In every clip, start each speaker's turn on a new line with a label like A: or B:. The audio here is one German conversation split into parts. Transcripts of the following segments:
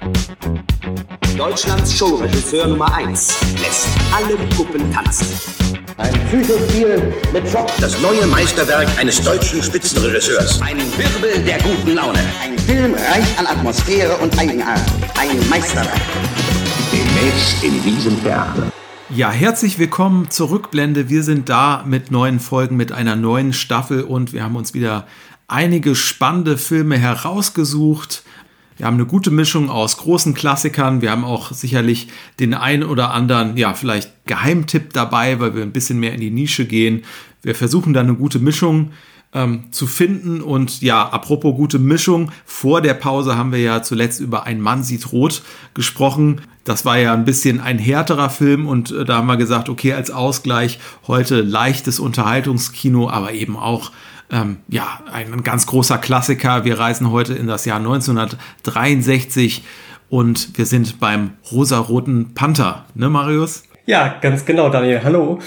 A: Deutschlands Showregisseur Nummer 1 lässt alle Puppen tanzen.
B: Ein Psychospiel mit Schock.
C: Das neue Meisterwerk eines deutschen Spitzenregisseurs.
A: Ein Wirbel der guten Laune.
B: Ein Film reich an Atmosphäre und Eigenart. Ein Meisterwerk.
C: Demnächst in diesem Theater.
D: Ja, herzlich willkommen zur Rückblende. Wir sind da mit neuen Folgen, mit einer neuen Staffel und wir haben uns wieder einige spannende Filme herausgesucht. Wir haben eine gute Mischung aus großen Klassikern. Wir haben auch sicherlich den einen oder anderen, ja, vielleicht Geheimtipp dabei, weil wir ein bisschen mehr in die Nische gehen. Wir versuchen da eine gute Mischung zu finden. Und ja, apropos gute Mischung, vor der Pause haben wir ja zuletzt über Ein Mann sieht rot gesprochen. Das war ja ein bisschen ein härterer Film und da haben wir gesagt, okay, als Ausgleich heute leichtes Unterhaltungskino, aber eben auch ein ganz großer Klassiker. Wir reisen heute in das Jahr 1963 und wir sind beim rosaroten Panther, ne Marius?
E: Ja, ganz genau, Daniel. Hallo.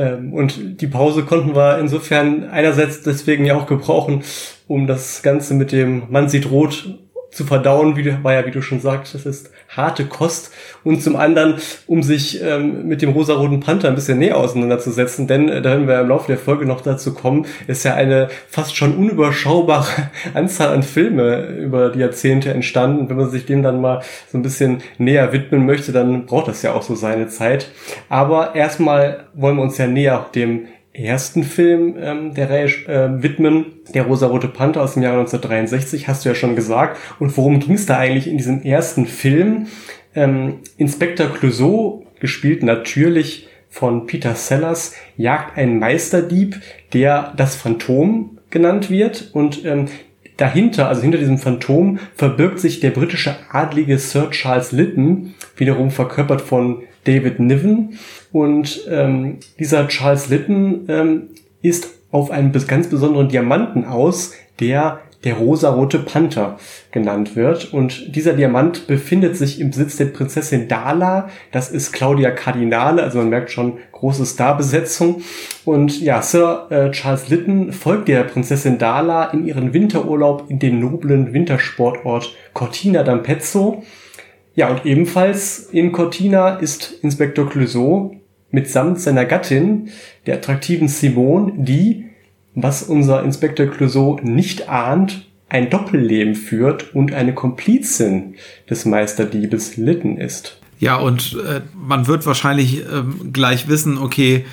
E: Und die Pause konnten wir insofern einerseits deswegen ja auch gebrauchen, um das Ganze mit dem Mann sieht rot zu verdauen, wie du schon sagst, das ist harte Kost, und zum anderen, um sich mit dem rosaroten Panther ein bisschen näher auseinanderzusetzen, denn da werden wir im Laufe der Folge noch dazu kommen, ist ja eine fast schon unüberschaubare Anzahl an Filme über die Jahrzehnte entstanden. Wenn man sich dem dann mal so ein bisschen näher widmen möchte, dann braucht das ja auch so seine Zeit. Aber erstmal wollen wir uns ja näher dem ersten Film der Reihe widmen, der rosarote Panther aus dem Jahre 1963, hast du ja schon gesagt. Und worum ging es da eigentlich in diesem ersten Film? Inspektor Clouseau, gespielt natürlich von Peter Sellers, jagt einen Meisterdieb, der das Phantom genannt wird. Und dahinter, also hinter diesem Phantom, verbirgt sich der britische Adlige Sir Charles Lytton, wiederum verkörpert von David Niven. Und dieser Charles Lytton ist auf einen ganz besonderen Diamanten aus, der rosarote Panther genannt wird. Und dieser Diamant befindet sich im Besitz der Prinzessin Dala. Das ist Claudia Cardinale, also man merkt schon, große Starbesetzung. Und ja, Sir Charles Lytton folgt der Prinzessin Dala in ihren Winterurlaub in den noblen Wintersportort Cortina d'Ampezzo. Ja, und ebenfalls in Cortina ist Inspektor Clouseau mitsamt seiner Gattin, der attraktiven Simone, die, was unser Inspektor Clouseau nicht ahnt, ein Doppelleben führt und eine Komplizin des Meisterdiebes Lytton ist.
D: Ja, und man wird wahrscheinlich gleich wissen, okay,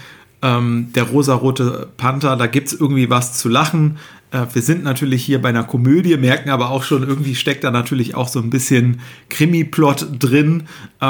D: der rosarote Panther, da gibt's irgendwie was zu lachen. Wir sind natürlich hier bei einer Komödie, merken aber auch schon, irgendwie steckt da natürlich auch so ein bisschen Krimi-Plot drin.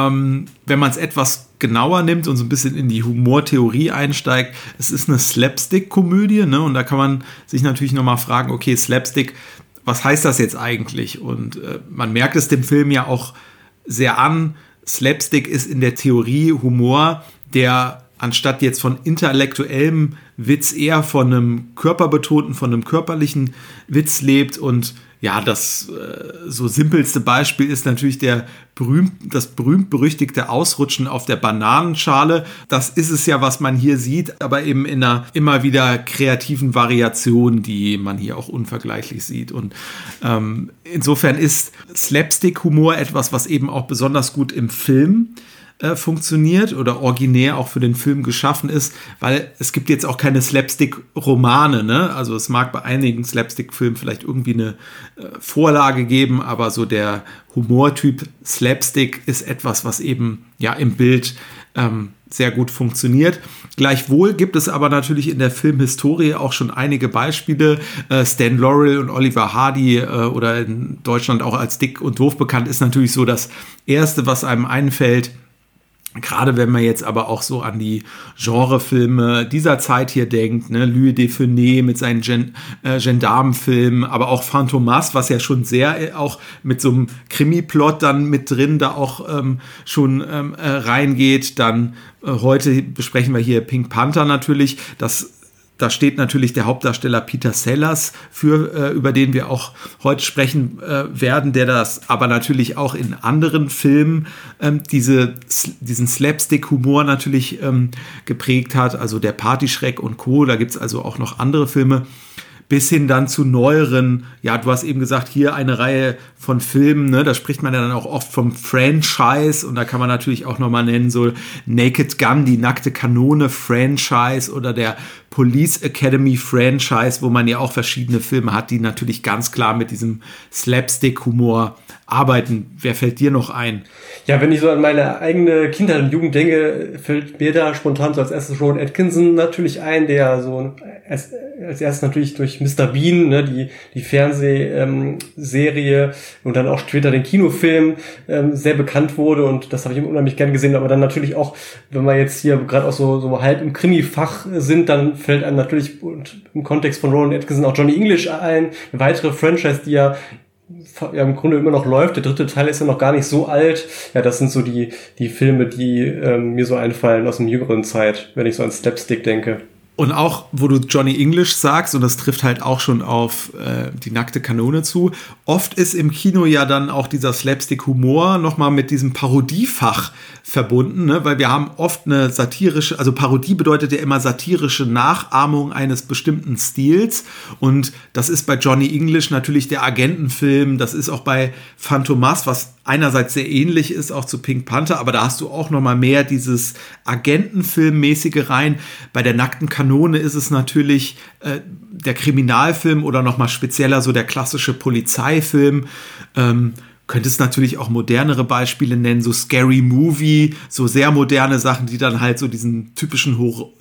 D: Wenn man es etwas genauer nimmt und so ein bisschen in die Humortheorie einsteigt, es ist eine Slapstick-Komödie, ne? Und da kann man sich natürlich nochmal fragen, okay, Slapstick, was heißt das jetzt eigentlich? Und man merkt es dem Film ja auch sehr an. Slapstick ist in der Theorie Humor, der anstatt jetzt von intellektuellem Witz eher von einem körperbetonten, von einem körperlichen Witz lebt. Und ja, das so simpelste Beispiel ist natürlich das berühmt-berüchtigte Ausrutschen auf der Bananenschale. Das ist es ja, was man hier sieht, aber eben in einer immer wieder kreativen Variation, die man hier auch unvergleichlich sieht. Und insofern ist Slapstick-Humor etwas, was eben auch besonders gut im Film funktioniert oder originär auch für den Film geschaffen ist, weil es gibt jetzt auch keine Slapstick-Romane, ne? Also es mag bei einigen Slapstick-Filmen vielleicht irgendwie eine Vorlage geben, aber so der Humortyp Slapstick ist etwas, was eben ja im Bild sehr gut funktioniert. Gleichwohl gibt es aber natürlich in der Filmhistorie auch schon einige Beispiele. Stan Laurel und Oliver Hardy oder in Deutschland auch als Dick und Doof bekannt, ist natürlich so das Erste, was einem einfällt. Gerade wenn man jetzt aber auch so an die Genrefilme dieser Zeit hier denkt, ne, Louis de Funès mit seinen Gendarmenfilmen, aber auch Fantomas, was ja schon sehr auch mit so einem Krimi-Plot dann mit drin da auch schon reingeht. Dann heute besprechen wir hier Pink Panther natürlich, da steht natürlich der Hauptdarsteller Peter Sellers für, über den wir auch heute sprechen werden, der das aber natürlich auch in anderen Filmen diesen Slapstick-Humor natürlich geprägt hat, also der Partyschreck und Co., da gibt es also auch noch andere Filme. bis hin dann zu neueren, ja, du hast eben gesagt, hier eine Reihe von Filmen, ne, da spricht man ja dann auch oft vom Franchise und da kann man natürlich auch nochmal nennen, so Naked Gun, die nackte Kanone Franchise oder der Police Academy Franchise, wo man ja auch verschiedene Filme hat, die natürlich ganz klar mit diesem Slapstick-Humor arbeiten. Wer fällt dir noch ein?
E: Ja, wenn ich so an meine eigene Kindheit und Jugend denke, fällt mir da spontan so als erstes Rowan Atkinson natürlich ein, der so als erstes natürlich durch Mr. Bean, ne, die Fernsehserie und dann auch später den Kinofilm sehr bekannt wurde und das habe ich unheimlich gern gesehen, aber dann natürlich auch, wenn wir jetzt hier gerade auch so halb im Krimi-Fach sind, dann fällt einem natürlich im Kontext von Rowan Atkinson auch Johnny English ein, eine weitere Franchise, die ja im Grunde immer noch läuft. Der 3. Teil ist ja noch gar nicht so alt. Ja, das sind so die Filme, die mir so einfallen aus der jüngeren Zeit, wenn ich so an Slapstick denke.
D: Und auch, wo du Johnny English sagst, und das trifft halt auch schon auf die nackte Kanone zu, oft ist im Kino ja dann auch dieser Slapstick-Humor nochmal mit diesem Parodiefach verbunden, ne? Weil wir haben oft eine satirische, also Parodie bedeutet ja immer satirische Nachahmung eines bestimmten Stils und das ist bei Johnny English natürlich der Agentenfilm, das ist auch bei Phantomas, was einerseits sehr ähnlich ist, auch zu Pink Panther, aber da hast du auch nochmal mehr dieses Agentenfilmmäßige rein. Bei der nackten Kanone ist es natürlich der Kriminalfilm oder nochmal spezieller so der klassische Polizeifilm. Könntest natürlich auch modernere Beispiele nennen, so Scary Movie, so sehr moderne Sachen, die dann halt so diesen typischen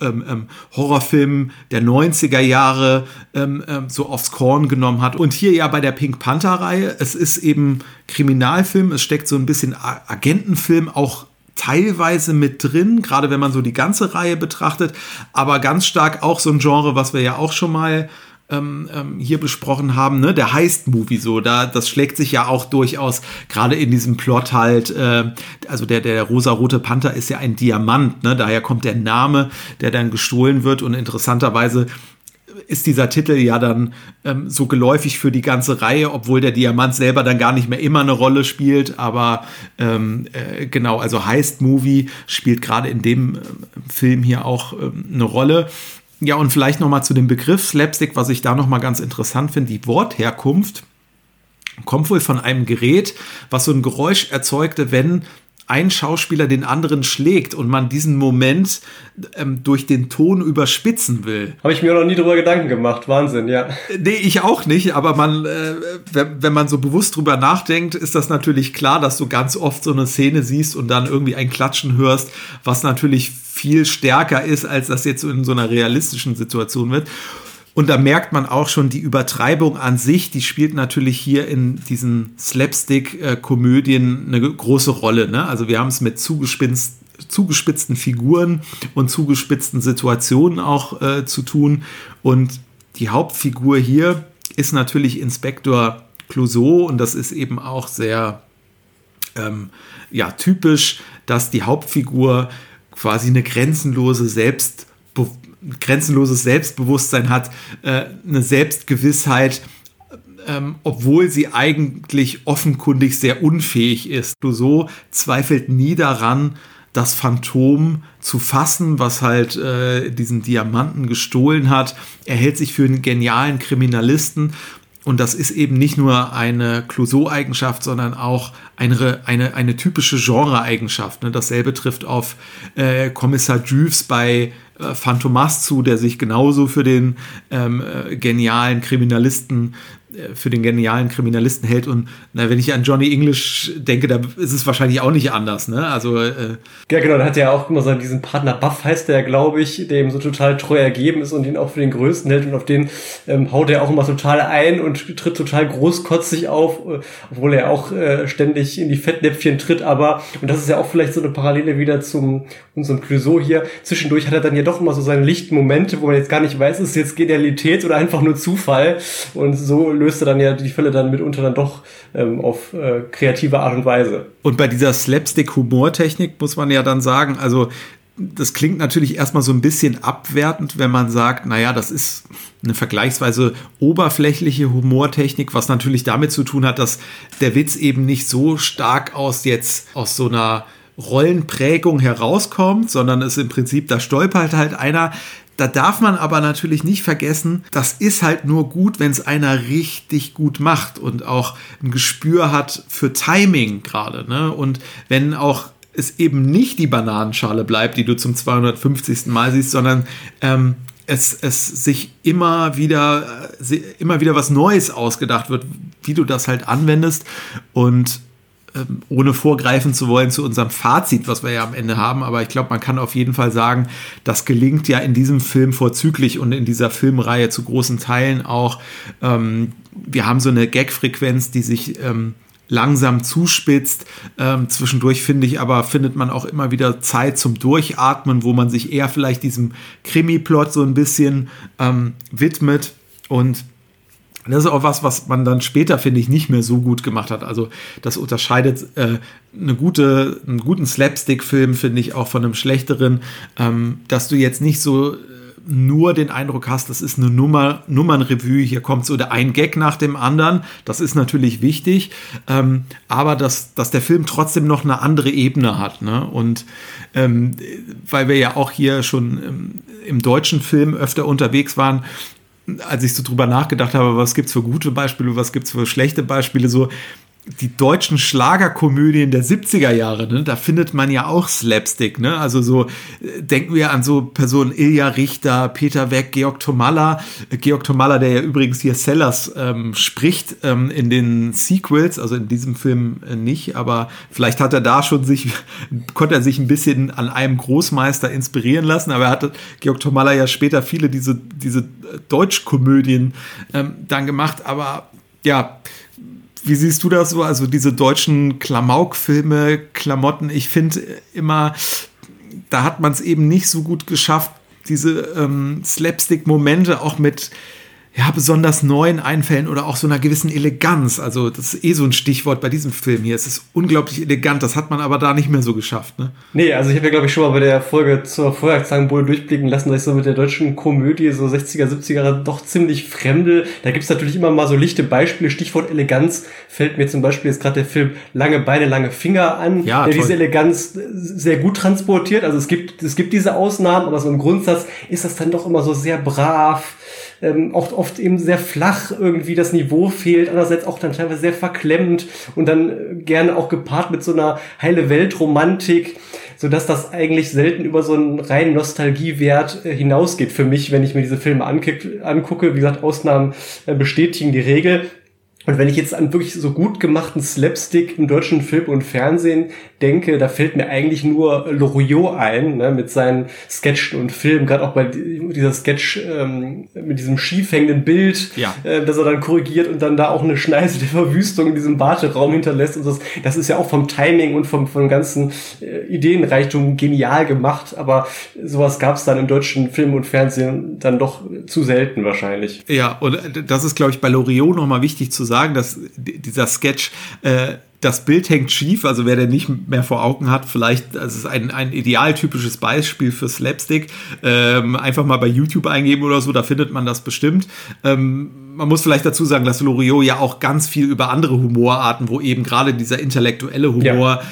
D: Horrorfilm der 90er Jahre so aufs Korn genommen hat. Und hier ja bei der Pink Panther-Reihe, es ist eben Kriminalfilm, es steckt so ein bisschen Agentenfilm auch teilweise mit drin, gerade wenn man so die ganze Reihe betrachtet, aber ganz stark auch so ein Genre, was wir ja auch schon mal hier besprochen haben, ne, der Heist-Movie, so, das schlägt sich ja auch durchaus gerade in diesem Plot halt, also der rosa-rote Panther ist ja ein Diamant, ne, daher kommt der Name, der dann gestohlen wird und interessanterweise ist dieser Titel ja dann so geläufig für die ganze Reihe, obwohl der Diamant selber dann gar nicht mehr immer eine Rolle spielt, aber genau, also Heist-Movie spielt gerade in dem Film hier auch eine Rolle. Ja, und vielleicht nochmal zu dem Begriff Slapstick, was ich da nochmal ganz interessant finde, die Wortherkunft kommt wohl von einem Gerät, was so ein Geräusch erzeugte, wenn ein Schauspieler den anderen schlägt und man diesen Moment durch den Ton überspitzen will.
E: Habe ich mir noch nie drüber Gedanken gemacht. Wahnsinn, ja.
D: Nee, ich auch nicht, aber wenn man so bewusst drüber nachdenkt, ist das natürlich klar, dass du ganz oft so eine Szene siehst und dann irgendwie ein Klatschen hörst, was natürlich viel stärker ist, als das jetzt in so einer realistischen Situation wird. Und da merkt man auch schon, die Übertreibung an sich, die spielt natürlich hier in diesen Slapstick-Komödien eine große Rolle, ne? Also wir haben es mit zugespitzten Figuren und zugespitzten Situationen auch zu tun. Und die Hauptfigur hier ist natürlich Inspektor Clouseau und das ist eben auch sehr typisch, dass die Hauptfigur quasi eine grenzenloses Selbstbewusstsein hat, eine Selbstgewissheit, obwohl sie eigentlich offenkundig sehr unfähig ist. Clouseau zweifelt nie daran, das Phantom zu fassen, was halt diesen Diamanten gestohlen hat. Er hält sich für einen genialen Kriminalisten. Und das ist eben nicht nur eine Clouseau-Eigenschaft, sondern auch eine typische Genre-Eigenschaft. Ne? Dasselbe trifft auf Kommissar Juves bei Phantomas zu, der sich genauso für den genialen Kriminalisten hält. Und wenn ich an Johnny English denke, da ist es wahrscheinlich auch nicht anders. Ne? Also
E: ja, genau, da hat er ja auch immer so diesen Partner Buff, heißt der, glaube ich, dem so total treu ergeben ist und ihn auch für den Größten hält und auf den haut er auch immer total ein und tritt total großkotzig auf, obwohl er auch ständig in die Fettnäpfchen tritt, aber, und das ist ja auch vielleicht so eine Parallele wieder zu unserem Clouseau hier, zwischendurch hat er dann ja doch immer so seine lichten Momente, wo man jetzt gar nicht weiß, ist es jetzt Genialität oder einfach nur Zufall, und so löst er dann ja die Fälle dann mitunter dann doch auf kreative Art und Weise.
D: Und bei dieser Slapstick-Humortechnik muss man ja dann sagen, also das klingt natürlich erstmal so ein bisschen abwertend, wenn man sagt, naja, das ist eine vergleichsweise oberflächliche Humortechnik, was natürlich damit zu tun hat, dass der Witz eben nicht so stark aus so einer Rollenprägung herauskommt, sondern es im Prinzip, da stolpert halt einer. Da darf man aber natürlich nicht vergessen, das ist halt nur gut, wenn es einer richtig gut macht und auch ein Gespür hat für Timing gerade, ne? Und wenn auch es eben nicht die Bananenschale bleibt, die du zum 250. Mal siehst, sondern es sich immer wieder was Neues ausgedacht wird, wie du das halt anwendest. Und ohne vorgreifen zu wollen zu unserem Fazit, was wir ja am Ende haben, aber ich glaube, man kann auf jeden Fall sagen, das gelingt ja in diesem Film vorzüglich und in dieser Filmreihe zu großen Teilen auch. Wir haben so eine Gag-Frequenz, die sich langsam zuspitzt. Zwischendurch findet man auch immer wieder Zeit zum Durchatmen, wo man sich eher vielleicht diesem Krimi-Plot so ein bisschen widmet. Und das ist auch was man dann später, finde ich, nicht mehr so gut gemacht hat. Also das unterscheidet einen guten Slapstick-Film, finde ich, auch von einem schlechteren, dass du jetzt nicht so nur den Eindruck hast, das ist eine Nummernrevue, hier kommt so ein Gag nach dem anderen, das ist natürlich wichtig, aber dass der Film trotzdem noch eine andere Ebene hat, ne? Und weil wir ja auch hier schon im deutschen Film öfter unterwegs waren, als ich so drüber nachgedacht habe, was gibt's für gute Beispiele, was gibt's für schlechte Beispiele, so die deutschen Schlagerkomödien der 70er Jahre, ne, da findet man ja auch Slapstick, ne? Also so denken wir an so Personen Ilja Richter, Peter Weck, Georg Tomalla, der ja übrigens hier Sellers spricht in den Sequels, also in diesem Film nicht, aber vielleicht konnte er sich ein bisschen an einem Großmeister inspirieren lassen, aber er hatte Georg Tomalla ja später viele diese Deutschkomödien dann gemacht, aber ja, wie siehst du das so? Also diese deutschen Klamauk-Filme, Klamotten, ich finde immer, da hat man es eben nicht so gut geschafft, diese Slapstick-Momente auch mit besonders neuen Einfällen oder auch so einer gewissen Eleganz. Also das ist so ein Stichwort bei diesem Film hier. Es ist unglaublich elegant, das hat man aber da nicht mehr so geschafft, ne?
E: Nee, also ich habe ja, glaube ich, schon mal bei der Folge zur Feuerzahnbowle durchblicken lassen, dass ich so mit der deutschen Komödie so 60er, 70er doch ziemlich fremdel. Da gibt's natürlich immer mal so lichte Beispiele. Stichwort Eleganz fällt mir zum Beispiel jetzt gerade der Film Lange Beine, lange Finger an,
D: ja,
E: der
D: toll.
E: diese Eleganz sehr gut transportiert. Also es gibt diese Ausnahmen, aber so im Grundsatz ist das dann doch immer so sehr brav. Auch oft eben sehr flach irgendwie das Niveau fehlt, andererseits auch dann teilweise sehr verklemmend und dann gerne auch gepaart mit so einer heile Weltromantik, sodass das eigentlich selten über so einen reinen Nostalgiewert hinausgeht für mich, wenn ich mir diese Filme angucke. Wie gesagt, Ausnahmen bestätigen die Regel. Und wenn ich jetzt an wirklich so gut gemachten Slapstick im deutschen Film und Fernsehen denke, da fällt mir eigentlich nur Loriot ein, ne, mit seinen Sketchen und Filmen, gerade auch bei dieser Sketch mit diesem schief hängenden Bild, das er dann korrigiert und dann da auch eine Schneise der Verwüstung in diesem Warteraum hinterlässt. Und das ist ja auch vom Timing und vom ganzen Ideenreichtum genial gemacht, aber sowas gab es dann im deutschen Film und Fernsehen dann doch zu selten wahrscheinlich.
D: Ja, und das ist, glaube ich, bei Loriot nochmal wichtig zu sagen, dass dieser Sketch, das Bild hängt schief, also wer den nicht mehr vor Augen hat, vielleicht, das ist ein idealtypisches Beispiel für Slapstick, einfach mal bei YouTube eingeben oder so, da findet man das bestimmt. Man muss vielleicht dazu sagen, dass Loriot ja auch ganz viel über andere Humorarten, wo eben gerade dieser intellektuelle Humor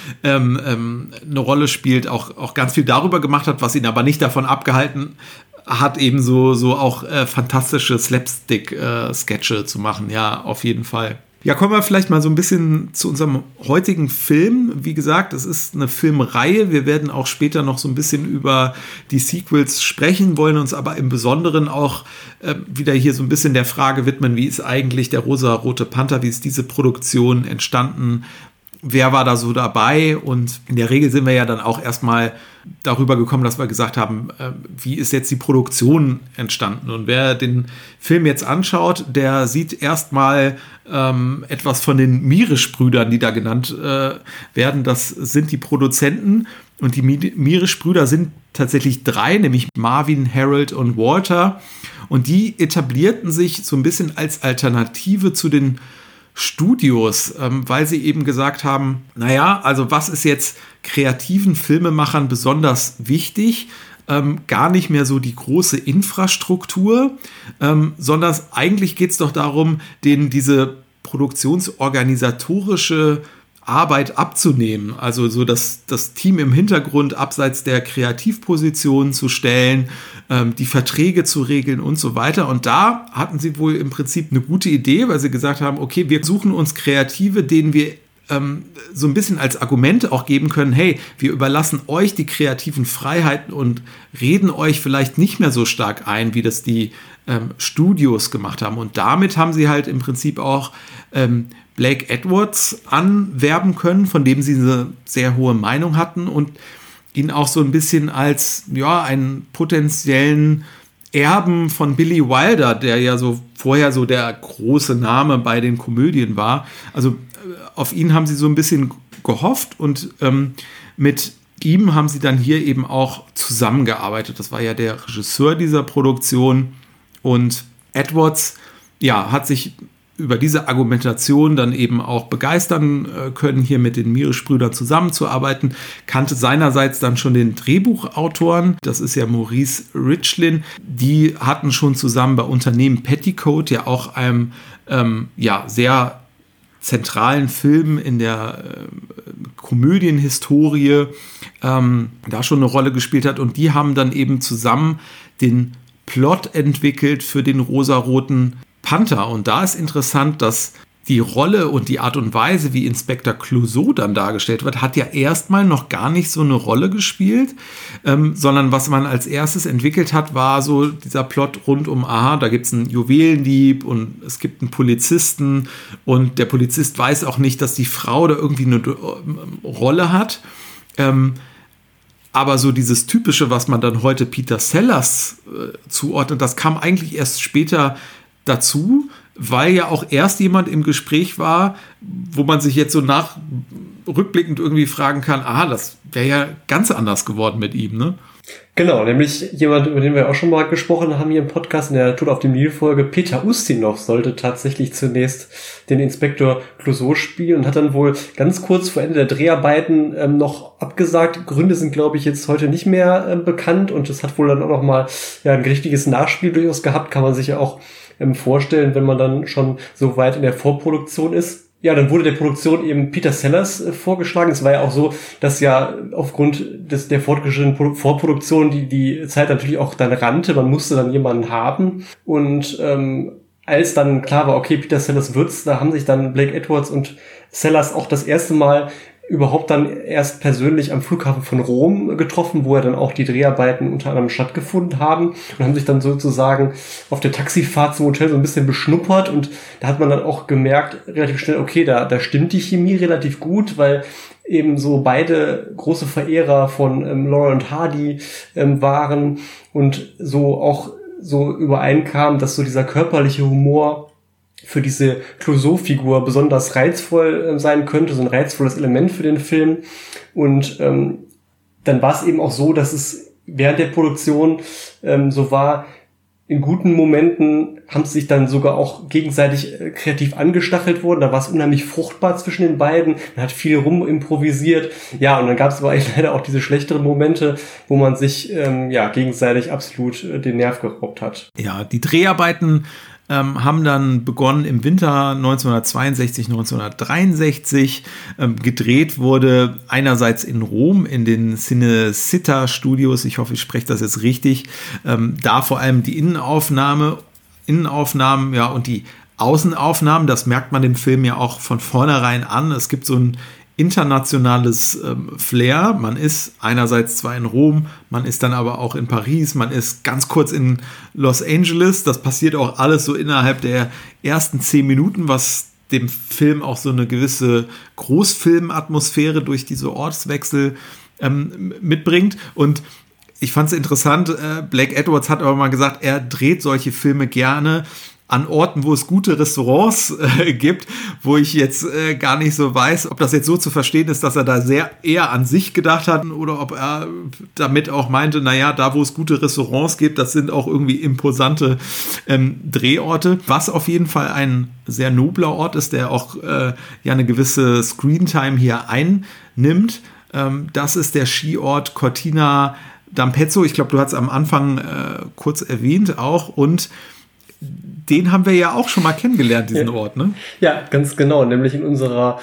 D: eine Rolle spielt, auch ganz viel darüber gemacht hat, was ihn aber nicht davon abgehalten hat, eben so auch fantastische Slapstick-Sketche zu machen. Ja, auf jeden Fall. Ja, kommen wir vielleicht mal so ein bisschen zu unserem heutigen Film. Wie gesagt, es ist eine Filmreihe. Wir werden auch später noch so ein bisschen über die Sequels sprechen, wollen uns aber im Besonderen auch wieder hier so ein bisschen der Frage widmen, wie ist eigentlich der Rosa-Rote Panther, wie ist diese Produktion entstanden? Wer war da so dabei? Und in der Regel sind wir ja dann auch erstmal darüber gekommen, dass wir gesagt haben, wie ist jetzt die Produktion entstanden? Und wer den Film jetzt anschaut, der sieht erstmal etwas von den Mirisch-Brüdern, die da genannt werden. Das sind die Produzenten. Und die Mirisch-Brüder sind tatsächlich 3, nämlich Marvin, Harold und Walter. Und die etablierten sich so ein bisschen als Alternative zu den Studios, weil sie eben gesagt haben, naja, also was ist jetzt kreativen Filmemachern besonders wichtig? Gar nicht mehr so die große Infrastruktur, sondern eigentlich geht es doch darum, denen diese produktionsorganisatorische Arbeit abzunehmen, also so das Team im Hintergrund abseits der Kreativpositionen zu stellen, die Verträge zu regeln und so weiter. Und da hatten sie wohl im Prinzip eine gute Idee, weil sie gesagt haben, okay, wir suchen uns Kreative, denen wir so ein bisschen als Argument auch geben können, hey, wir überlassen euch die kreativen Freiheiten und reden euch vielleicht nicht mehr so stark ein, wie das die Studios gemacht haben. Und damit haben sie halt im Prinzip auch Blake Edwards anwerben können, von dem sie eine sehr hohe Meinung hatten und ihn auch so ein bisschen als einen potenziellen Erben von Billy Wilder, der ja so vorher so der große Name bei den Komödien war. Also auf ihn haben sie so ein bisschen gehofft und mit ihm haben sie dann hier eben auch zusammengearbeitet. Das war ja der Regisseur dieser Produktion und Edwards hat sich über diese Argumentation dann eben auch begeistern können, hier mit den Mirisch-Brüdern zusammenzuarbeiten, kannte seinerseits dann schon den Drehbuchautoren, das ist ja Maurice Richlin, die hatten schon zusammen bei Unternehmen Petticoat ja auch einem sehr zentralen Film in der Komödienhistorie da schon eine Rolle gespielt hat und die haben dann eben zusammen den Plot entwickelt für den rosaroten Panther. Und da ist interessant, dass die Rolle und die Art und Weise, wie Inspektor Clouseau dann dargestellt wird, hat ja erstmal noch gar nicht so eine Rolle gespielt, sondern was man als erstes entwickelt hat, war so dieser Plot rund um, da gibt es einen Juwelendieb und es gibt einen Polizisten und der Polizist weiß auch nicht, dass die Frau da irgendwie eine Rolle hat. Aber so dieses Typische, was man dann heute Peter Sellers zuordnet, das kam eigentlich erst später dazu, weil ja auch erst jemand im Gespräch war, wo man sich jetzt so rückblickend irgendwie fragen kann, das wäre ja ganz anders geworden mit ihm, ne?
E: Genau, nämlich jemand, über den wir auch schon mal gesprochen haben hier im Podcast in der Tod auf dem Nil-Folge, Peter Ustinov sollte tatsächlich zunächst den Inspektor Clouseau spielen und hat dann wohl ganz kurz vor Ende der Dreharbeiten noch abgesagt. Gründe sind, glaube ich, jetzt heute nicht mehr bekannt und es hat wohl dann auch noch mal ein richtiges Nachspiel durchaus gehabt, kann man sich ja auch vorstellen, wenn man dann schon so weit in der Vorproduktion ist. Ja, dann wurde der Produktion eben Peter Sellers vorgeschlagen. Es war ja auch so, dass ja aufgrund der fortgeschrittenen Vorproduktion die Zeit natürlich auch dann rannte. Man musste dann jemanden haben. Und als dann klar war, okay, Peter Sellers wird's, da haben sich dann Blake Edwards und Sellers auch das erste Mal überhaupt dann erst persönlich am Flughafen von Rom getroffen, wo ja dann auch die Dreharbeiten unter anderem stattgefunden haben und haben sich dann sozusagen auf der Taxifahrt zum Hotel so ein bisschen beschnuppert und da hat man dann auch gemerkt, relativ schnell, okay, da stimmt die Chemie relativ gut, weil eben so beide große Verehrer von Laurel und Hardy waren und so auch so übereinkam, dass so dieser körperliche Humor für diese Clouseau-Figur besonders reizvoll sein könnte, so ein reizvolles Element für den Film. Und dann war es eben auch so, dass es während der Produktion so war, in guten Momenten haben sie sich dann sogar auch gegenseitig kreativ angestachelt worden. Da war es unheimlich fruchtbar zwischen den beiden. Man hat viel rumimprovisiert. Ja, und dann gab es aber leider auch diese schlechteren Momente, wo man sich gegenseitig absolut den Nerv geraubt hat.
D: Ja, die Dreharbeiten haben dann begonnen im Winter 1962, 1963. Gedreht wurde einerseits in Rom in den Cinecittà Studios, ich hoffe, ich spreche das jetzt richtig, da vor allem die Innenaufnahmen, und die Außenaufnahmen, das merkt man dem Film ja auch von vornherein an. Es gibt so ein internationales Flair. Man ist einerseits zwar in Rom, man ist dann aber auch in Paris, man ist ganz kurz in Los Angeles. Das passiert auch alles so innerhalb der ersten 10 Minuten, was dem Film auch so eine gewisse Großfilmatmosphäre durch diese Ortswechsel mitbringt. Und ich fand es interessant, Blake Edwards hat aber mal gesagt, er dreht solche Filme gerne an Orten, wo es gute Restaurants gibt, wo ich jetzt gar nicht so weiß, ob das jetzt so zu verstehen ist, dass er da sehr eher an sich gedacht hat oder ob er damit auch meinte, da wo es gute Restaurants gibt, das sind auch irgendwie imposante Drehorte. Was auf jeden Fall ein sehr nobler Ort ist, der auch eine gewisse Screentime hier einnimmt. Das ist der Skiort Cortina d'Ampezzo. Ich glaube, du hast es am Anfang kurz erwähnt auch und den haben wir ja auch schon mal kennengelernt, diesen Ort, ne?
E: Ja, ganz genau, nämlich in unserer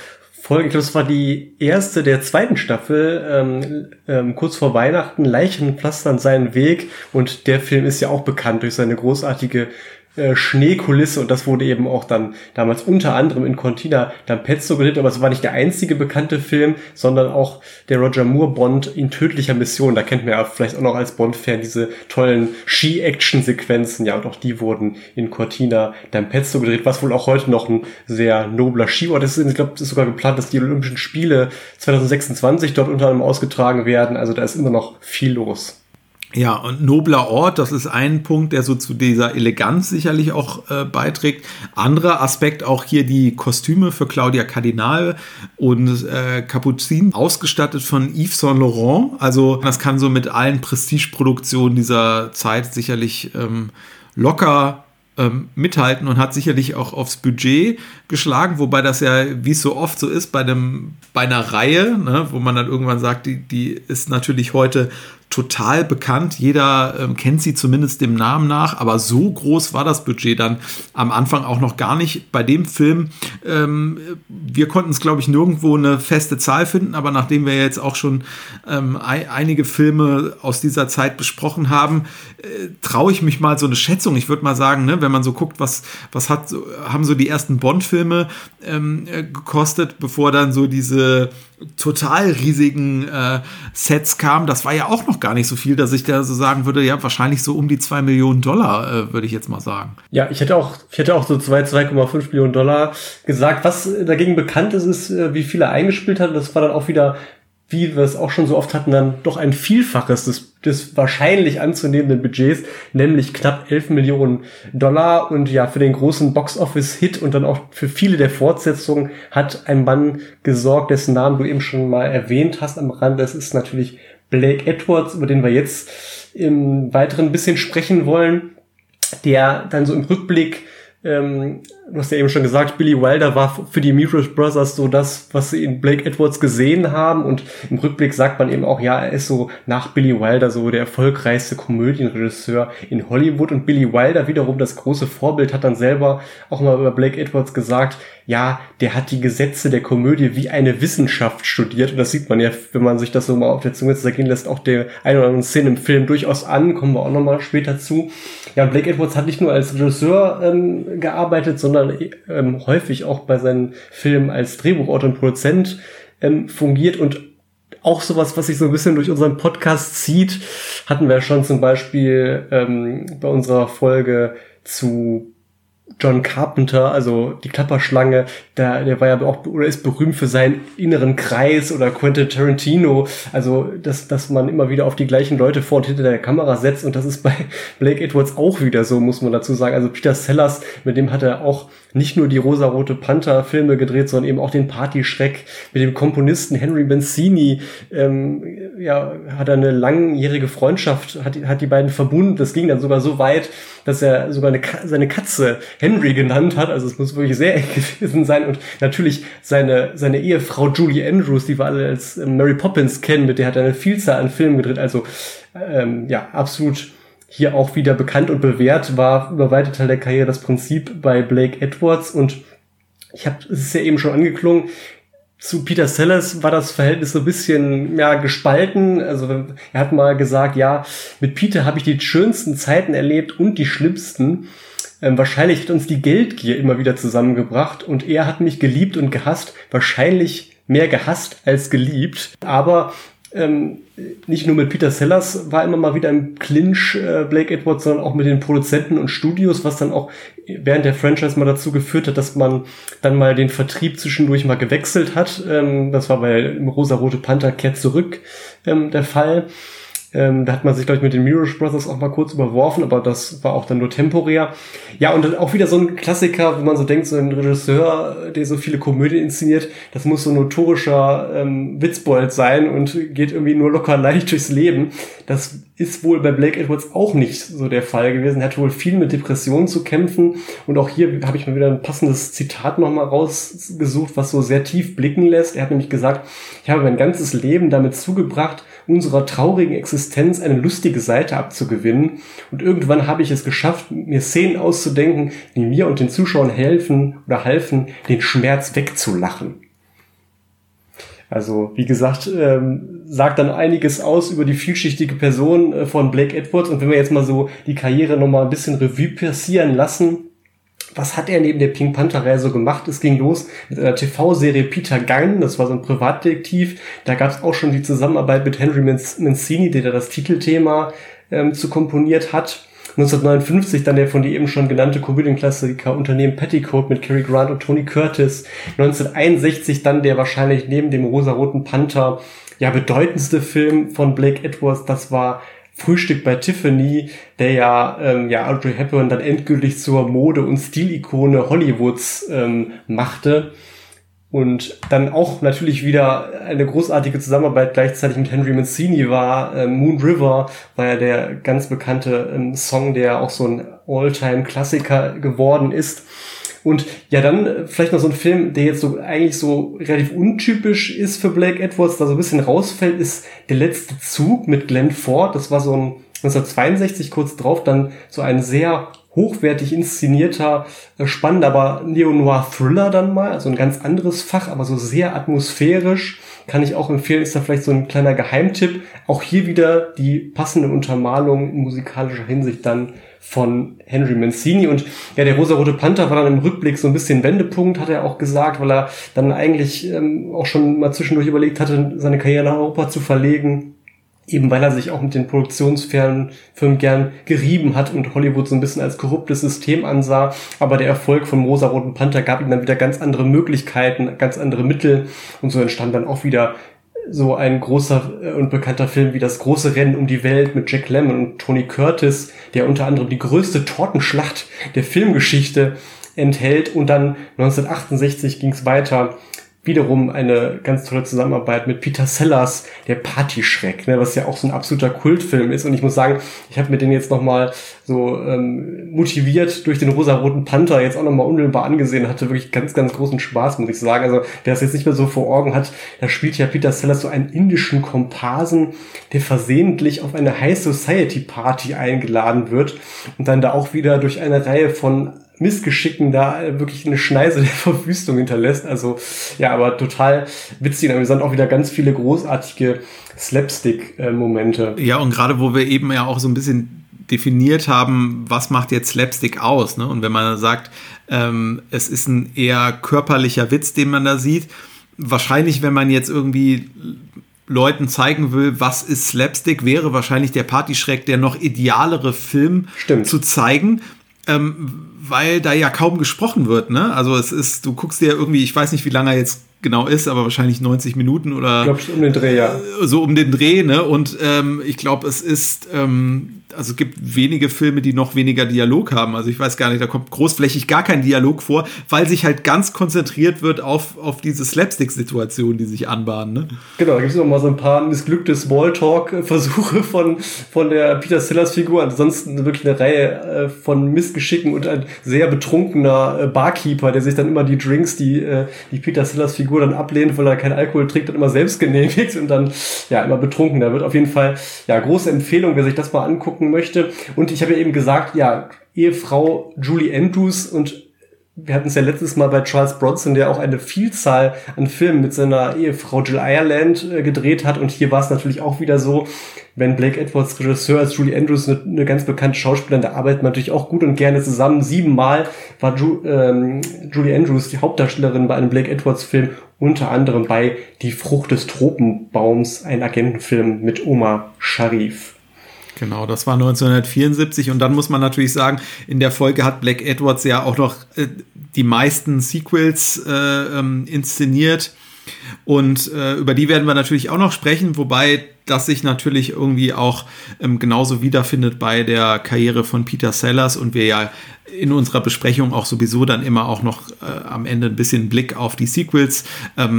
E: Folge, ich glaube, das war die erste der zweiten Staffel, kurz vor Weihnachten, Leichen pflastern seinen Weg, und der Film ist ja auch bekannt durch seine großartige Schneekulisse, und das wurde eben auch dann damals unter anderem in Cortina d'Ampezzo gedreht, aber es war nicht der einzige bekannte Film, sondern auch der Roger Moore Bond in tödlicher Mission. Da kennt man ja vielleicht auch noch als Bond-Fan diese tollen Ski-Action-Sequenzen, ja, und auch die wurden in Cortina d'Ampezzo gedreht, was wohl auch heute noch ein sehr nobler Skiort ist. Ich glaube, es ist sogar geplant, dass die Olympischen Spiele 2026 dort unter anderem ausgetragen werden, also da ist immer noch viel los.
D: Ja, und nobler Ort, das ist ein Punkt, der so zu dieser Eleganz sicherlich auch beiträgt. Anderer Aspekt auch hier die Kostüme für Claudia Cardinal und Capucin, ausgestattet von Yves Saint Laurent. Also das kann so mit allen Prestigeproduktionen dieser Zeit sicherlich locker mithalten und hat sicherlich auch aufs Budget geschlagen, wobei das ja, wie es so oft so ist, bei einer Reihe, ne, wo man dann irgendwann sagt, die ist natürlich heute total bekannt, jeder kennt sie zumindest dem Namen nach, aber so groß war das Budget dann am Anfang auch noch gar nicht bei dem Film. Wir konnten es, glaube ich, nirgendwo eine feste Zahl finden, aber nachdem wir jetzt auch schon einige Filme aus dieser Zeit besprochen haben, traue ich mich mal so eine Schätzung. Ich würde mal sagen, ne, wenn man so guckt, was haben so die ersten Bond-Filme gekostet, bevor dann so diese total riesigen Sets kamen. Das war ja auch noch gar nicht so viel, dass ich da so sagen würde, ja, wahrscheinlich so um die $2 Millionen, würde ich jetzt mal sagen.
E: Ja, ich hätte auch so 2,5 Millionen Dollar gesagt. Was dagegen bekannt ist, wie viel er eingespielt hat. Das war dann auch wieder, wie wir es auch schon so oft hatten, dann doch ein Vielfaches des wahrscheinlich anzunehmenden Budgets, nämlich knapp 11 Millionen Dollar. Und ja, für den großen Box-Office-Hit und dann auch für viele der Fortsetzungen hat ein Mann gesorgt, dessen Namen du eben schon mal erwähnt hast am Rand. Das ist natürlich Blake Edwards, über den wir jetzt im Weiteren ein bisschen sprechen wollen, der dann so im Rückblick, du hast ja eben schon gesagt, Billy Wilder war für die Mirror Brothers so das, was sie in Blake Edwards gesehen haben, und im Rückblick sagt man eben auch, ja, er ist so nach Billy Wilder so der erfolgreichste Komödienregisseur in Hollywood, und Billy Wilder wiederum, das große Vorbild, hat dann selber auch mal über Blake Edwards gesagt, ja, der hat die Gesetze der Komödie wie eine Wissenschaft studiert, und das sieht man ja, wenn man sich das so mal auf der Zunge zergehen lässt, auch der ein oder anderen Szene im Film durchaus an, kommen wir auch nochmal später zu. Ja, Blake Edwards hat nicht nur als Regisseur gearbeitet, sondern häufig auch bei seinen Filmen als Drehbuchautor und Produzent fungiert, und auch sowas, was sich so ein bisschen durch unseren Podcast zieht, hatten wir schon zum Beispiel bei unserer Folge zu John Carpenter, also die Klapperschlange, der war ja auch, oder ist berühmt für seinen inneren Kreis, oder Quentin Tarantino, also dass man immer wieder auf die gleichen Leute vor und hinter der Kamera setzt, und das ist bei Blake Edwards auch wieder so, muss man dazu sagen. Also Peter Sellers, mit dem hat er auch nicht nur die Rosa-Rote Panther-Filme gedreht, sondern eben auch den Partyschreck. Mit dem Komponisten Henry Mancini hat er eine langjährige Freundschaft, hat die beiden verbunden. Das ging dann sogar so weit, dass er sogar seine Katze Henry genannt hat. Also es muss wirklich sehr eng gewesen sein. Und natürlich seine Ehefrau Julie Andrews, die wir alle als Mary Poppins kennen, mit der hat er eine Vielzahl an Filmen gedreht. Also absolut hier auch wieder bekannt und bewährt war über weite Teile der Karriere das Prinzip bei Blake Edwards. Und es ist ja eben schon angeklungen, zu Peter Sellers war das Verhältnis so ein bisschen gespalten. Also er hat mal gesagt, ja, mit Peter habe ich die schönsten Zeiten erlebt und die schlimmsten. Wahrscheinlich hat uns die Geldgier immer wieder zusammengebracht, und er hat mich geliebt und gehasst, wahrscheinlich mehr gehasst als geliebt. Aber nicht nur mit Peter Sellers war immer mal wieder im Clinch Blake Edwards, sondern auch mit den Produzenten und Studios, was dann auch während der Franchise mal dazu geführt hat, dass man dann mal den Vertrieb zwischendurch mal gewechselt hat. Das war bei Rosa-Rote Panther kehrt zurück der Fall. Da hat man sich, glaube ich, mit den Mirror Brothers auch mal kurz überworfen, aber das war auch dann nur temporär. Ja, und dann auch wieder so ein Klassiker, wenn man so denkt, so ein Regisseur, der so viele Komödien inszeniert, das muss so ein notorischer Witzbold sein und geht irgendwie nur locker leicht durchs Leben. Das ist wohl bei Blake Edwards auch nicht so der Fall gewesen. Er hat wohl viel mit Depressionen zu kämpfen, und auch hier habe ich mal wieder ein passendes Zitat nochmal rausgesucht, was so sehr tief blicken lässt. Er hat nämlich gesagt, ich habe mein ganzes Leben damit zugebracht, unserer traurigen Existenz eine lustige Seite abzugewinnen, und irgendwann habe ich es geschafft, mir Szenen auszudenken, die mir und den Zuschauern halfen, den Schmerz wegzulachen. Also, wie gesagt, sagt dann einiges aus über die vielschichtige Person von Blake Edwards. Und wenn wir jetzt mal so die Karriere nochmal ein bisschen Revue passieren lassen, was hat er neben der Pink Panther-Reihe so gemacht? Es ging los mit einer TV-Serie Peter Gunn, das war so ein Privatdetektiv. Da gab es auch schon die Zusammenarbeit mit Henry Mancini, der da das Titelthema zu komponiert hat. 1959 dann der von dir eben schon genannte Komödienklassiker Unternehmen Petticoat mit Cary Grant und Tony Curtis. 1961 dann der wahrscheinlich neben dem Rosaroten Panther bedeutendste Film von Blake Edwards, das war Frühstück bei Tiffany, der Audrey Hepburn dann endgültig zur Mode- und Stilikone Hollywoods machte. Und dann auch natürlich wieder eine großartige Zusammenarbeit gleichzeitig mit Henry Mancini war. Moon River war ja der ganz bekannte Song, der auch so ein All-Time-Klassiker geworden ist. Und ja, dann vielleicht noch so ein Film, der jetzt so eigentlich so relativ untypisch ist für Blake Edwards, da so ein bisschen rausfällt, ist Der letzte Zug mit Glenn Ford. Das war so ein 1962 kurz drauf, dann so ein sehr hochwertig inszenierter, spannender, aber Neo-Noir-Thriller dann mal, also ein ganz anderes Fach, aber so sehr atmosphärisch, kann ich auch empfehlen, ist da vielleicht so ein kleiner Geheimtipp. Auch hier wieder die passende Untermalung in musikalischer Hinsicht dann von Henry Mancini. Und ja, der Rosarote Panther war dann im Rückblick so ein bisschen Wendepunkt, hat er auch gesagt, weil er dann eigentlich auch schon mal zwischendurch überlegt hatte, seine Karriere nach Europa zu verlegen. Eben weil er sich auch mit den Produktionsfirmen gern gerieben hat und Hollywood so ein bisschen als korruptes System ansah. Aber der Erfolg von Rosaroten Panther gab ihm dann wieder ganz andere Möglichkeiten, ganz andere Mittel. Und so entstand dann auch wieder so ein großer und bekannter Film wie Das große Rennen um die Welt mit Jack Lemmon und Tony Curtis, der unter anderem die größte Tortenschlacht der Filmgeschichte enthält. Und dann 1968 ging es weiter. Wiederum eine ganz tolle Zusammenarbeit mit Peter Sellers, der Partyschreck, was ja auch so ein absoluter Kultfilm ist. Und ich muss sagen, ich habe mir den jetzt nochmal so motiviert durch den Rosaroten Panther jetzt auch nochmal unmittelbar angesehen, hatte wirklich ganz, ganz großen Spaß, muss ich sagen. Also wer es jetzt nicht mehr so vor Augen hat, da spielt ja Peter Sellers so einen indischen Komparsen, der versehentlich auf eine High Society Party eingeladen wird und dann da auch wieder durch eine Reihe von Missgeschicken da wirklich eine Schneise der Verwüstung hinterlässt. Also ja, aber total witzig. Und wir sind auch wieder ganz viele großartige Slapstick-Momente.
D: Ja, und gerade wo wir eben ja auch so ein bisschen definiert haben, was macht jetzt Slapstick aus, ne? Und wenn man sagt, es ist ein eher körperlicher Witz, den man da sieht, wahrscheinlich, wenn man jetzt irgendwie Leuten zeigen will, was ist Slapstick, wäre wahrscheinlich der Partyschreck der noch idealere Film zu zeigen. Weil da ja kaum gesprochen wird, ne? Also es ist, du guckst dir irgendwie, ich weiß nicht, wie lange er jetzt genau ist, aber wahrscheinlich 90 Minuten oder...
E: Ich glaube, um den Dreh, ja.
D: So um den Dreh, ne? Und ich glaube, es ist, also es gibt wenige Filme, die noch weniger Dialog haben. Also ich weiß gar nicht, da kommt großflächig gar kein Dialog vor, weil sich halt ganz konzentriert wird auf diese Slapstick-Situationen, die sich anbahnen, ne?
E: Genau, da gibt es noch mal so ein paar missglückte Smalltalk-Versuche von der Peter Sellers Figur. Ansonsten wirklich eine Reihe von Missgeschicken und ein sehr betrunkener Barkeeper, der sich dann immer die Drinks, die Peter Sellers Figur dann ablehnt, weil er keinen Alkohol trinkt und immer selbst genehmigt und dann ja immer betrunken. Da wird auf jeden Fall ja große Empfehlung, wer sich das mal angucken möchte. Und ich habe ja eben gesagt, ja, Ehefrau Julie Andrews, und wir hatten es ja letztes Mal bei Charles Bronson, der auch eine Vielzahl an Filmen mit seiner Ehefrau Jill Ireland gedreht hat. Und hier war es natürlich auch wieder so, wenn Blake Edwards Regisseur ist, Julie Andrews eine ganz bekannte Schauspielerin, da arbeitet man natürlich auch gut und gerne zusammen. 7-mal war Julie Andrews die Hauptdarstellerin bei einem Blake Edwards Film, unter anderem bei Die Frucht des Tropenbaums, ein Agentenfilm mit Omar Sharif.
D: Genau, das war 1974 und dann muss man natürlich sagen, in der Folge hat Blake Edwards ja auch noch die meisten Sequels inszeniert und über die werden wir natürlich auch noch sprechen, wobei das sich natürlich irgendwie auch genauso wiederfindet bei der Karriere von Peter Sellers und wir ja in unserer Besprechung auch sowieso dann immer auch noch am Ende ein bisschen Blick auf die Sequels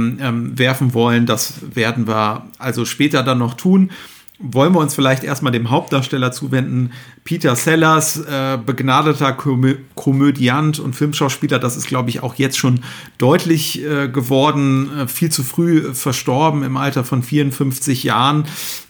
D: werfen wollen. Das werden wir also später dann noch tun. Wollen wir uns vielleicht erstmal dem Hauptdarsteller zuwenden. Peter Sellers, begnadeter Komödiant und Filmschauspieler, das ist, glaube ich, auch jetzt schon deutlich geworden, viel zu früh verstorben im Alter von 54 Jahren.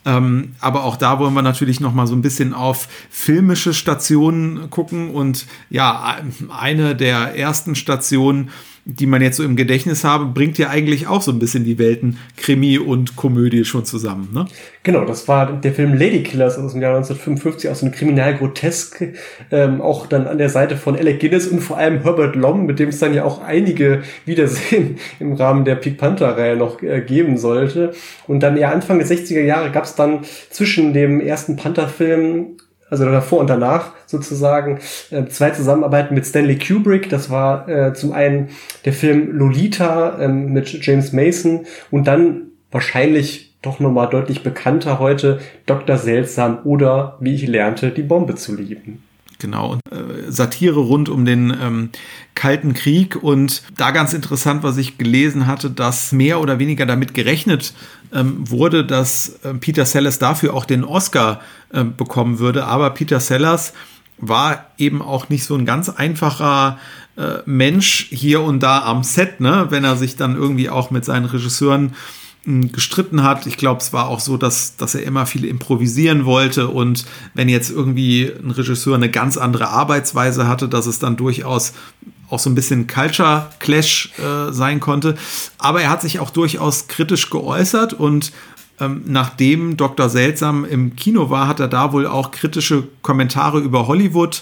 D: Aber auch da wollen wir natürlich noch mal so ein bisschen auf filmische Stationen gucken und ja, eine der ersten Stationen die man jetzt so im Gedächtnis habe, bringt ja eigentlich auch so ein bisschen die Welten Krimi und Komödie schon zusammen, ne?
E: Genau, das war der Film Ladykillers aus dem Jahr 1955, aus so einem Kriminalgrotesk, auch dann an der Seite von Alec Guinness und vor allem Herbert Lom, mit dem es dann ja auch einige Wiedersehen im Rahmen der Pink Panther-Reihe noch geben sollte. Und dann ja Anfang der 60er Jahre gab es dann zwischen dem ersten Panther-Film, also davor und danach sozusagen, zwei Zusammenarbeiten mit Stanley Kubrick. Das war zum einen der Film Lolita mit James Mason und dann wahrscheinlich doch nochmal deutlich bekannter heute Dr. Seltsam oder Wie ich lernte, die Bombe zu lieben.
D: Genau, und Satire rund um den Kalten Krieg und da ganz interessant, was ich gelesen hatte, dass mehr oder weniger damit gerechnet wurde, dass Peter Sellers dafür auch den Oscar bekommen würde, aber Peter Sellers war eben auch nicht so ein ganz einfacher Mensch hier und da am Set, ne? Wenn er sich dann irgendwie auch mit seinen Regisseuren gestritten hat. Ich glaube, es war auch so, dass er immer viel improvisieren wollte und wenn jetzt irgendwie ein Regisseur eine ganz andere Arbeitsweise hatte, dass es dann durchaus auch so ein bisschen Culture Clash sein konnte. Aber er hat sich auch durchaus kritisch geäußert und nachdem Dr. Seltsam im Kino war, hat er da wohl auch kritische Kommentare über Hollywood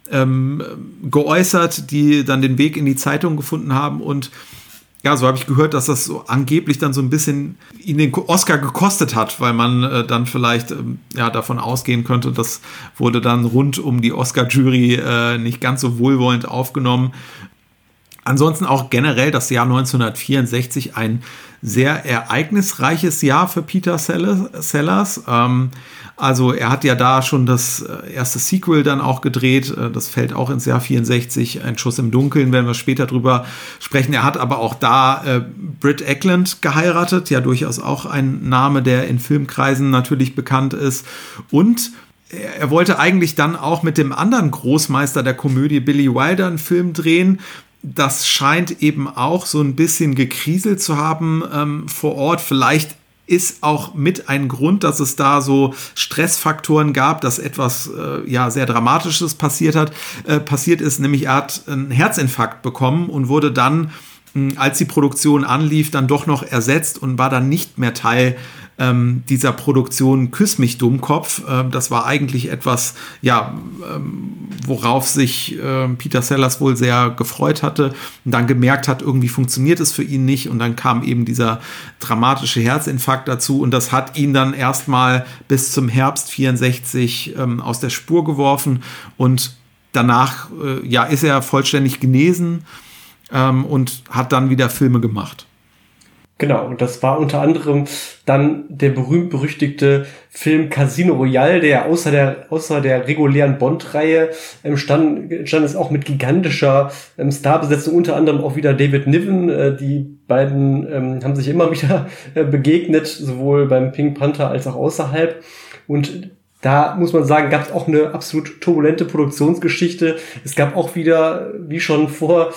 D: geäußert, die dann den Weg in die Zeitung gefunden haben und ja, so habe ich gehört, dass das so angeblich dann so ein bisschen ihn den Oscar gekostet hat, weil man dann vielleicht davon ausgehen könnte, das wurde dann rund um die Oscar-Jury nicht ganz so wohlwollend aufgenommen. Ansonsten auch generell das Jahr 1964 ein sehr ereignisreiches Jahr für Peter Sellers. Also er hat ja da schon das erste Sequel dann auch gedreht. Das fällt auch ins Jahr 64. Ein Schuss im Dunkeln, werden wir später drüber sprechen. Er hat aber auch da Britt Eklund geheiratet. Ja, durchaus auch ein Name, der in Filmkreisen natürlich bekannt ist. Und er wollte eigentlich dann auch mit dem anderen Großmeister der Komödie Billy Wilder einen Film drehen. Das scheint eben auch so ein bisschen gekriselt zu haben vor Ort. Vielleicht ist auch mit ein Grund, dass es da so Stressfaktoren gab, dass etwas sehr Dramatisches passiert ist, nämlich er hat einen Herzinfarkt bekommen und wurde dann, als die Produktion anlief, dann doch noch ersetzt und war dann nicht mehr Teil dieser Produktion Küss mich Dummkopf. Das war eigentlich etwas, worauf sich Peter Sellers wohl sehr gefreut hatte und dann gemerkt hat, irgendwie funktioniert es für ihn nicht und dann kam eben dieser dramatische Herzinfarkt dazu und das hat ihn dann erstmal bis zum Herbst 64 aus der Spur geworfen und danach ist er vollständig genesen und hat dann wieder Filme gemacht.
E: Genau, und das war unter anderem dann der berühmt-berüchtigte Film Casino Royale, der außer der regulären Bond-Reihe entstanden ist, auch mit gigantischer Starbesetzung, unter anderem auch wieder David Niven. Die beiden haben sich immer wieder begegnet, sowohl beim Pink Panther als auch außerhalb. Und da muss man sagen, gab es auch eine absolut turbulente Produktionsgeschichte. Es gab auch wieder, wie schon vor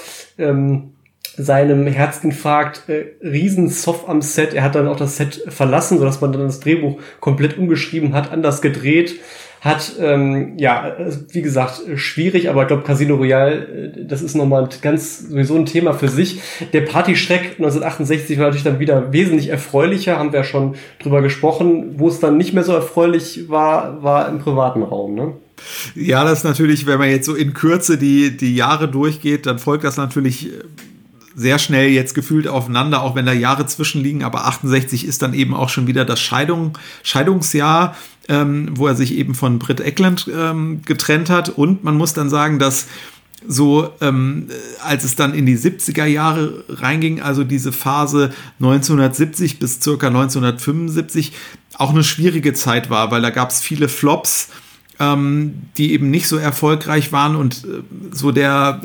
E: seinem Herzinfarkt Riesenzoff am Set. Er hat dann auch das Set verlassen, sodass man dann das Drehbuch komplett umgeschrieben hat, anders gedreht hat. Wie gesagt, schwierig, aber ich glaube, Casino Royale, das ist nochmal sowieso ein Thema für sich. Der Partyschreck 1968 war natürlich dann wieder wesentlich erfreulicher, haben wir ja schon drüber gesprochen. Wo es dann nicht mehr so erfreulich war im privaten Raum, ne?
D: Ja, das ist natürlich, wenn man jetzt so in Kürze die Jahre durchgeht, dann folgt das natürlich sehr schnell jetzt gefühlt aufeinander, auch wenn da Jahre zwischenliegen, aber 68 ist dann eben auch schon wieder das Scheidungsjahr, wo er sich eben von Britt Eklund getrennt hat und man muss dann sagen, dass so, als es dann in die 70er Jahre reinging, also diese Phase 1970 bis circa 1975 auch eine schwierige Zeit war, weil da gab es viele Flops, die eben nicht so erfolgreich waren und so der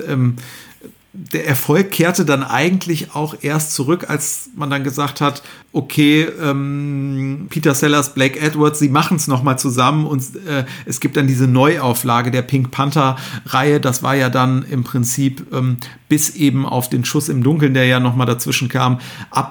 D: Erfolg kehrte dann eigentlich auch erst zurück, als man dann gesagt hat, okay, Peter Sellers, Blake Edwards, sie machen es nochmal zusammen und es gibt dann diese Neuauflage der Pink Panther-Reihe. Das war ja dann im Prinzip bis eben auf den Schuss im Dunkeln, der ja nochmal dazwischen kam, ab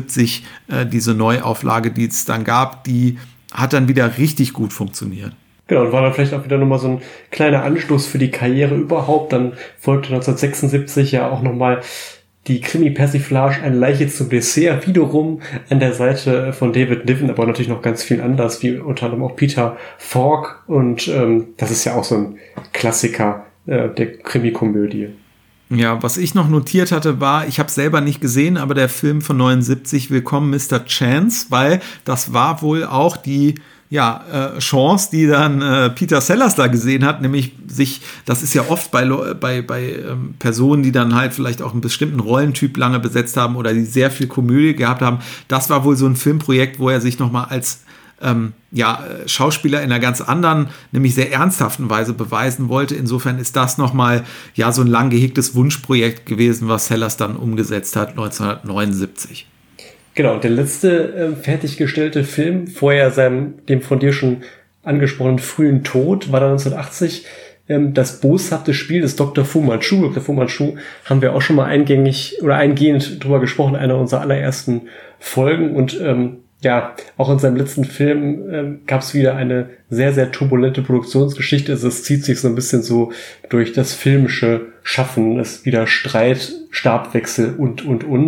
D: 1975 diese Neuauflage, die es dann gab, die hat dann wieder richtig gut funktioniert.
E: Genau, und war dann vielleicht auch wieder nochmal so ein kleiner Anstoß für die Karriere überhaupt. Dann folgte 1976 ja auch nochmal die Krimi-Persiflage Eine Leiche zum Dessert, wiederum an der Seite von David Niven, aber natürlich noch ganz viel anders, wie unter anderem auch Peter Falk. Und das ist ja auch so ein Klassiker der Krimi-Komödie.
D: Ja, was ich noch notiert hatte, war, ich habe es selber nicht gesehen, aber der Film von 79, Willkommen Mr. Chance, weil das war wohl auch die Chance, die dann Peter Sellers da gesehen hat, nämlich das ist ja oft bei Personen, die dann halt vielleicht auch einen bestimmten Rollentyp lange besetzt haben oder die sehr viel Komödie gehabt haben. Das war wohl so ein Filmprojekt, wo er sich nochmal als Schauspieler in einer ganz anderen, nämlich sehr ernsthaften Weise beweisen wollte. Insofern ist das nochmal so ein lang gehegtes Wunschprojekt gewesen, was Sellers dann umgesetzt hat 1979.
E: Genau, der letzte fertiggestellte Film, vorher dem von dir schon angesprochenen frühen Tod, war dann 1980 das boshafte Spiel des Dr. Fu Manchu. Dr. Fu Manchu haben wir auch schon mal eingehend drüber gesprochen, einer unserer allerersten Folgen. Und auch in seinem letzten Film gab es wieder eine sehr, sehr turbulente Produktionsgeschichte. Also es zieht sich so ein bisschen so durch das filmische Schaffen. Es ist wieder Streit, Stabwechsel und.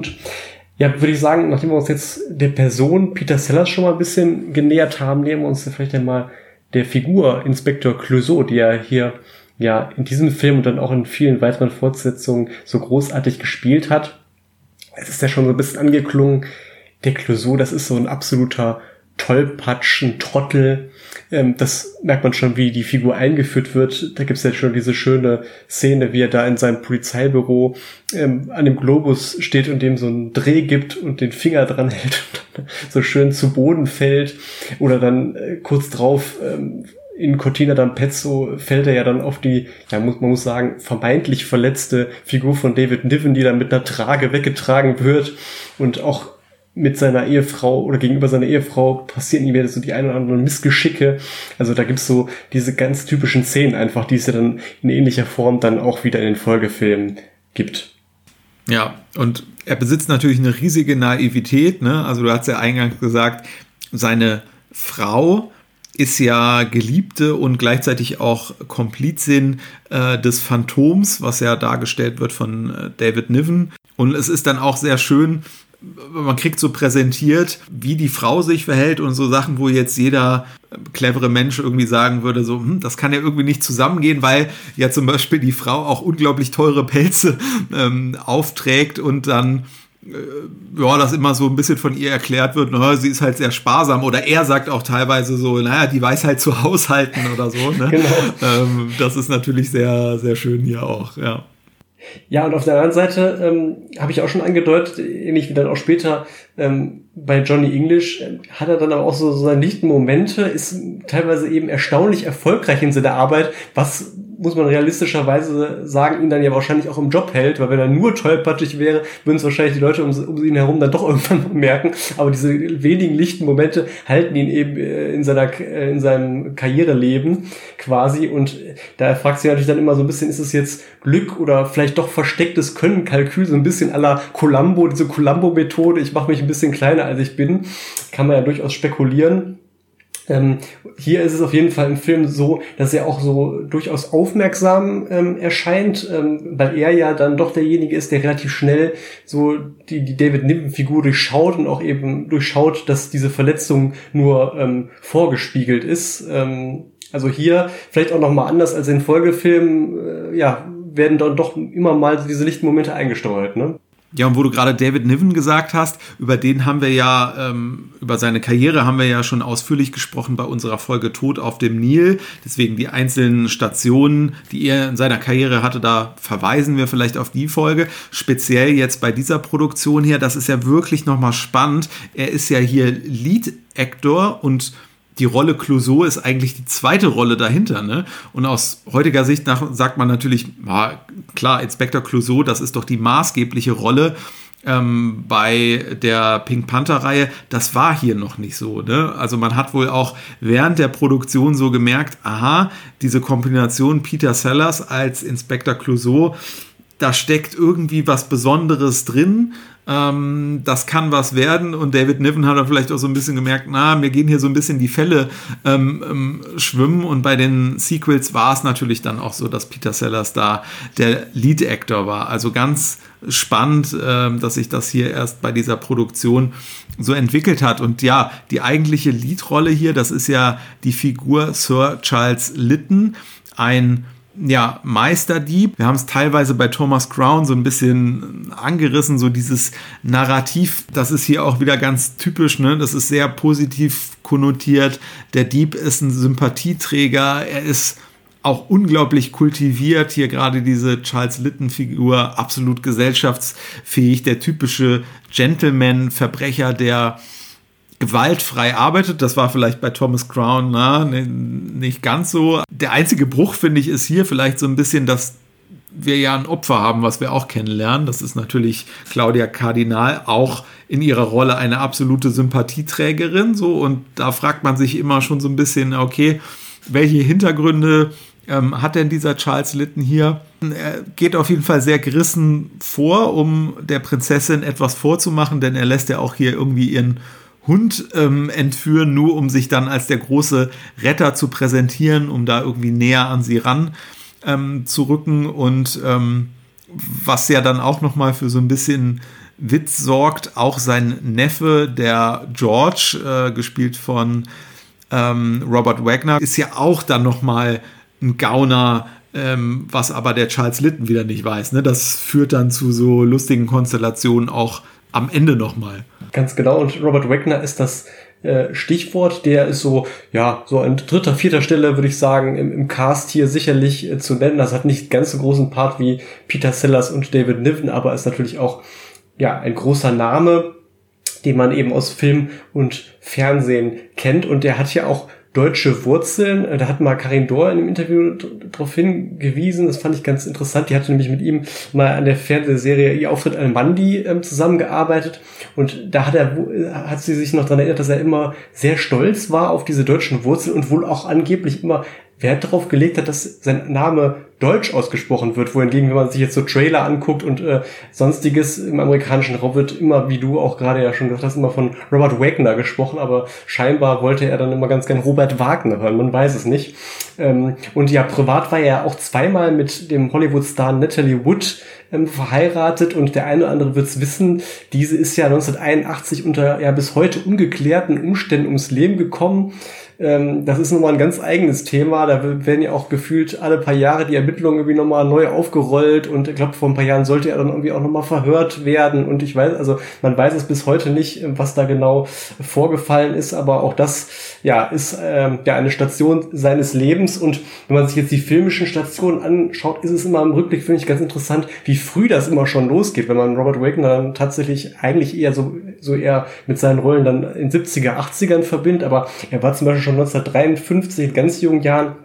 E: Ja, würde ich sagen, nachdem wir uns jetzt der Person Peter Sellers schon mal ein bisschen genähert haben, nehmen wir uns vielleicht einmal der Figur Inspektor Clouseau, die er hier in diesem Film und dann auch in vielen weiteren Fortsetzungen so großartig gespielt hat. Es ist ja schon so ein bisschen angeklungen, der Clouseau, das ist so ein absoluter Tollpatsch, ein Trottel. Das merkt man schon, wie die Figur eingeführt wird. Da gibt's ja schon diese schöne Szene, wie er da in seinem Polizeibüro an dem Globus steht und dem so einen Dreh gibt und den Finger dran hält und so schön zu Boden fällt. Oder dann kurz drauf in Cortina d'Ampezzo fällt er ja dann auf die, man muss sagen, vermeintlich verletzte Figur von David Niven, die dann mit einer Trage weggetragen wird und auch mit seiner Ehefrau oder gegenüber seiner Ehefrau passieren ihm ja so die ein oder anderen Missgeschicke. Also da gibt's so diese ganz typischen Szenen einfach, die es ja dann in ähnlicher Form dann auch wieder in den Folgefilmen gibt.
D: Ja, und er besitzt natürlich eine riesige Naivität, ne? Also du hast ja eingangs gesagt, seine Frau ist ja Geliebte und gleichzeitig auch Komplizin des Phantoms, was ja dargestellt wird von David Niven. Und es ist dann auch sehr schön, man kriegt so präsentiert, wie die Frau sich verhält und so Sachen, wo jetzt jeder clevere Mensch irgendwie sagen würde, so, das kann ja irgendwie nicht zusammengehen, weil ja zum Beispiel die Frau auch unglaublich teure Pelze aufträgt und dann das immer so ein bisschen von ihr erklärt wird, sie ist halt sehr sparsam oder er sagt auch teilweise so, die weiß halt zu haushalten oder so. Ne? Genau. Das ist natürlich sehr, sehr schön hier auch, ja.
E: Ja, und auf der anderen Seite habe ich auch schon angedeutet, ähnlich wie dann auch später bei Johnny English, hat er dann aber auch so seine lichten Momente, ist teilweise eben erstaunlich erfolgreich in seiner Arbeit, was, muss man realistischerweise sagen, ihn dann ja wahrscheinlich auch im Job hält, weil wenn er nur tollpatschig wäre, würden es wahrscheinlich die Leute um ihn herum dann doch irgendwann merken, aber diese wenigen lichten Momente halten ihn eben in seinem Karriereleben quasi, und da fragt sich natürlich dann immer so ein bisschen, ist es jetzt Glück oder vielleicht doch verstecktes Können, Kalkül, so ein bisschen à la Columbo, diese Columbo-Methode, ich mache mich ein bisschen kleiner als ich bin, kann man ja durchaus spekulieren. Hier ist es auf jeden Fall im Film so, dass er auch so durchaus aufmerksam erscheint, weil er ja dann doch derjenige ist, der relativ schnell so die David Niven-Figur durchschaut und auch eben durchschaut, dass diese Verletzung nur vorgespiegelt ist. Also hier vielleicht auch nochmal anders als in Folgefilmen, werden dann doch immer mal diese lichten Momente eingestreut, ne?
D: Ja, und wo du gerade David Niven gesagt hast, über den haben wir ja, über seine Karriere haben wir ja schon ausführlich gesprochen bei unserer Folge Tod auf dem Nil. Deswegen die einzelnen Stationen, die er in seiner Karriere hatte, da verweisen wir vielleicht auf die Folge. Speziell jetzt bei dieser Produktion hier, das ist ja wirklich nochmal spannend. Er ist ja hier Lead-Actor und die Rolle Clouseau ist eigentlich die zweite Rolle dahinter, ne? Und aus heutiger Sicht sagt man natürlich, klar, Inspektor Clouseau, das ist doch die maßgebliche Rolle bei der Pink Panther-Reihe. Das war hier noch nicht so, ne? Also man hat wohl auch während der Produktion so gemerkt, diese Kombination Peter Sellers als Inspektor Clouseau, da steckt irgendwie was Besonderes drin. Das kann was werden, und David Niven hat dann vielleicht auch so ein bisschen gemerkt, mir gehen hier so ein bisschen die Fälle schwimmen, und bei den Sequels war es natürlich dann auch so, dass Peter Sellers da der Lead-Actor war. Also ganz spannend, dass sich das hier erst bei dieser Produktion so entwickelt hat. Und ja, die eigentliche Lead-Rolle hier, das ist ja die Figur Sir Charles Lytton, ein Meisterdieb. Wir haben es teilweise bei Thomas Crown so ein bisschen angerissen, so dieses Narrativ, das ist hier auch wieder ganz typisch, ne? Das ist sehr positiv konnotiert. Der Dieb ist ein Sympathieträger, er ist auch unglaublich kultiviert, hier gerade diese Charles Lytton-Figur, absolut gesellschaftsfähig, der typische Gentleman-Verbrecher, der gewaltfrei arbeitet. Das war vielleicht bei Thomas Crown nicht ganz so. Der einzige Bruch, finde ich, ist hier vielleicht so ein bisschen, dass wir ja ein Opfer haben, was wir auch kennenlernen. Das ist natürlich Claudia Cardinal, auch in ihrer Rolle eine absolute Sympathieträgerin. So, und da fragt man sich immer schon so ein bisschen, okay, welche Hintergründe hat denn dieser Charles Lytton hier? Er geht auf jeden Fall sehr gerissen vor, um der Prinzessin etwas vorzumachen, denn er lässt ja auch hier irgendwie ihren Hund entführen, nur um sich dann als der große Retter zu präsentieren, um da irgendwie näher an sie ran zu rücken, und was ja dann auch nochmal für so ein bisschen Witz sorgt, auch sein Neffe, der George, gespielt von Robert Wagner, ist ja auch dann nochmal ein Gauner, was aber der Charles Lytton wieder nicht weiß. Ne? Das führt dann zu so lustigen Konstellationen auch am Ende nochmal.
E: Ganz genau, und Robert Wagner ist das Stichwort, der ist so an 3., 4. Stelle, würde ich sagen, im Cast hier sicherlich zu nennen. Das hat nicht ganz so großen Part wie Peter Sellers und David Niven, aber ist natürlich auch ein großer Name, den man eben aus Film und Fernsehen kennt, und der hat ja auch deutsche Wurzeln. Da hat mal Karin Dohr in einem Interview darauf hingewiesen, das fand ich ganz interessant. Die hatte nämlich mit ihm mal an der Fernsehserie Ihr Auftritt Al-Mandi zusammengearbeitet, und da hat sie sich noch daran erinnert, dass er immer sehr stolz war auf diese deutschen Wurzeln und wohl auch angeblich immer Wert darauf gelegt hat, dass sein Name deutsch ausgesprochen wird, wohingegen, wenn man sich jetzt so Trailer anguckt und sonstiges im amerikanischen Raum, wird immer, wie du auch gerade ja schon gesagt hast, immer von Robert Wagner gesprochen, aber scheinbar wollte er dann immer ganz gern Robert Wagner hören, man weiß es nicht. Und ja, privat war er auch zweimal mit dem Hollywood-Star Natalie Wood verheiratet, und der eine oder andere wird es wissen, diese ist ja 1981 unter bis heute ungeklärten Umständen ums Leben gekommen. Das ist nochmal ein ganz eigenes Thema, da werden ja auch gefühlt alle paar Jahre die Ermittlungen irgendwie nochmal neu aufgerollt, und ich glaube, vor ein paar Jahren sollte er dann irgendwie auch nochmal verhört werden, und man weiß es bis heute nicht, was da genau vorgefallen ist, aber auch das ist eine Station seines Lebens, und wenn man sich jetzt die filmischen Stationen anschaut, ist es immer im Rückblick, finde ich, ganz interessant, wie früh das immer schon losgeht, wenn man Robert Wagner dann tatsächlich eigentlich eher so eher mit seinen Rollen dann in 70er, 80ern verbindet, aber er war zum Beispiel schon 1953 in ganz jungen Jahren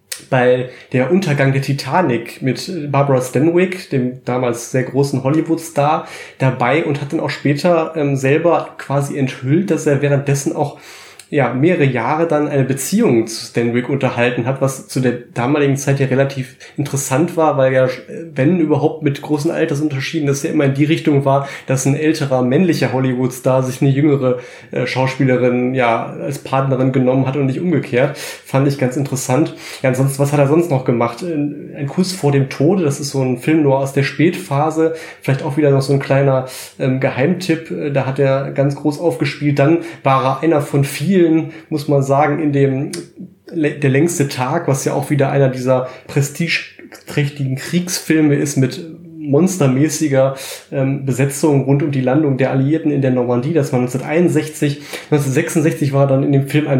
E: bei der Untergang der Titanic mit Barbara Stanwyck, dem damals sehr großen Hollywood-Star, dabei, und hat dann auch später selber quasi enthüllt, dass er währenddessen auch mehrere Jahre dann eine Beziehung zu Stanwyck unterhalten hat, was zu der damaligen Zeit ja relativ interessant war, weil ja, wenn überhaupt mit großen Altersunterschieden, das ja immer in die Richtung war, dass ein älterer männlicher Hollywood-Star sich eine jüngere Schauspielerin als Partnerin genommen hat und nicht umgekehrt. Fand ich ganz interessant. Ja, ansonsten, was hat er sonst noch gemacht? Ein Kuss vor dem Tode, das ist so ein Film nur aus der Spätphase, vielleicht auch wieder noch so ein kleiner Geheimtipp, da hat er ganz groß aufgespielt. Dann war er einer von vielen, muss man sagen, in dem Der längste Tag, was ja auch wieder einer dieser prestigeträchtigen Kriegsfilme ist mit monstermäßiger Besetzung rund um die Landung der Alliierten in der Normandie. Das war 1961. 1966 war er dann in dem Film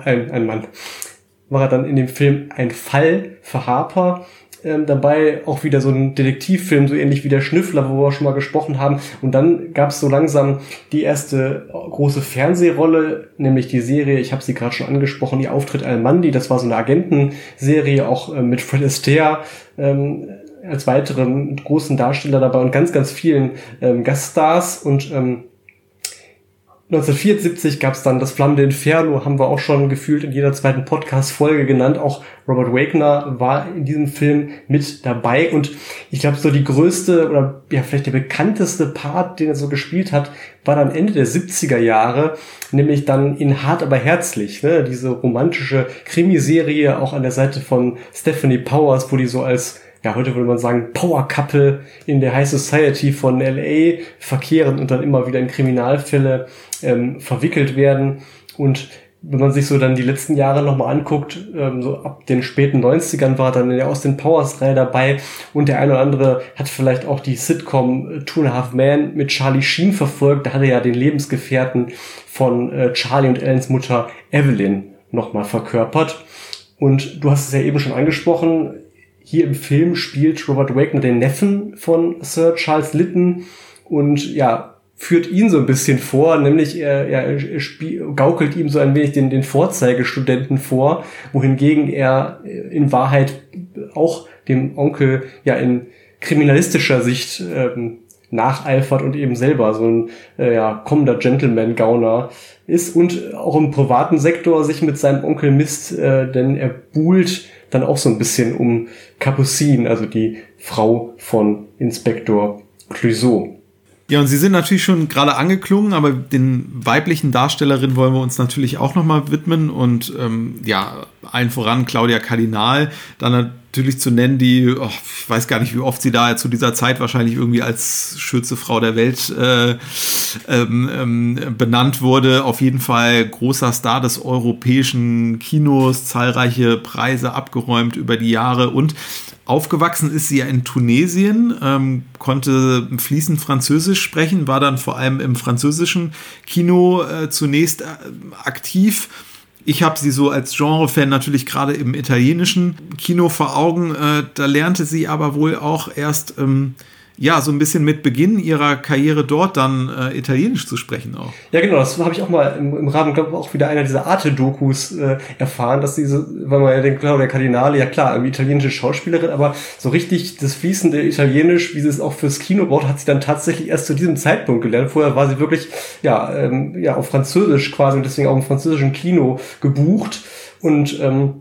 E: Ein Fall für Harper dabei, auch wieder so ein Detektivfilm, so ähnlich wie der Schnüffler, wo wir schon mal gesprochen haben. Und dann gab es so langsam die erste große Fernsehrolle, nämlich die Serie, ich habe sie gerade schon angesprochen, Ihr Auftritt Al-Mandi. Das war so eine Agentenserie, auch mit Fred Astaire als weiteren großen Darsteller dabei und ganz, ganz vielen Gaststars. Und 1974 gab es dann das Flammende Inferno, haben wir auch schon gefühlt in jeder zweiten Podcast-Folge genannt. Auch Robert Wagner war in diesem Film mit dabei. Und ich glaube, so die größte oder ja vielleicht der bekannteste Part, den er so gespielt hat, war dann Ende der 70er Jahre, nämlich dann in Hart aber herzlich, ne? Diese romantische Krimiserie, auch an der Seite von Stephanie Powers, wo die so als, ja, heute würde man sagen, Power-Couple in der High Society von L.A. verkehren und dann immer wieder in Kriminalfälle verwickelt werden. Und wenn man sich so dann die letzten Jahre nochmal anguckt, so ab den späten 90ern war dann in der Austin Powers-Reihe dabei und der eine oder andere hat vielleicht auch die Sitcom Two and a Half Men mit Charlie Sheen verfolgt. Da hat er ja den Lebensgefährten von Charlie und Ellens Mutter Evelyn nochmal verkörpert. Und du hast es ja eben schon angesprochen, hier im Film spielt Robert Wagner den Neffen von Sir Charles Lytton und ja, führt ihn so ein bisschen vor, nämlich er gaukelt ihm so ein wenig den Vorzeigestudenten vor, wohingegen er in Wahrheit auch dem Onkel ja in kriminalistischer Sicht nacheifert und eben selber so ein kommender Gentleman-Gauner ist und auch im privaten Sektor sich mit seinem Onkel misst, denn er buhlt dann auch so ein bisschen um Capucine, also die Frau von Inspektor Clouseau.
D: Ja, und sie sind natürlich schon gerade angeklungen, aber den weiblichen Darstellerinnen wollen wir uns natürlich auch nochmal widmen und allen voran Claudia Cardinal, dann natürlich zu nennen, die, ich weiß gar nicht, wie oft sie da zu dieser Zeit wahrscheinlich irgendwie als schönste Frau der Welt benannt wurde. Auf jeden Fall großer Star des europäischen Kinos, zahlreiche Preise abgeräumt über die Jahre und aufgewachsen ist sie ja in Tunesien, konnte fließend Französisch sprechen, war dann vor allem im französischen Kino zunächst aktiv. Ich habe sie so als Genre-Fan natürlich gerade im italienischen Kino vor Augen. Da lernte sie aber wohl auch erst so ein bisschen mit Beginn ihrer Karriere dort dann Italienisch zu sprechen auch.
E: Ja, genau, das habe ich auch mal im Rahmen, glaube ich, auch wieder einer dieser Arte-Dokus erfahren, dass diese, weil man ja denkt, Claudia Cardinale, ja klar, irgendwie italienische Schauspielerin, aber so richtig das fließende Italienisch, wie sie es auch fürs Kino braucht, hat sie dann tatsächlich erst zu diesem Zeitpunkt gelernt. Vorher war sie wirklich, auf Französisch quasi und deswegen auch im französischen Kino gebucht und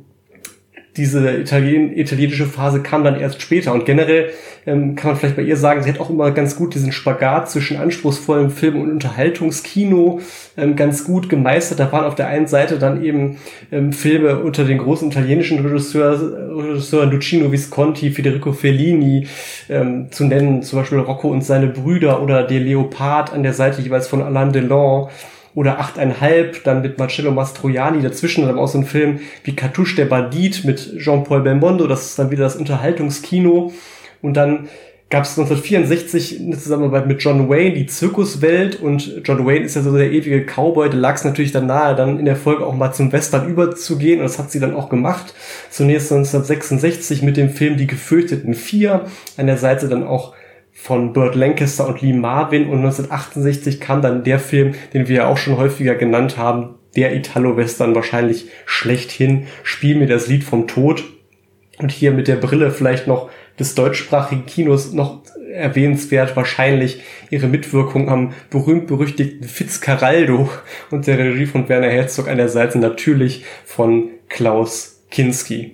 E: diese italienische Phase kam dann erst später und generell kann man vielleicht bei ihr sagen, sie hat auch immer ganz gut diesen Spagat zwischen anspruchsvollem Film- und Unterhaltungskino ganz gut gemeistert. Da waren auf der einen Seite dann eben Filme unter den großen italienischen Regisseuren Luchino Visconti, Federico Fellini zu nennen, zum Beispiel Rocco und seine Brüder oder Der Leopard an der Seite jeweils von Alain Delon. Oder 8,5, dann mit Marcello Mastroianni dazwischen, dann auch so ein Film wie Cartouche der Bandit mit Jean-Paul Belmondo, das ist dann wieder das Unterhaltungskino. Und dann gab es 1964 eine Zusammenarbeit mit John Wayne, die Zirkuswelt, und John Wayne ist ja so der ewige Cowboy, da lag es natürlich dann nahe, dann in der Folge auch mal zum Western überzugehen, und das hat sie dann auch gemacht. Zunächst 1966 mit dem Film Die Gefürchteten 4, an der Seite dann auch von Burt Lancaster und Lee Marvin, und 1968 kam dann der Film, den wir ja auch schon häufiger genannt haben, der Italo-Western wahrscheinlich schlechthin, Spiel mir das Lied vom Tod. Und hier mit der Brille vielleicht noch des deutschsprachigen Kinos noch erwähnenswert wahrscheinlich ihre Mitwirkung am berühmt-berüchtigten Fitzcarraldo und der Regie von Werner Herzog, an der Seite natürlich von Klaus Kinski.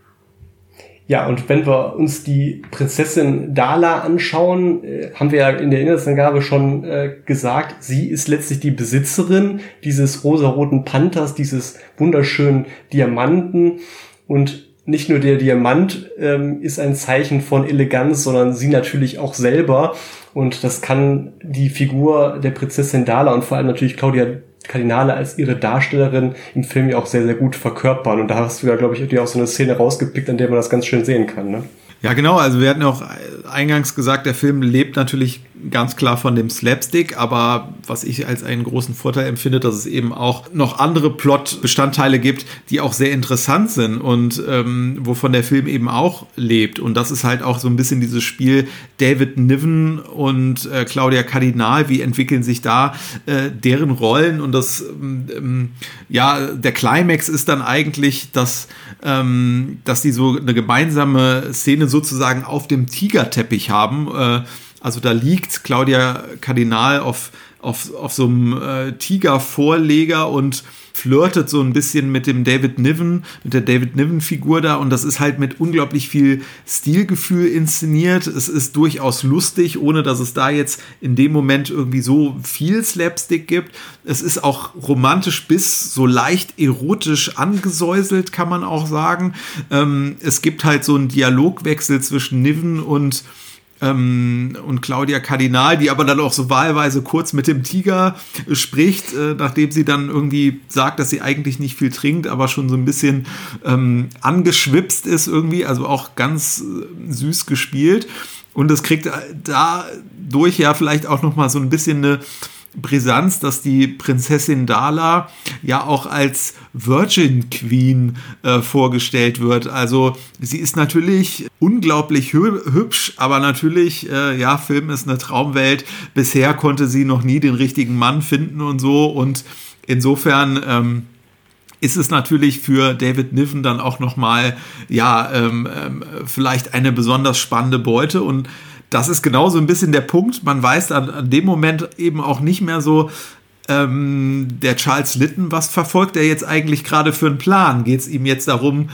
E: Ja, und wenn wir uns die Prinzessin Dala anschauen, haben wir ja in der Inhaltsangabe schon gesagt, sie ist letztlich die Besitzerin dieses rosaroten Panthers, dieses wunderschönen Diamanten, und nicht nur der Diamant ist ein Zeichen von Eleganz, sondern sie natürlich auch selber, und das kann die Figur der Prinzessin Dala und vor allem natürlich Claudia Cardinale als ihre Darstellerin im Film ja auch sehr, sehr gut verkörpern. Und da hast du ja, glaube ich, dir auch so eine Szene rausgepickt, an der man das ganz schön sehen kann, ne?
D: Ja, genau. Also wir hatten ja auch eingangs gesagt, der Film lebt natürlich ganz klar von dem Slapstick, aber was ich als einen großen Vorteil empfinde, dass es eben auch noch andere Plot-Bestandteile gibt, die auch sehr interessant sind und wovon der Film eben auch lebt. Und das ist halt auch so ein bisschen dieses Spiel David Niven und Claudia Cardinal. Wie entwickeln sich da deren Rollen? Und das, der Climax ist dann eigentlich, dass die so eine gemeinsame Szene sozusagen auf dem Tigerteppich haben. Also da liegt Claudia Cardinal auf auf so einem Tigervorleger und flirtet so ein bisschen mit dem David Niven, mit der David Niven-Figur da, und das ist halt mit unglaublich viel Stilgefühl inszeniert. Es ist durchaus lustig, ohne dass es da jetzt in dem Moment irgendwie so viel Slapstick gibt. Es ist auch romantisch bis so leicht erotisch angesäuselt, kann man auch sagen. Es gibt halt so einen Dialogwechsel zwischen Niven und Claudia Kardinal, die aber dann auch so wahlweise kurz mit dem Tiger spricht, nachdem sie dann irgendwie sagt, dass sie eigentlich nicht viel trinkt, aber schon so ein bisschen angeschwipst ist irgendwie, also auch ganz süß gespielt. Und es kriegt dadurch ja vielleicht auch noch mal so ein bisschen eine Brisanz, dass die Prinzessin Dala ja auch als Virgin Queen vorgestellt wird. Also sie ist natürlich unglaublich hübsch, aber natürlich, Film ist eine Traumwelt. Bisher konnte sie noch nie den richtigen Mann finden und so. Und insofern ist es natürlich für David Niven dann auch nochmal, vielleicht eine besonders spannende Beute. Und das ist genau so ein bisschen der Punkt. Man weiß an dem Moment eben auch nicht mehr so, der Charles Litton, was verfolgt er jetzt eigentlich gerade für einen Plan? Geht es ihm jetzt darum,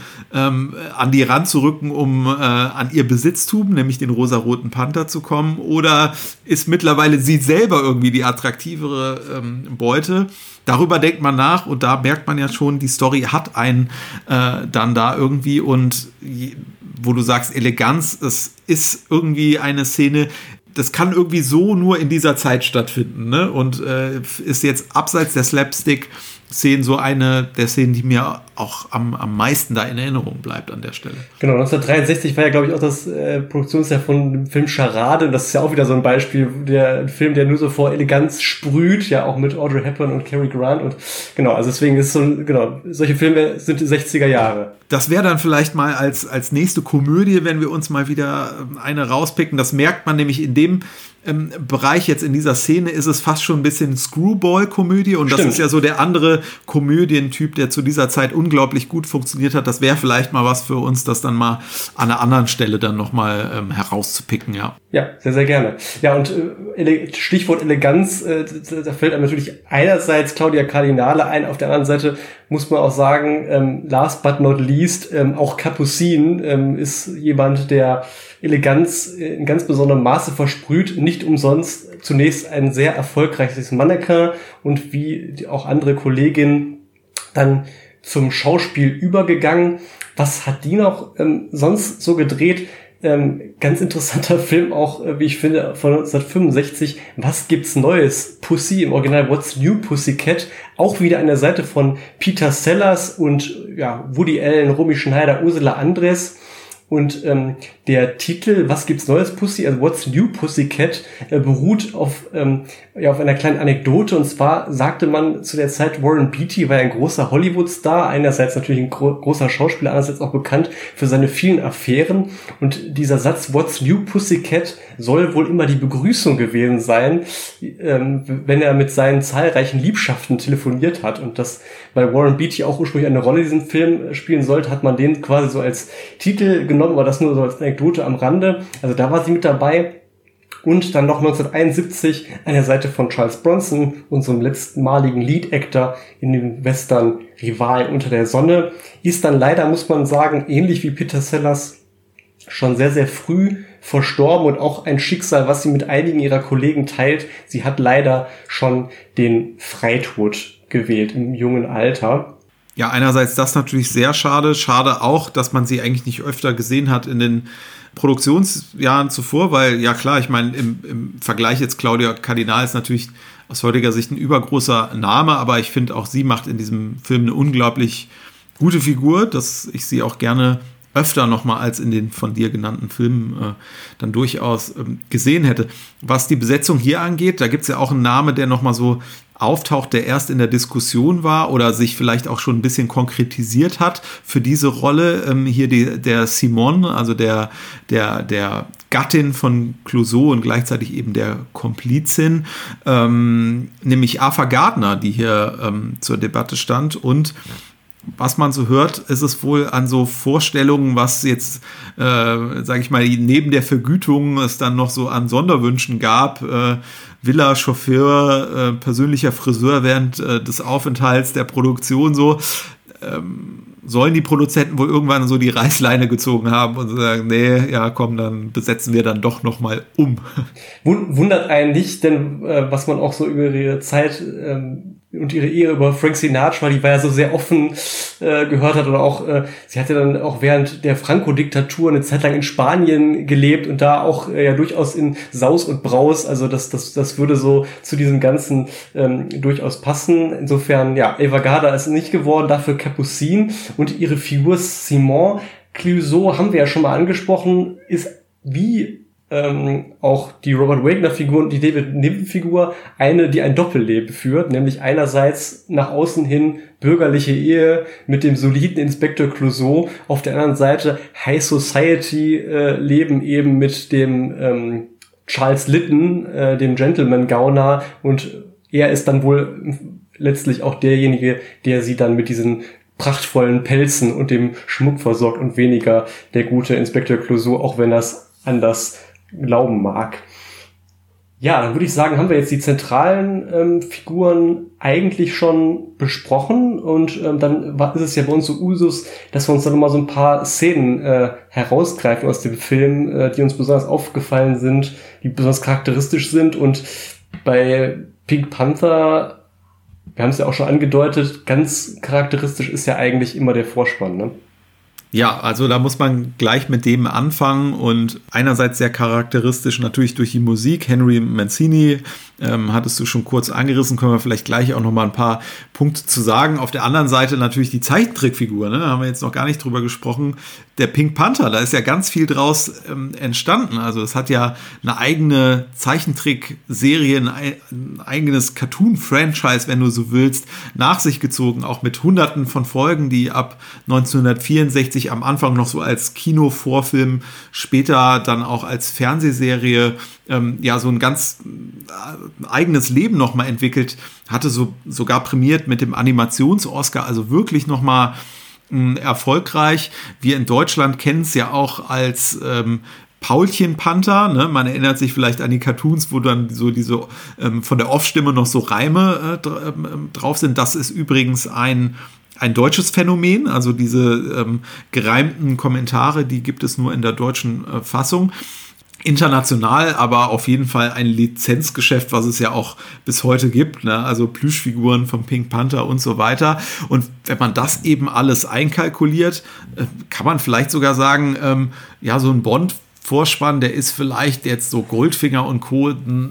D: an die ranzurücken, um an ihr Besitztum, nämlich den rosaroten Panther, zu kommen? Oder ist mittlerweile sie selber irgendwie die attraktivere Beute? Darüber denkt man nach, und da merkt man ja schon, die Story hat einen dann da irgendwie, und wo du sagst Eleganz, es ist irgendwie eine Szene, das kann irgendwie so nur in dieser Zeit stattfinden, ne? Und ist jetzt abseits der Slapstick-Szenen so eine der Szenen, die mir auch am meisten da in Erinnerung bleibt an der Stelle.
E: Genau, 1963 war ja, glaube ich, auch das Produktionsjahr von dem Film Charade. Und das ist ja auch wieder so ein Beispiel, ein Film, der nur so vor Eleganz sprüht, ja auch mit Audrey Hepburn und Cary Grant. Und genau, also deswegen ist solche Filme sind die 60er Jahre.
D: Das wäre dann vielleicht mal als nächste Komödie, wenn wir uns mal wieder eine rauspicken. Das merkt man nämlich in dem Bereich jetzt in dieser Szene, ist es fast schon ein bisschen Screwball-Komödie, und
E: Stimmt.
D: Das ist ja so der andere Komödientyp, der zu dieser Zeit unglaublich gut funktioniert hat. Das wäre vielleicht mal was für uns, das dann mal an einer anderen Stelle dann nochmal herauszupicken, ja.
E: Ja, sehr, sehr gerne. Ja, und Stichwort Eleganz, da fällt einem natürlich einerseits Claudia Kardinale ein, auf der anderen Seite muss man auch sagen, last but not least, auch Capucine ist jemand, der Eleganz in ganz besonderem Maße versprüht, nicht umsonst zunächst ein sehr erfolgreiches Mannequin und wie auch andere Kolleginnen dann zum Schauspiel übergegangen. Was hat die noch sonst so gedreht? Ganz interessanter Film auch, wie ich finde, von 1965. Was gibt's Neues? Pussy, im Original What's New Pussycat. Auch wieder an der Seite von Peter Sellers und Woody Allen, Romy Schneider, Ursula Andress. Und der Titel Was gibt's Neues, Pussy, also What's New Pussycat, beruht auf einer kleinen Anekdote. Und zwar sagte man zu der Zeit, Warren Beatty war ein großer Hollywood-Star, einerseits natürlich ein großer Schauspieler, andererseits auch bekannt für seine vielen Affären. Und dieser Satz What's New Pussycat soll wohl immer die Begrüßung gewesen sein, wenn er mit seinen zahlreichen Liebschaften telefoniert hat. Und das, weil Warren Beatty auch ursprünglich eine Rolle in diesem Film spielen sollte, hat man den quasi so als Titel genommen, aber das nur so als Anekdote am Rande. Also da war sie mit dabei. Und dann noch 1971 an der Seite von Charles Bronson, unserem letztmaligen Lead-Actor in dem Western Rivalen unter der Sonne, ist dann leider, muss man sagen, ähnlich wie Peter Sellers, schon sehr, sehr früh verstorben, und auch ein Schicksal, was sie mit einigen ihrer Kollegen teilt. Sie hat leider schon den Freitod gewählt im jungen Alter.
D: Ja, einerseits das natürlich sehr schade. Schade auch, dass man sie eigentlich nicht öfter gesehen hat in den Produktionsjahren zuvor, weil, ja klar, ich meine, im Vergleich jetzt Claudia Kardinal ist natürlich aus heutiger Sicht ein übergroßer Name, aber ich finde auch sie macht in diesem Film eine unglaublich gute Figur, dass ich sie auch gerne öfter nochmal als in den von dir genannten Filmen dann durchaus gesehen hätte. Was die Besetzung hier angeht, da gibt es ja auch einen Namen, der nochmal so auftaucht, der erst in der Diskussion war oder sich vielleicht auch schon ein bisschen konkretisiert hat für diese Rolle. Hier der Simone, also der Gattin von Clouseau und gleichzeitig eben der Komplizin, nämlich Ava Gardner, die hier zur Debatte stand. Und was man so hört, ist es wohl an so Vorstellungen, was jetzt, sage ich mal, neben der Vergütung es dann noch so an Sonderwünschen gab, Villa, Chauffeur, persönlicher Friseur während des Aufenthalts der Produktion so. Sollen die Produzenten wohl irgendwann so die Reißleine gezogen haben und sagen, nee, ja komm, dann besetzen wir dann doch nochmal um.
E: Wundert einen nicht, denn was man auch so über ihre Zeit und ihre Ehe über Frank Sinatra, die war ja so sehr offen gehört hat, oder auch, sie hatte dann auch während der Franco-Diktatur eine Zeit lang in Spanien gelebt und da auch ja durchaus in Saus und Braus, also das würde so zu diesem Ganzen durchaus passen. Insofern, ja, Ava Gardner ist nicht geworden, dafür Capucine, und ihre Figur Simon Clouseau haben wir ja schon mal angesprochen, ist wie auch die Robert Wagner-Figur und die David Niven-Figur die ein Doppelleben führt, nämlich einerseits nach außen hin bürgerliche Ehe mit dem soliden Inspektor Clouseau, auf der anderen Seite High Society Leben eben mit dem Charles Lytton, dem Gentleman-Gauner, und er ist dann wohl letztlich auch derjenige, der sie dann mit diesen prachtvollen Pelzen und dem Schmuck versorgt und weniger der gute Inspektor Clouseau, auch wenn das anders glauben mag. Ja, dann würde ich sagen, haben wir jetzt die zentralen Figuren eigentlich schon besprochen, und dann ist es ja bei uns so Usus, dass wir uns dann nochmal so ein paar Szenen herausgreifen aus dem Film, die uns besonders aufgefallen sind, die besonders charakteristisch sind. Und bei Pink Panther, wir haben es ja auch schon angedeutet, ganz charakteristisch ist ja eigentlich immer der Vorspann, ne?
D: Ja, also da muss man gleich mit dem anfangen, und einerseits sehr charakteristisch natürlich durch die Musik. Henry Mancini, hattest du schon kurz angerissen, können wir vielleicht gleich auch noch mal ein paar Punkte zu sagen. Auf der anderen Seite natürlich die Zeichentrickfigur, ne? Da haben wir jetzt noch gar nicht drüber gesprochen. Der Pink Panther, da ist ja ganz viel draus entstanden. Also es hat ja eine eigene Zeichentrickserie, ein eigenes Cartoon-Franchise, wenn du so willst, nach sich gezogen, auch mit Hunderten von Folgen, die ab 1964 am Anfang noch so als Kinovorfilm, später dann auch als Fernsehserie ja so ein ganz eigenes Leben nochmal entwickelt, hatte sogar prämiert mit dem Animations-Oscar, also wirklich nochmal erfolgreich. Wir in Deutschland kennen es ja auch als Paulchen Panther, ne? Man erinnert sich vielleicht an die Cartoons, wo dann so diese von der Off-Stimme noch so Reime drauf sind. Das ist übrigens ein deutsches Phänomen, also diese gereimten Kommentare, die gibt es nur in der deutschen Fassung. International aber auf jeden Fall ein Lizenzgeschäft, was es ja auch bis heute gibt, ne? Also Plüschfiguren vom Pink Panther und so weiter. Und wenn man das eben alles einkalkuliert, kann man vielleicht sogar sagen, ja, so ein Bond-Vorspann, der ist vielleicht jetzt so Goldfinger und Co.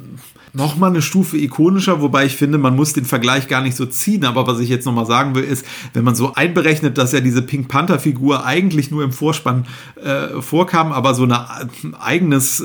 D: noch mal eine Stufe ikonischer, wobei ich finde, man muss den Vergleich gar nicht so ziehen, aber was ich jetzt noch mal sagen will, ist, wenn man so einberechnet, dass ja diese Pink Panther Figur eigentlich nur im Vorspann vorkam, aber so ein eigenes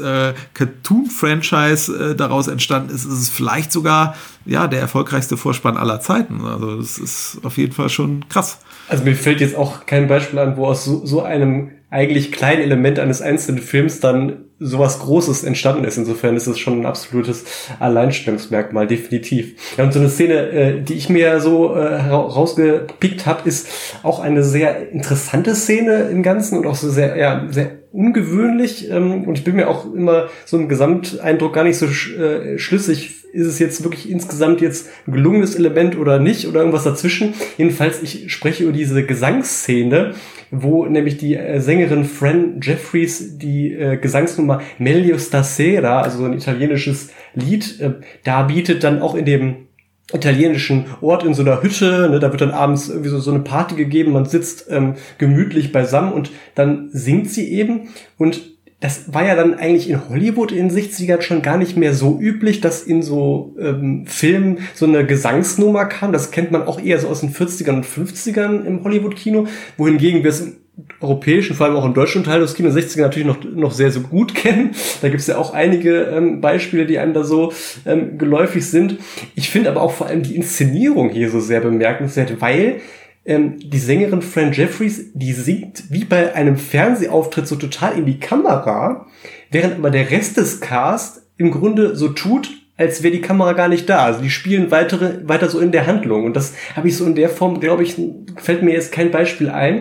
D: Cartoon-Franchise daraus entstanden ist, ist es vielleicht sogar ja der erfolgreichste Vorspann aller Zeiten. Also das ist auf jeden Fall schon krass.
E: Also mir fällt jetzt auch kein Beispiel an, wo aus so einem eigentlich kleinen Element eines einzelnen Films dann sowas Großes entstanden ist. Insofern ist es schon ein absolutes Alleinstellungsmerkmal, definitiv. Ja, und so eine Szene, die ich mir so rausgepickt habe, ist auch eine sehr interessante Szene im Ganzen und auch so sehr ungewöhnlich. Und ich bin mir auch immer so im Gesamteindruck gar nicht so schlüssig, ist es jetzt wirklich insgesamt jetzt ein gelungenes Element oder nicht oder irgendwas dazwischen. Jedenfalls, ich spreche über diese Gesangsszene, wo nämlich die Sängerin Fran Jeffries die Gesangsnummer Meglio Stasera, also so ein italienisches Lied, darbietet, dann auch in dem italienischen Ort in so einer Hütte, ne, da wird dann abends irgendwie so eine Party gegeben, man sitzt gemütlich beisammen und dann singt sie eben, und das war ja dann eigentlich in Hollywood in den 60ern schon gar nicht mehr so üblich, dass in so Filmen so eine Gesangsnummer kam. Das kennt man auch eher so aus den 40ern und 50ern im Hollywood-Kino, wohingegen wir es im europäischen, vor allem auch im deutschen Teil des Kinos 60er natürlich noch sehr, sehr gut kennen. Da gibt es ja auch einige Beispiele, die einem da so geläufig sind. Ich finde aber auch vor allem die Inszenierung hier so sehr bemerkenswert, weil die Sängerin Fran Jeffries, die singt wie bei einem Fernsehauftritt so total in die Kamera, während aber der Rest des Cast im Grunde so tut, als wäre die Kamera gar nicht da. Also die spielen weiter so in der Handlung. Und das habe ich so in der Form, glaube ich, fällt mir jetzt kein Beispiel ein.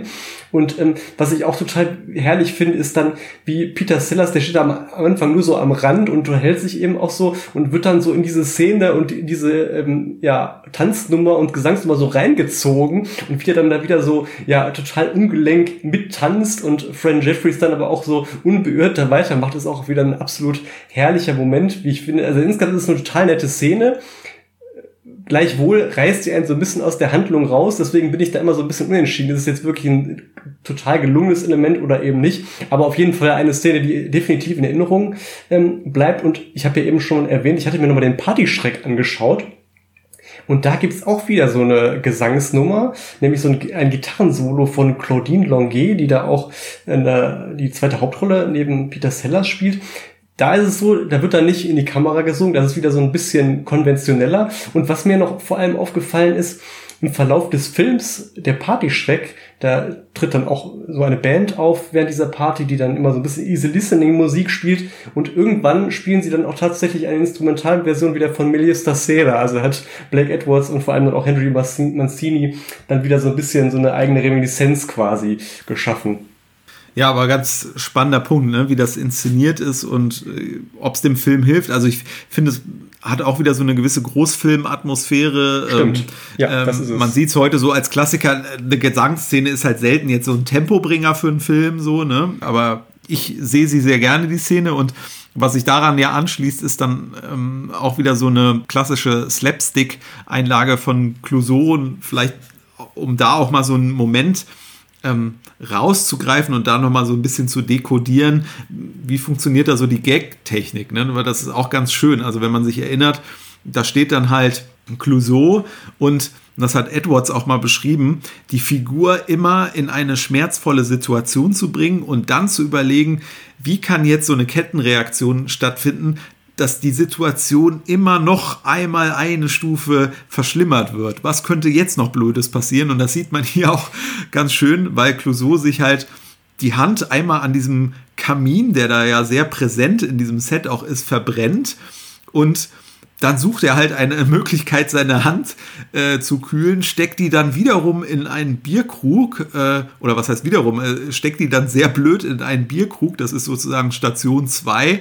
E: Und was ich auch total herrlich finde, ist dann, wie Peter Sellers, der steht am Anfang nur so am Rand und unterhält sich eben auch so und wird dann so in diese Szene und in diese Tanznummer und Gesangsnummer so reingezogen und wie er dann da wieder so total ungelenk mittanzt und Fran Jeffries dann aber auch so unbeirrt da weitermacht, ist auch wieder ein absolut herrlicher Moment, wie ich finde. Also insgesamt ist es eine total nette Szene. Gleichwohl reißt sie einen so ein bisschen aus der Handlung raus, deswegen bin ich da immer so ein bisschen unentschieden. Ist es jetzt wirklich ein total gelungenes Element oder eben nicht? Aber auf jeden Fall eine Szene, die definitiv in Erinnerung bleibt. Und ich habe ja eben schon erwähnt, ich hatte mir nochmal den Partyschreck angeschaut. Und da gibt's auch wieder so eine Gesangsnummer, nämlich so ein Gitarrensolo von Claudine Longuet, die da auch die zweite Hauptrolle neben Peter Sellers spielt. Da ist es so, da wird dann nicht in die Kamera gesungen, das ist wieder so ein bisschen konventioneller. Und was mir noch vor allem aufgefallen ist, im Verlauf des Films, der Partyschreck, da tritt dann auch so eine Band auf während dieser Party, die dann immer so ein bisschen Easy Listening Musik spielt. Und irgendwann spielen sie dann auch tatsächlich eine Instrumentalversion wieder von Melius Sera. Also hat Blake Edwards und vor allem dann auch Henry Mancini dann wieder so ein bisschen so eine eigene Reminiszenz quasi geschaffen.
D: Ja, aber ganz spannender Punkt, ne? Wie das inszeniert ist und ob es dem Film hilft. Also ich finde, es hat auch wieder so eine gewisse Großfilm-Atmosphäre.
E: Stimmt. Das ist es.
D: Man sieht es heute so als Klassiker. Eine Gesangsszene ist halt selten jetzt so ein Tempobringer für einen Film, so, ne? Aber ich sehe sie sehr gerne, die Szene. Und was sich daran ja anschließt, ist dann auch wieder so eine klassische Slapstick-Einlage von Clouseau. Und vielleicht, um da auch mal so einen Moment rauszugreifen und da nochmal so ein bisschen zu dekodieren, wie funktioniert da so die Gag-Technik, ne? Weil das ist auch ganz schön, also wenn man sich erinnert, da steht dann halt Clouseau und das hat Edwards auch mal beschrieben, die Figur immer in eine schmerzvolle Situation zu bringen und dann zu überlegen, wie kann jetzt so eine Kettenreaktion stattfinden, dass die Situation immer noch einmal eine Stufe verschlimmert wird. Was könnte jetzt noch Blödes passieren? Und das sieht man hier auch ganz schön, weil Clouseau sich halt die Hand einmal an diesem Kamin, der da ja sehr präsent in diesem Set auch ist, verbrennt und dann sucht er halt eine Möglichkeit, seine Hand zu kühlen, steckt die dann wiederum in einen Bierkrug, oder was heißt wiederum, steckt die dann sehr blöd in einen Bierkrug, das ist sozusagen Station 2.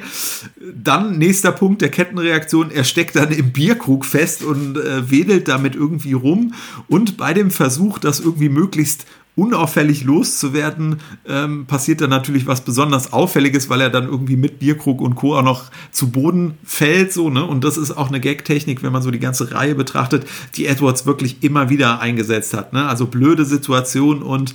D: Dann nächster Punkt der Kettenreaktion, er steckt dann im Bierkrug fest und wedelt damit irgendwie rum und bei dem Versuch, das irgendwie möglichst unauffällig loszuwerden, passiert dann natürlich was besonders Auffälliges, weil er dann irgendwie mit Bierkrug und Co. auch noch zu Boden fällt, so, ne? Und das ist auch eine Gag-Technik, wenn man so die ganze Reihe betrachtet, die Edwards wirklich immer wieder eingesetzt hat, ne? Also blöde Situation und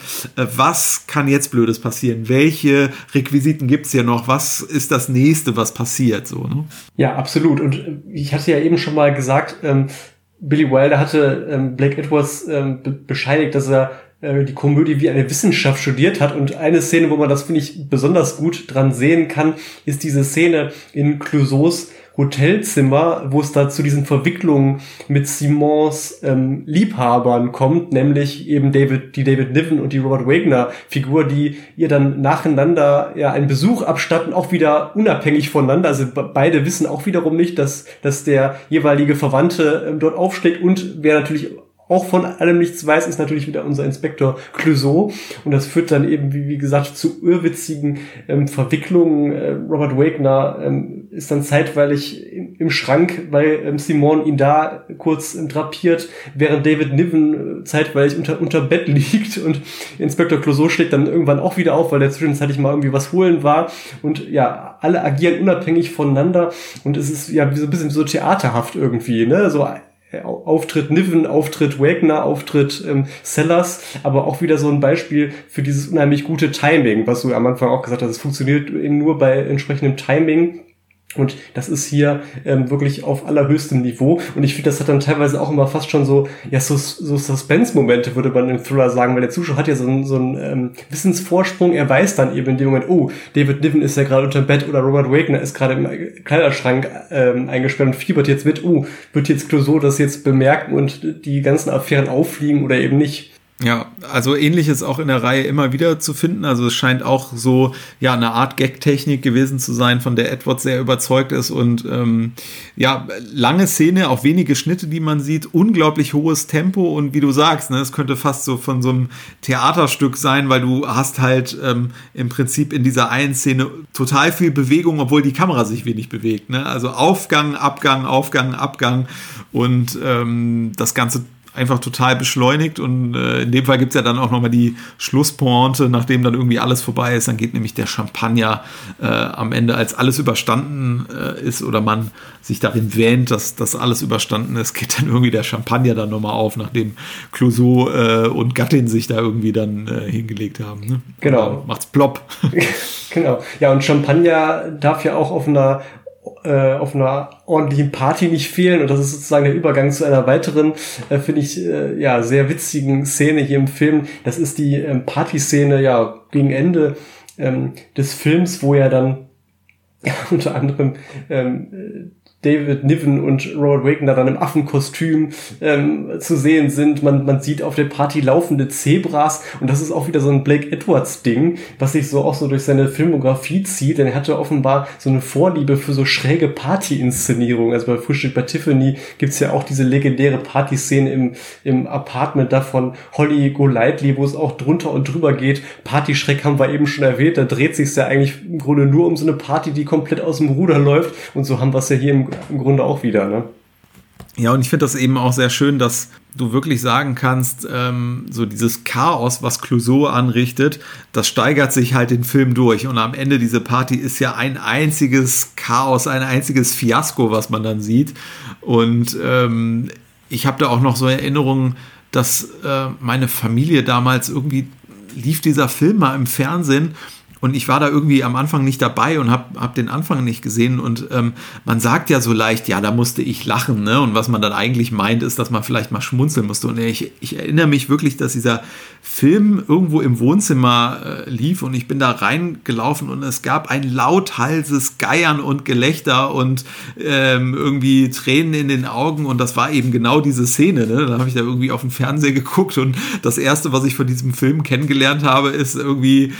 D: was kann jetzt Blödes passieren? Welche Requisiten gibt's hier noch? Was ist das Nächste, was passiert, so, ne?
E: Ja, absolut. Und ich hatte ja eben schon mal gesagt, Billy Wilder hatte Blake Edwards bescheinigt, dass er die Komödie wie eine Wissenschaft studiert hat und eine Szene, wo man das, finde ich, besonders gut dran sehen kann, ist diese Szene in Clouseaus Hotelzimmer, wo es da zu diesen Verwicklungen mit Simons Liebhabern kommt, nämlich eben die David Niven und die Robert Wagner-Figur, die ihr dann nacheinander einen Besuch abstatten, auch wieder unabhängig voneinander. Also beide wissen auch wiederum nicht, dass der jeweilige Verwandte dort aufschlägt und wer natürlich auch von allem nichts weiß, ist natürlich wieder unser Inspektor Clouseau. Und das führt dann eben, wie gesagt, zu irrwitzigen Verwicklungen. Robert Wagner ist dann zeitweilig im Schrank, weil Simon ihn da kurz drapiert, während David Niven zeitweilig unter Bett liegt. Und Inspektor Clouseau schlägt dann irgendwann auch wieder auf, weil der zwischenzeitlich mal irgendwie was holen war. Und ja, alle agieren unabhängig voneinander. Und es ist ja so ein bisschen so theaterhaft irgendwie, ne? So Auftritt Niven, Auftritt Wagner, Auftritt Sellers, aber auch wieder so ein Beispiel für dieses unheimlich gute Timing, was du am Anfang auch gesagt hast, es funktioniert eben nur bei entsprechendem Timing. Und das ist hier wirklich auf allerhöchstem Niveau. Und ich finde, das hat dann teilweise auch immer fast schon so Suspense-Momente, würde man im Thriller sagen, weil der Zuschauer hat ja so einen Wissensvorsprung. Er weiß dann eben in dem Moment, oh, David Niven ist ja gerade unter dem Bett oder Robert Wagner ist gerade im Kleiderschrank eingesperrt und fiebert jetzt mit, wird jetzt Clouseau das jetzt bemerken und die ganzen Affären auffliegen oder eben nicht.
D: Ja, also Ähnliches auch in der Reihe immer wieder zu finden. Also es scheint auch so, ja, eine Art Gag-Technik gewesen zu sein, von der Edward sehr überzeugt ist und ja, lange Szene, auch wenige Schnitte, die man sieht, unglaublich hohes Tempo und wie du sagst, ne, es könnte fast so von so einem Theaterstück sein, weil du hast halt im Prinzip in dieser einen Szene total viel Bewegung, obwohl die Kamera sich wenig bewegt, ne? Also Aufgang, Abgang, Aufgang, Abgang und das Ganze einfach total beschleunigt und in dem Fall gibt's ja dann auch nochmal die Schlusspointe, nachdem dann irgendwie alles vorbei ist, dann geht nämlich der Champagner am Ende, als alles überstanden ist oder man sich darin wähnt, dass das alles überstanden ist, geht dann irgendwie der Champagner dann nochmal auf, nachdem Clouseau und Gattin sich da irgendwie dann hingelegt haben. Ne?
E: Genau.
D: Macht's plopp.
E: Genau. Ja, und Champagner darf ja auch auf einer ordentlichen Party nicht fehlen und das ist sozusagen der Übergang zu einer weiteren, finde ich, ja, sehr witzigen Szene hier im Film. Das ist die Partyszene, ja, gegen Ende des Films, wo ja dann unter anderem David Niven und Robert Wagner dann im Affenkostüm zu sehen sind. Man sieht auf der Party laufende Zebras und das ist auch wieder so ein Blake Edwards Ding, was sich so auch so durch seine Filmografie zieht, denn er hatte offenbar so eine Vorliebe für so schräge Party-Inszenierungen. Also bei Frühstück bei Tiffany gibt's ja auch diese legendäre Partyszene im Apartment da von Holly Golightly, wo es auch drunter und drüber geht. Partyschreck haben wir eben schon erwähnt, da dreht sich's ja eigentlich im Grunde nur um so eine Party, die komplett aus dem Ruder läuft und so haben wir es ja hier im Grunde auch wieder, ne?
D: Ja, und ich finde das eben auch sehr schön, dass du wirklich sagen kannst, so dieses Chaos, was Clouseau anrichtet, das steigert sich halt den Film durch. Und am Ende diese Party ist ja ein einziges Chaos, ein einziges Fiasko, was man dann sieht. Und ich habe da auch noch so Erinnerungen, dass meine Familie damals irgendwie lief dieser Film mal im Fernsehen. Und ich war da irgendwie am Anfang nicht dabei und hab den Anfang nicht gesehen. Und man sagt ja so leicht, ja, da musste ich lachen, ne? Und was man dann eigentlich meint, ist, dass man vielleicht mal schmunzeln musste. Und ich erinnere mich wirklich, dass dieser Film irgendwo im Wohnzimmer lief und ich bin da reingelaufen und es gab ein lauthalses Geiern und Gelächter und irgendwie Tränen in den Augen. Und das war eben genau diese Szene, ne? Dann habe ich da irgendwie auf den Fernseher geguckt und das Erste, was ich von diesem Film kennengelernt habe, ist irgendwie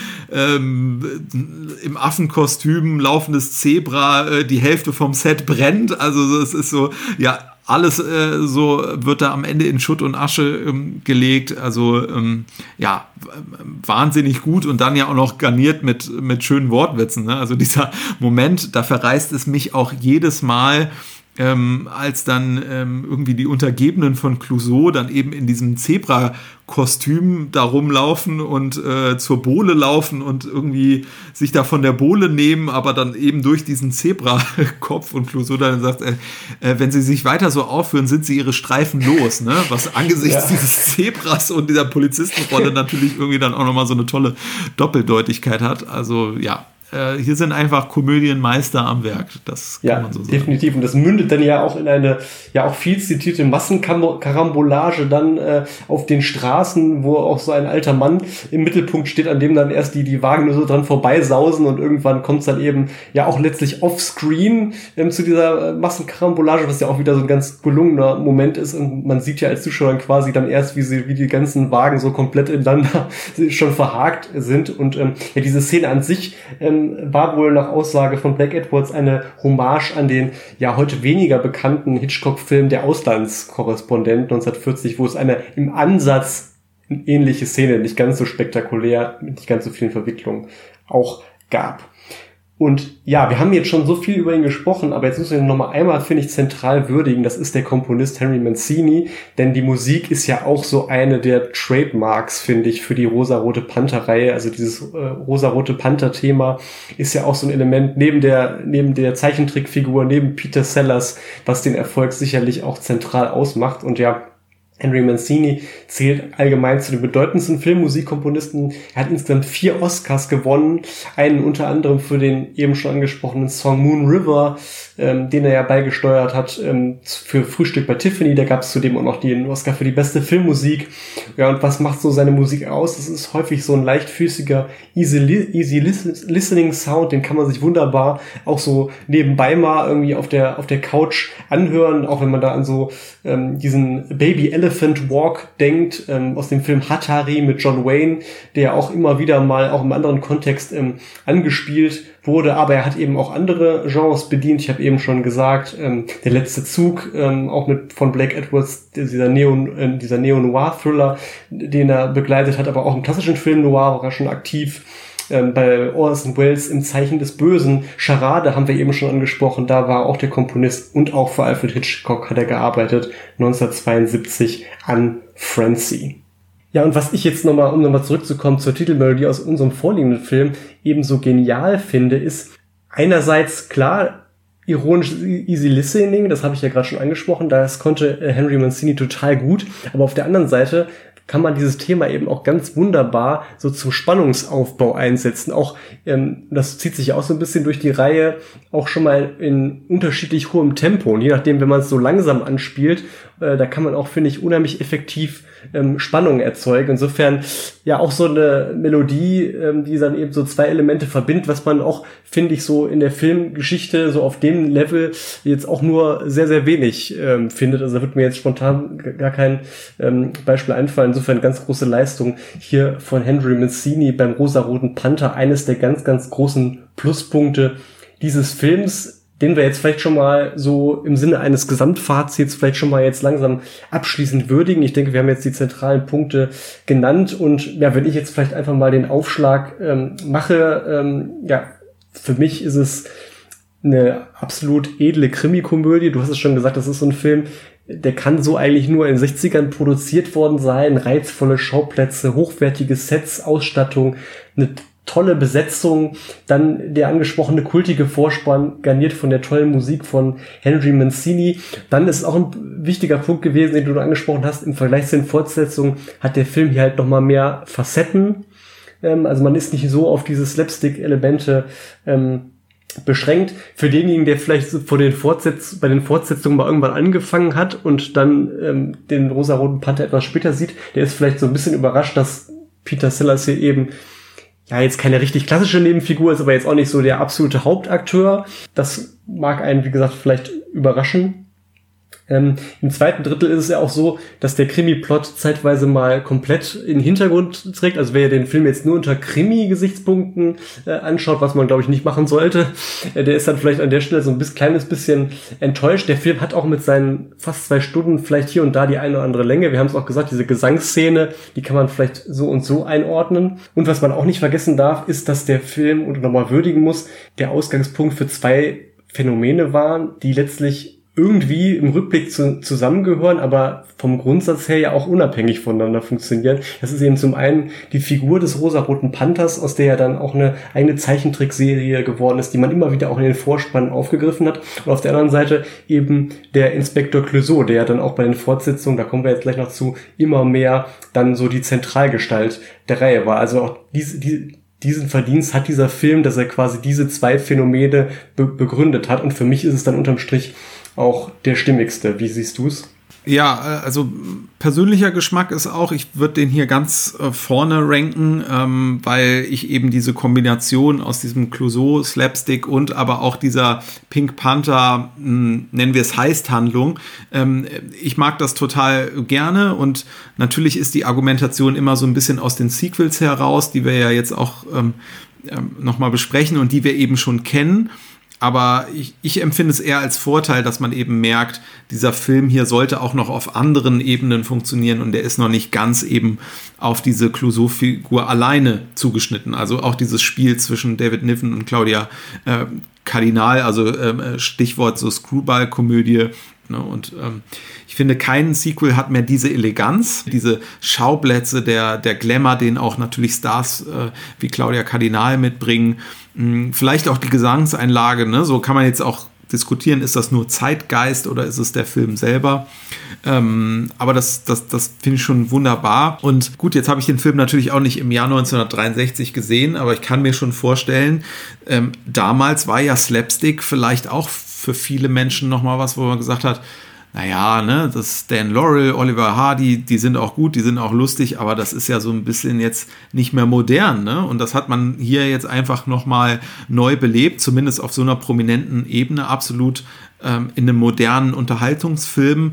D: im Affenkostüm laufendes Zebra, die Hälfte vom Set brennt, also es ist so, ja, alles so wird da am Ende in Schutt und Asche gelegt, also ja, wahnsinnig gut und dann ja auch noch garniert mit schönen Wortwitzen, ne? Also dieser Moment, da verreißt es mich auch jedes Mal, als dann irgendwie die Untergebenen von Clouseau dann eben in diesem Zebra-Kostüm da rumlaufen und zur Bohle laufen und irgendwie sich da von der Bohle nehmen, aber dann eben durch diesen Zebra-Kopf und Clouseau dann sagt, wenn sie sich weiter so aufführen, sind sie ihre Streifen los, ne? Was angesichts dieses Zebras und dieser Polizistenrolle natürlich irgendwie dann auch nochmal so eine tolle Doppeldeutigkeit hat. Also ja, hier sind einfach Komödienmeister am Werk, das kann man so sagen. Ja,
E: definitiv. Und das mündet dann ja auch in eine ja auch viel zitierte Massenkarambolage dann auf den Straßen, wo auch so ein alter Mann im Mittelpunkt steht, an dem dann erst die Wagen nur so dran vorbeisausen und irgendwann kommt es dann eben ja auch letztlich offscreen zu dieser Massenkarambolage, was ja auch wieder so ein ganz gelungener Moment ist und man sieht ja als Zuschauer dann quasi dann erst, wie die ganzen Wagen so komplett ineinander schon verhakt sind und ja, diese Szene an sich war wohl nach Aussage von Blake Edwards eine Hommage an den ja heute weniger bekannten Hitchcock-Film Der Auslandskorrespondent 1940, wo es eine im Ansatz ähnliche Szene, nicht ganz so spektakulär, mit nicht ganz so vielen Verwicklungen auch gab. Und ja, wir haben jetzt schon so viel über ihn gesprochen, aber jetzt müssen wir ihn nochmal einmal, finde ich, zentral würdigen. Das ist der Komponist Henry Mancini, denn die Musik ist ja auch so eine der Trademarks, finde ich, für die Rosa-Rote Panther-Reihe. Also dieses Rosa-Rote Panther-Thema ist ja auch so ein Element neben der Zeichentrickfigur, neben Peter Sellers, was den Erfolg sicherlich auch zentral ausmacht. Und ja, Henry Mancini zählt allgemein zu den bedeutendsten Filmmusikkomponisten. Er hat insgesamt 4 Oscars gewonnen, einen unter anderem für den eben schon angesprochenen Song Moon River, den er ja beigesteuert hat für Frühstück bei Tiffany. Da gab es zudem auch noch den Oscar für die beste Filmmusik. Ja, und was macht so seine Musik aus? Das ist häufig so ein leichtfüßiger, easy listening Sound, den kann man sich wunderbar auch so nebenbei mal irgendwie auf der Couch anhören, auch wenn man da an so diesen Baby Elephant Elephant Walk denkt, aus dem Film Hatari mit John Wayne, der auch immer wieder mal auch im anderen Kontext angespielt wurde, aber er hat eben auch andere Genres bedient. Ich habe eben schon gesagt, Der letzte Zug, auch von Blake Edwards, dieser Neo-Noir-Thriller, den er begleitet hat, aber auch im klassischen Film Noir war er schon aktiv. Bei Orson Welles Im Zeichen des Bösen, Charade haben wir eben schon angesprochen, da war auch der Komponist, und auch für Alfred Hitchcock hat er gearbeitet, 1972 an Frenzy. Ja, und was ich jetzt um nochmal zurückzukommen zur Titelmelodie aus unserem vorliegenden Film, ebenso genial finde, ist einerseits klar, ironisch easy listening, das habe ich ja gerade schon angesprochen, das konnte Henry Mancini total gut, aber auf der anderen Seite kann man dieses Thema eben auch ganz wunderbar so zum Spannungsaufbau einsetzen. Auch, das zieht sich auch so ein bisschen durch die Reihe, auch schon mal in unterschiedlich hohem Tempo. Und je nachdem, wenn man es so langsam anspielt, da kann man auch, finde ich, unheimlich effektiv Spannung erzeugen. Insofern ja auch so eine Melodie, die dann eben so zwei Elemente verbindet, was man auch, finde ich, so in der Filmgeschichte so auf dem Level jetzt auch nur sehr, sehr wenig findet. Also da wird mir jetzt spontan gar kein Beispiel einfallen. Insofern ganz große Leistung hier von Henry Mancini beim Rosaroten Panther. Eines der ganz, ganz großen Pluspunkte dieses Films, den wir jetzt vielleicht schon mal so im Sinne eines Gesamtfazits vielleicht schon mal jetzt langsam abschließend würdigen. Ich denke, wir haben jetzt die zentralen Punkte genannt, und ja, wenn ich jetzt vielleicht einfach mal den Aufschlag mache, ja, für mich ist es eine absolut edle Krimikomödie. Du hast es schon gesagt, das ist so ein Film, der kann so eigentlich nur in den 60ern produziert worden sein. Reizvolle Schauplätze, hochwertige Sets, Ausstattung, eine tolle Besetzung, dann der angesprochene kultige Vorspann, garniert von der tollen Musik von Henry Mancini. Dann ist auch ein wichtiger Punkt gewesen, den du angesprochen hast, im Vergleich zu den Fortsetzungen hat der Film hier halt nochmal mehr Facetten. Also man ist nicht so auf diese Slapstick-Elemente beschränkt. Für denjenigen, der vielleicht bei den Fortsetzungen mal irgendwann angefangen hat und dann den Rosaroten Panther etwas später sieht, der ist vielleicht so ein bisschen überrascht, dass Peter Sellers hier eben ja jetzt keine richtig klassische Nebenfigur ist, aber jetzt auch nicht so der absolute Hauptakteur. Das mag einen, wie gesagt, vielleicht überraschen. Im zweiten Drittel ist es ja auch so, dass der Krimi-Plot zeitweise mal komplett in den Hintergrund trägt. Also wer den Film jetzt nur unter Krimi-Gesichtspunkten anschaut, was man, glaube ich, nicht machen sollte, der ist dann vielleicht an der Stelle so ein kleines bisschen enttäuscht. Der Film hat auch mit seinen fast 2 Stunden vielleicht hier und da die eine oder andere Länge. Wir haben es auch gesagt, diese Gesangsszene, die kann man vielleicht so und so einordnen. Und was man auch nicht vergessen darf, ist, dass der Film, und nochmal würdigen muss, der Ausgangspunkt für 2 Phänomene waren, die letztlich irgendwie im Rückblick zusammengehören, aber vom Grundsatz her ja auch unabhängig voneinander funktionieren. Das ist eben zum einen die Figur des Rosaroten Panthers, aus der ja dann auch eine eigene Zeichentrickserie geworden ist, die man immer wieder auch in den Vorspannen aufgegriffen hat. Und auf der anderen Seite eben der Inspektor Clouseau, der ja dann auch bei den Fortsetzungen, da kommen wir jetzt gleich noch zu, immer mehr dann so die Zentralgestalt der Reihe war. Also auch diesen Verdienst hat dieser Film, dass er quasi diese 2 Phänomene begründet hat. Und für mich ist es dann unterm Strich auch der stimmigste. Wie siehst du es?
D: Ja, also persönlicher Geschmack ist auch, ich würde den hier ganz vorne ranken, weil ich eben diese Kombination aus diesem Clouseau, Slapstick und aber auch dieser Pink Panther, nennen wir es Heist-Handlung, ich mag das total gerne, und natürlich ist die Argumentation immer so ein bisschen aus den Sequels heraus, die wir ja jetzt auch nochmal besprechen und die wir eben schon kennen. Aber ich empfinde es eher als Vorteil, dass man eben merkt, dieser Film hier sollte auch noch auf anderen Ebenen funktionieren, und der ist noch nicht ganz eben auf diese Clouseau-Figur alleine zugeschnitten. Also auch dieses Spiel zwischen David Niven und Claudia Cardinal, also Stichwort so Screwball-Komödie. Und ich finde, kein Sequel hat mehr diese Eleganz, diese Schauplätze, der Glamour, den auch natürlich Stars wie Claudia Cardinal mitbringen. Vielleicht auch die Gesangseinlage, ne? So kann man jetzt auch diskutieren, ist das nur Zeitgeist oder ist es der Film selber? Aber das finde ich schon wunderbar. Und gut, jetzt habe ich den Film natürlich auch nicht im Jahr 1963 gesehen, aber ich kann mir schon vorstellen, damals war ja Slapstick vielleicht auch für viele Menschen nochmal was, wo man gesagt hat, naja, ne, das Dan Laurel, Oliver Hardy, die sind auch gut, die sind auch lustig, aber das ist ja so ein bisschen jetzt nicht mehr modern, ne? Und das hat man hier jetzt einfach nochmal neu belebt, zumindest auf so einer prominenten Ebene, absolut in einem modernen Unterhaltungsfilm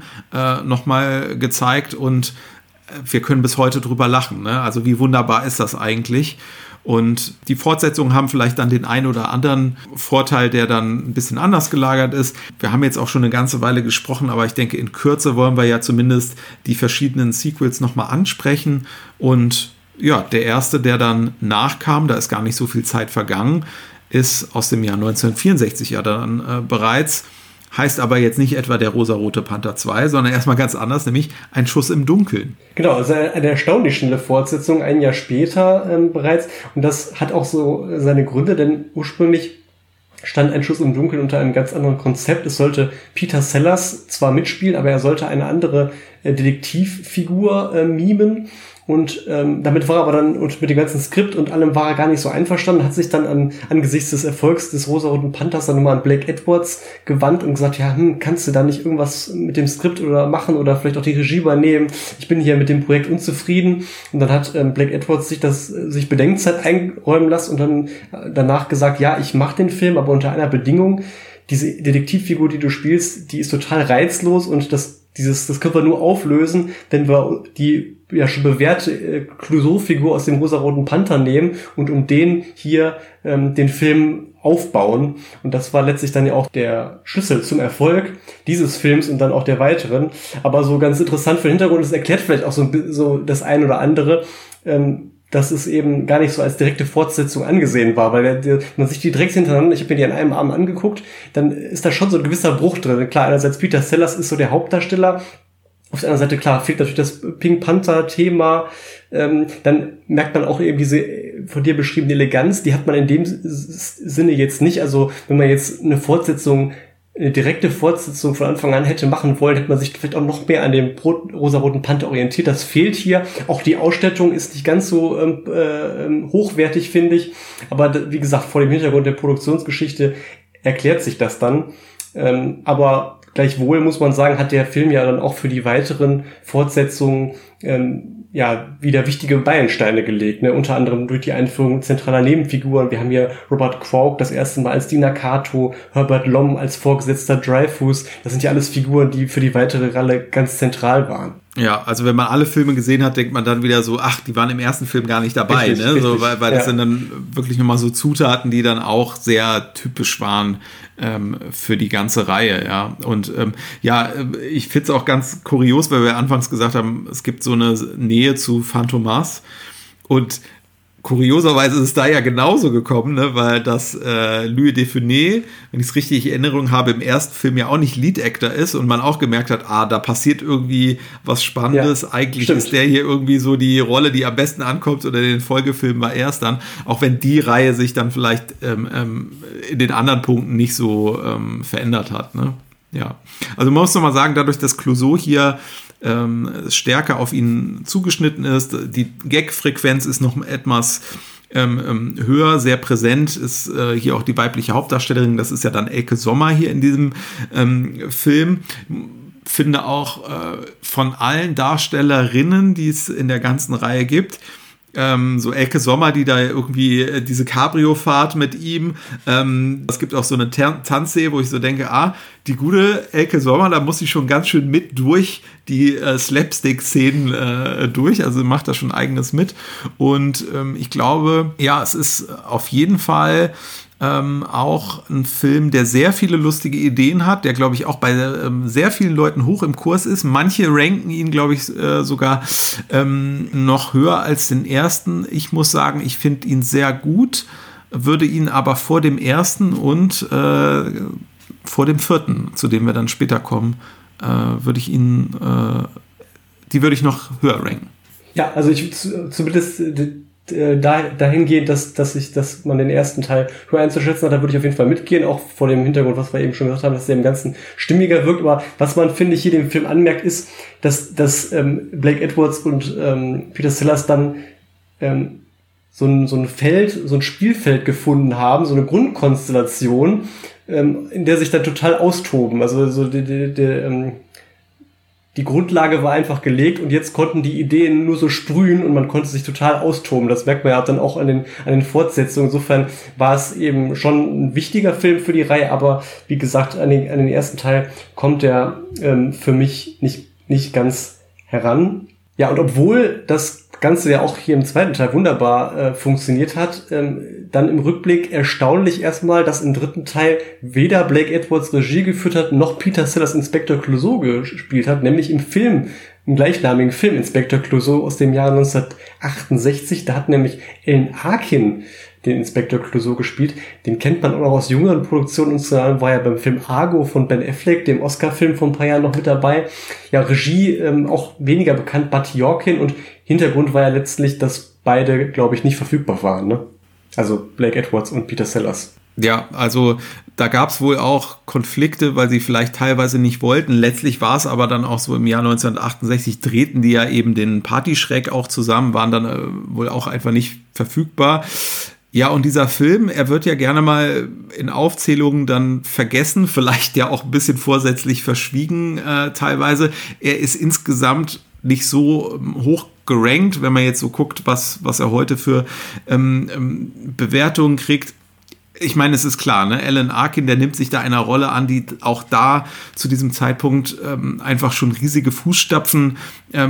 D: nochmal gezeigt, und wir können bis heute drüber lachen, ne? Also wie wunderbar ist das eigentlich? Und die Fortsetzungen haben vielleicht dann den einen oder anderen Vorteil, der dann ein bisschen anders gelagert ist. Wir haben jetzt auch schon eine ganze Weile gesprochen, aber ich denke, in Kürze wollen wir ja zumindest die verschiedenen Sequels nochmal ansprechen. Und ja, der erste, der dann nachkam, da ist gar nicht so viel Zeit vergangen, ist aus dem Jahr 1964 ja dann bereits. Heißt aber jetzt nicht etwa der rosarote Panther 2, sondern erstmal ganz anders, nämlich Ein Schuss im Dunkeln.
E: Genau, also eine erstaunlich schnelle Fortsetzung, ein Jahr später bereits. Und das hat auch so seine Gründe, denn ursprünglich stand Ein Schuss im Dunkeln unter einem ganz anderen Konzept. Es sollte Peter Sellers zwar mitspielen, aber er sollte eine andere Detektivfigur mimen. Und damit war er aber dann, und mit dem ganzen Skript und allem war er gar nicht so einverstanden, hat sich dann angesichts des Erfolgs des rosaroten Panthers dann nochmal an Blake Edwards gewandt und gesagt, ja, kannst du da nicht irgendwas mit dem Skript oder machen oder vielleicht auch die Regie übernehmen? Ich bin hier mit dem Projekt unzufrieden. Und dann hat Blake Edwards sich Bedenkzeit einräumen lassen und dann danach gesagt, ja, ich mache den Film, aber unter einer Bedingung: diese Detektivfigur, die du spielst, die ist total reizlos, und das können wir nur auflösen, wenn wir die ja schon bewährte Clouseau-Figur aus dem rosaroten Panther nehmen und um den hier den Film aufbauen. Und das war letztlich dann ja auch der Schlüssel zum Erfolg dieses Films und dann auch der weiteren. Aber so ganz interessant für den Hintergrund, das erklärt vielleicht auch so das ein oder andere, dass es eben gar nicht so als direkte Fortsetzung angesehen war, weil man sich die direkt hintereinander, ich habe mir die an einem Abend angeguckt, dann ist da schon so ein gewisser Bruch drin. Klar, einerseits Peter Sellers ist so der Hauptdarsteller, auf der anderen Seite, klar, fehlt natürlich das Pink Panther-Thema, dann merkt man auch eben diese von dir beschriebene Eleganz, die hat man in dem Sinne jetzt nicht. Also wenn man jetzt eine direkte Fortsetzung von Anfang an hätte machen wollen, hätte man sich vielleicht auch noch mehr an dem rosaroten Panther orientiert. Das fehlt hier. Auch die Ausstattung ist nicht ganz so hochwertig, finde ich. Aber wie gesagt, vor dem Hintergrund der Produktionsgeschichte erklärt sich das dann. Aber gleichwohl muss man sagen, hat der Film ja dann auch für die weiteren Fortsetzungen wieder wichtige Meilensteine gelegt, ne? Unter anderem durch die Einführung zentraler Nebenfiguren. Wir haben hier Robert Quark das erste Mal als Dina Kato, Herbert Lom als Vorgesetzter Dreyfus. Das sind ja alles Figuren, die für die weitere Rolle ganz zentral waren.
D: Ja, also wenn man alle Filme gesehen hat, denkt man dann wieder so, ach, die waren im ersten Film gar nicht dabei, richtig, ne? Richtig. So, weil das sind dann wirklich nochmal so Zutaten, die dann auch sehr typisch waren für die ganze Reihe, ja. Und ich finde es auch ganz kurios, weil wir anfangs gesagt haben, es gibt so eine Nähe zu Phantomas, und kurioserweise ist es da ja genauso gekommen, ne, weil das Louis Defune, wenn ich es richtig in Erinnerung habe, im ersten Film ja auch nicht Lead-Actor ist und man auch gemerkt hat, da passiert irgendwie was Spannendes. Ja, eigentlich stimmt. Ist der hier irgendwie so die Rolle, die am besten ankommt, oder in den Folgefilmen war er es dann, auch wenn die Reihe sich dann vielleicht in den anderen Punkten nicht so verändert hat, ne? Ja, also man muss noch mal sagen, dadurch, dass Clouseau hier stärker auf ihn zugeschnitten ist, die Gag-Frequenz ist noch etwas höher, sehr präsent ist hier auch die weibliche Hauptdarstellerin, das ist ja dann Elke Sommer hier in diesem Film. Finde auch von allen Darstellerinnen, die es in der ganzen Reihe gibt, so Elke Sommer, die da irgendwie diese Cabrio-Fahrt mit ihm, es gibt auch so eine Tanzszene, wo ich so denke, die gute Elke Sommer, da muss sie schon ganz schön mit durch die Slapstick-Szenen durch, also macht da schon eigenes mit, und ich glaube, ja, es ist auf jeden Fall auch ein Film, der sehr viele lustige Ideen hat, der, glaube ich, auch bei sehr vielen Leuten hoch im Kurs ist. Manche ranken ihn, glaube ich, sogar noch höher als den ersten. Ich muss sagen, ich finde ihn sehr gut, würde ihn aber vor dem ersten und vor dem vierten, zu dem wir dann später kommen, würde ich noch höher ranken.
E: Ja, also ich zumindest dahingehend, dass man den ersten Teil höher einzuschätzen hat, da würde ich auf jeden Fall mitgehen, auch vor dem Hintergrund, was wir eben schon gesagt haben, dass der im Ganzen stimmiger wirkt. Aber was man, finde ich, hier dem Film anmerkt, ist, dass Blake Edwards und Peter Sellers dann so ein Spielfeld gefunden haben, so eine Grundkonstellation, in der sich dann total austoben. Also so die Grundlage war einfach gelegt und jetzt konnten die Ideen nur so sprühen und man konnte sich total austoben. Das merkt man ja dann auch an den Fortsetzungen. Insofern war es eben schon ein wichtiger Film für die Reihe, aber wie gesagt, an den ersten Teil kommt er für mich nicht ganz heran. Ja, und obwohl das Ganze ja auch hier im zweiten Teil wunderbar funktioniert hat, dann im Rückblick erstaunlich erstmal, dass im dritten Teil weder Blake Edwards Regie geführt hat, noch Peter Sellers Inspektor Clouseau gespielt hat, nämlich im gleichnamigen Film Inspektor Clouseau aus dem Jahr 1968. Da hat nämlich Alan Arkin den Inspektor Clouseau gespielt. Den kennt man auch noch aus jüngeren Produktionen. Und zwar war ja beim Film Argo von Ben Affleck, dem Oscar-Film vor ein paar Jahren, noch mit dabei. Ja, Regie auch weniger bekannt, Bud Yorkin. Und Hintergrund war ja letztlich, dass beide, glaube ich, nicht verfügbar waren, ne? Also Blake Edwards und Peter Sellers.
D: Ja, also da gab es wohl auch Konflikte, weil sie vielleicht teilweise nicht wollten. Letztlich war es aber dann auch so, im Jahr 1968 drehten die ja eben den Partyschreck auch zusammen, waren dann wohl auch einfach nicht verfügbar. Ja, und dieser Film, er wird ja gerne mal in Aufzählungen dann vergessen, vielleicht ja auch ein bisschen vorsätzlich verschwiegen teilweise. Er ist insgesamt nicht so hoch gerankt, wenn man jetzt so guckt, was er heute für Bewertungen kriegt. Ich meine, es ist klar, ne? Alan Arkin, der nimmt sich da einer Rolle an, die auch da zu diesem Zeitpunkt einfach schon riesige Fußstapfen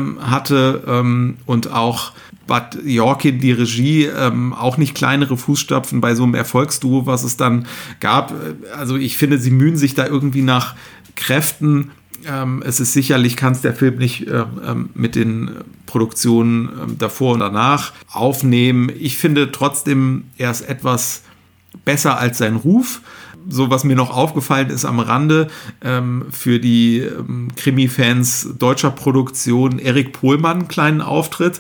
D: hatte und auch Bud Yorkin, die Regie, auch nicht kleinere Fußstapfen bei so einem Erfolgsduo, was es dann gab. Also ich finde, sie mühen sich da irgendwie nach Kräften. Es ist sicherlich, kann es der Film nicht mit den Produktionen davor und danach aufnehmen. Ich finde trotzdem, er ist etwas besser als sein Ruf. So, was mir noch aufgefallen ist am Rande, für die Krimi-Fans deutscher Produktion, Erik Pohlmann, kleinen Auftritt.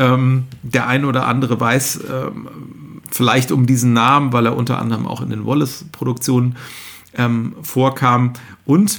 D: Der ein oder andere weiß vielleicht um diesen Namen, weil er unter anderem auch in den Wallace-Produktionen vorkam. Und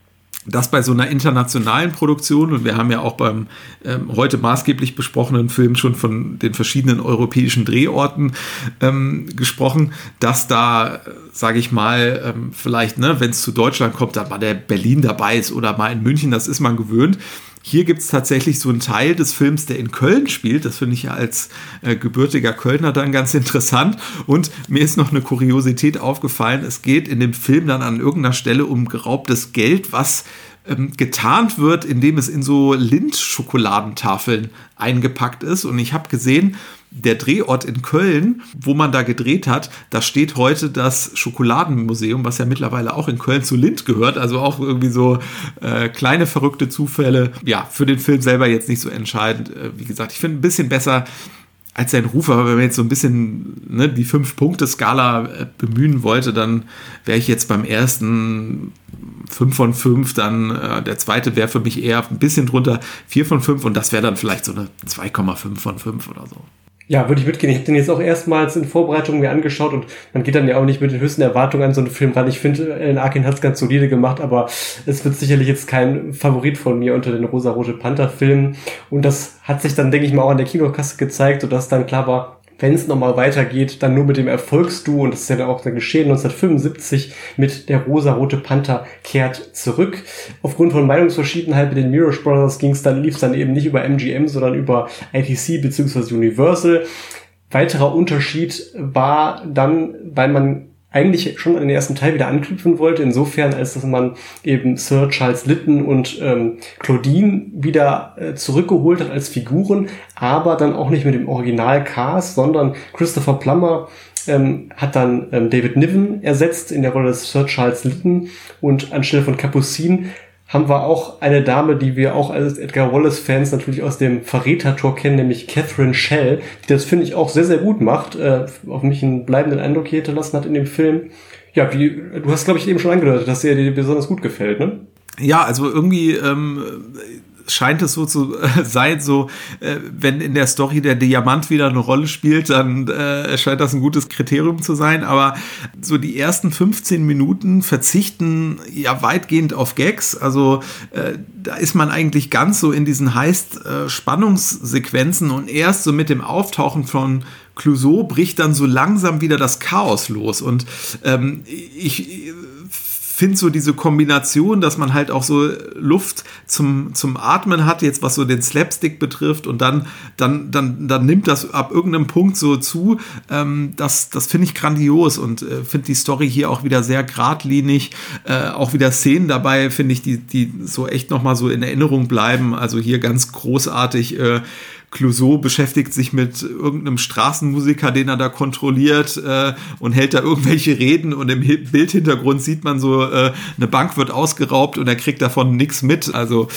D: das bei so einer internationalen Produktion, und wir haben ja auch beim heute maßgeblich besprochenen Film schon von den verschiedenen europäischen Drehorten gesprochen, dass da, sage ich mal, vielleicht, ne, wenn es zu Deutschland kommt, dann mal der Berlin dabei ist oder mal in München, das ist man gewöhnt. Hier gibt es tatsächlich so einen Teil des Films, der in Köln spielt. Das finde ich ja als gebürtiger Kölner dann ganz interessant. Und mir ist noch eine Kuriosität aufgefallen. Es geht in dem Film dann an irgendeiner Stelle um geraubtes Geld, was getarnt wird, indem es in so Lindt-Schokoladentafeln eingepackt ist. Und ich habe gesehen, der Drehort in Köln, wo man da gedreht hat, da steht heute das Schokoladenmuseum, was ja mittlerweile auch in Köln zu Lindt gehört. Also auch irgendwie so kleine verrückte Zufälle. Ja, für den Film selber jetzt nicht so entscheidend. Wie gesagt, ich finde ein bisschen besser als sein Ruf, aber wenn man jetzt so ein bisschen die 5-Punkte-Skala bemühen wollte, dann wäre ich jetzt beim ersten 5 von 5, dann der zweite wäre für mich eher ein bisschen drunter 4 von 5 und das wäre dann vielleicht so eine 2,5 von 5 oder so.
E: Ja, würde ich mitgehen. Ich habe den jetzt auch erstmals in Vorbereitung mir angeschaut und man geht dann ja auch nicht mit den höchsten Erwartungen an so einen Film ran. Ich finde, Alan Arkin hat es ganz solide gemacht, aber es wird sicherlich jetzt kein Favorit von mir unter den Rosa-Rote Panther-Filmen. Und das hat sich dann, denke ich mal, auch an der Kinokasse gezeigt, sodass dann klar war, wenn es nochmal weitergeht, dann nur mit dem Erfolgsduo, und das ist ja dann auch dann geschehen, 1975 mit der Rosa-Rote Panther kehrt zurück. Aufgrund von Meinungsverschiedenheit mit den Mirage Brothers lief es dann eben nicht über MGM, sondern über ITC bzw. Universal. Weiterer Unterschied war dann, weil man eigentlich schon an den ersten Teil wieder anknüpfen wollte, insofern, als dass man eben Sir Charles Lytton und Claudine wieder zurückgeholt hat als Figuren, aber dann auch nicht mit dem Originalcast, sondern Christopher Plummer hat dann David Niven ersetzt in der Rolle des Sir Charles Lytton, und anstelle von Capucine haben wir auch eine Dame, die wir auch als Edgar Wallace-Fans natürlich aus dem Verräter-Tor kennen, nämlich Catherine Schell, die das, finde ich, auch sehr, sehr gut macht, auf mich einen bleibenden Eindruck hier hinterlassen hat in dem Film. Ja, du hast, glaube ich, eben schon angedeutet, dass er dir besonders gut gefällt, ne? Ja, also irgendwie scheint es so zu sein, so wenn in der Story der Diamant wieder eine Rolle spielt, dann scheint das ein gutes Kriterium zu sein, aber so die ersten 15 Minuten verzichten ja weitgehend auf Gags, also da ist man eigentlich ganz so in diesen Heist-Spannungssequenzen und erst so mit dem Auftauchen von Clouseau bricht dann so langsam wieder das Chaos los und ich
D: finde so diese Kombination, dass man halt auch so Luft zum Atmen hat, jetzt was so den Slapstick betrifft, und dann nimmt das ab irgendeinem Punkt so zu. Das finde ich grandios und finde die Story hier auch wieder sehr geradlinig. Auch wieder Szenen dabei, finde ich, die so echt nochmal so in Erinnerung bleiben. Also hier ganz großartig, Clouseau beschäftigt sich mit irgendeinem Straßenmusiker, den er da kontrolliert, und hält da irgendwelche Reden, und im Bildhintergrund sieht man so, eine Bank wird ausgeraubt und er kriegt davon nichts mit. Also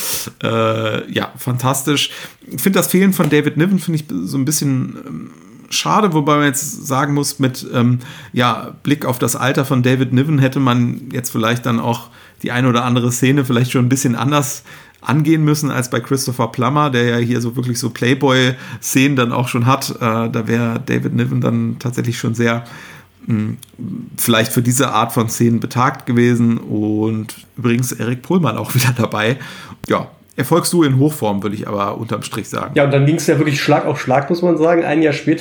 D: fantastisch. Ich finde das Fehlen von David Niven, finde ich so ein bisschen schade, wobei man jetzt sagen muss, mit Blick auf das Alter von David Niven hätte man jetzt vielleicht dann auch die eine oder andere Szene vielleicht schon ein bisschen anders angehen müssen als bei Christopher Plummer, der ja hier so wirklich so Playboy-Szenen dann auch schon hat. Da wäre David Niven dann tatsächlich schon sehr vielleicht für diese Art von Szenen betagt gewesen. Und übrigens Eric Pohlmann auch wieder dabei. Ja, Erfolgsduo in Hochform, würde ich aber unterm Strich sagen.
E: Ja, und dann ging es ja wirklich Schlag auf Schlag, muss man sagen. Ein Jahr später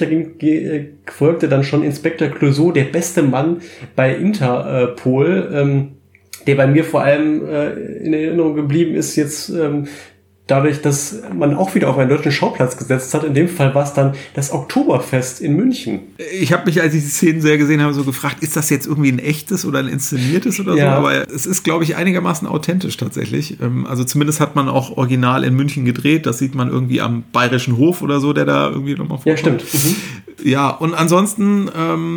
E: folgte dann schon Inspektor Clouseau, der beste Mann bei Interpol, der bei mir vor allem in Erinnerung geblieben ist jetzt dadurch, dass man auch wieder auf einen deutschen Schauplatz gesetzt hat. In dem Fall war es dann das Oktoberfest in München.
D: Ich habe mich, als ich die Szenen sehr gesehen habe, so gefragt, ist das jetzt irgendwie ein echtes oder ein inszeniertes oder so? Aber es ist, glaube ich, einigermaßen authentisch tatsächlich. Also zumindest hat man auch original in München gedreht. Das sieht man irgendwie am Bayerischen Hof oder so, der da irgendwie nochmal vorkommt.
E: Ja, stimmt. Mhm.
D: Ja, und ansonsten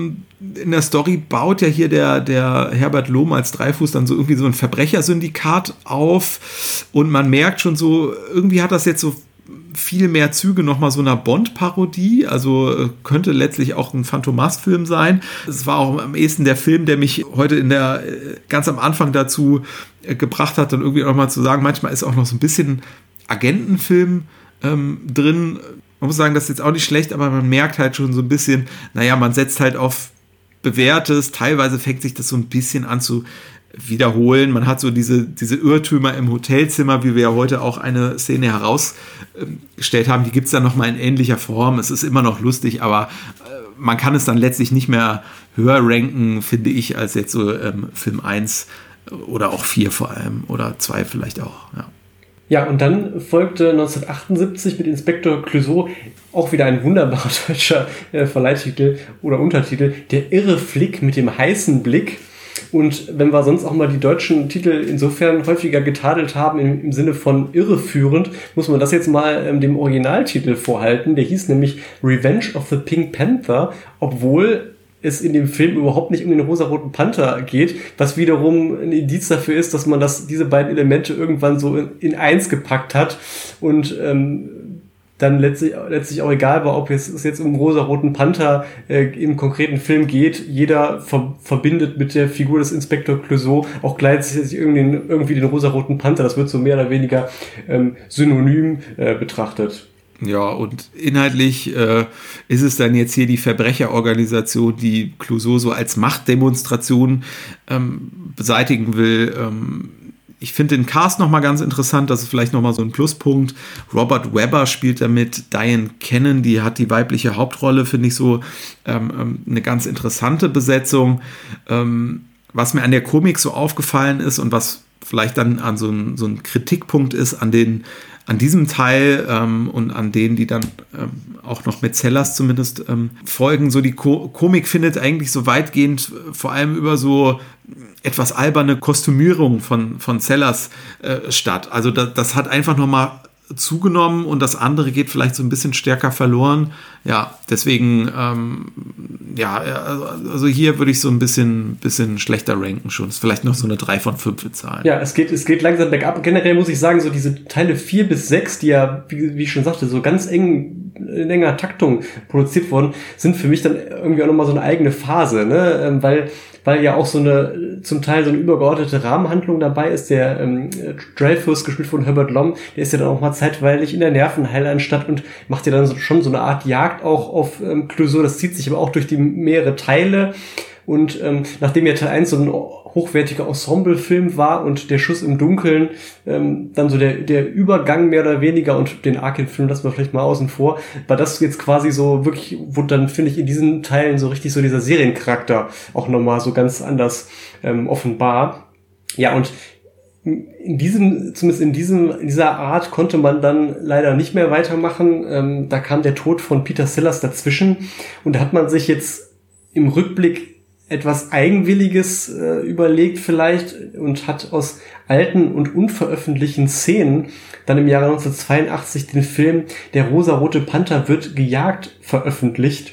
D: in der Story baut ja hier der Herbert Lohm als Dreifuß dann so irgendwie so ein Verbrechersyndikat auf, und man merkt schon so, irgendwie hat das jetzt so viel mehr Züge nochmal so einer Bond-Parodie, also könnte letztlich auch ein Phantomas-Film sein. Es war auch am ehesten der Film, der mich heute ganz am Anfang dazu gebracht hat, dann irgendwie nochmal zu sagen, manchmal ist auch noch so ein bisschen Agentenfilm drin. Man muss sagen, das ist jetzt auch nicht schlecht, aber man merkt halt schon so ein bisschen, man setzt halt auf Bewährtes, teilweise fängt sich das so ein bisschen an zu wiederholen. Man hat so diese Irrtümer im Hotelzimmer, wie wir ja heute auch eine Szene herausgestellt haben, die gibt es dann nochmal in ähnlicher Form. Es ist immer noch lustig, aber man kann es dann letztlich nicht mehr höher ranken, finde ich, als jetzt so Film 1 oder auch 4 vor allem oder 2 vielleicht auch, ja.
E: Ja, und dann folgte 1978 mit Inspektor Clouseau auch wieder ein wunderbarer deutscher Verleihtitel oder Untertitel, Der irre Flick mit dem heißen Blick. Und wenn wir sonst auch mal die deutschen Titel insofern häufiger getadelt haben im Sinne von irreführend, muss man das jetzt mal dem Originaltitel vorhalten. Der hieß nämlich Revenge of the Pink Panther, obwohl es in dem Film überhaupt nicht um den rosaroten Panther geht, was wiederum ein Indiz dafür ist, dass man diese beiden Elemente irgendwann so in eins gepackt hat und dann letztlich auch egal war, ob es jetzt um rosaroten Panther im konkreten Film geht. Jeder verbindet mit der Figur des Inspektor Clouseau auch gleichzeitig irgendwie den rosaroten Panther. Das wird so mehr oder weniger synonym betrachtet.
D: Ja, und inhaltlich ist es dann jetzt hier die Verbrecherorganisation, die Clouseau so als Machtdemonstration beseitigen will. Ich finde den Cast nochmal ganz interessant, das ist vielleicht nochmal so ein Pluspunkt. Robert Webber spielt damit, Diane Cannon, die hat die weibliche Hauptrolle, finde ich so eine ganz interessante Besetzung. Was mir an der Komik so aufgefallen ist und was vielleicht dann an so ein Kritikpunkt ist an diesem Teil und an denen, die dann auch noch mit Sellers zumindest folgen. So die Komik findet eigentlich so weitgehend vor allem über so etwas alberne Kostümierung von Sellers statt. Also das hat einfach nochmal zugenommen und das andere geht vielleicht so ein bisschen stärker verloren. Ja, deswegen, also hier würde ich so ein bisschen schlechter ranken schon. Ist vielleicht noch so eine 3 von 5 Zahl.
E: Ja, es geht langsam bergab. Generell muss ich sagen, so diese Teile 4 bis 6, die ja, wie ich schon sagte, so ganz in enger Taktung produziert wurden, sind für mich dann irgendwie auch nochmal so eine eigene Phase, ne? Weil ja auch zum Teil so eine übergeordnete Rahmenhandlung dabei ist. Der Dreyfus, gespielt von Herbert Lom, der ist ja dann auch mal zeitweilig in der Nervenheilanstalt und macht ja dann schon so eine Art Jagd auch auf Clouseau. Das zieht sich aber auch durch die mehrere Teile. Und nachdem ja Teil 1 so ein hochwertiger Ensemble-Film war und der Schuss im Dunkeln, dann so der Übergang mehr oder weniger und den Arkin-Film lassen wir vielleicht mal außen vor, war das jetzt quasi so wirklich, wurde dann, finde ich, in diesen Teilen so richtig so dieser Seriencharakter auch nochmal so ganz anders offenbar. Ja, und zumindest in dieser Art konnte man dann leider nicht mehr weitermachen. Da kam der Tod von Peter Sellers dazwischen und da hat man sich jetzt im Rückblick etwas Eigenwilliges überlegt vielleicht und hat aus alten und unveröffentlichten Szenen dann im Jahre 1982 den Film Der rosarote Panther wird gejagt veröffentlicht.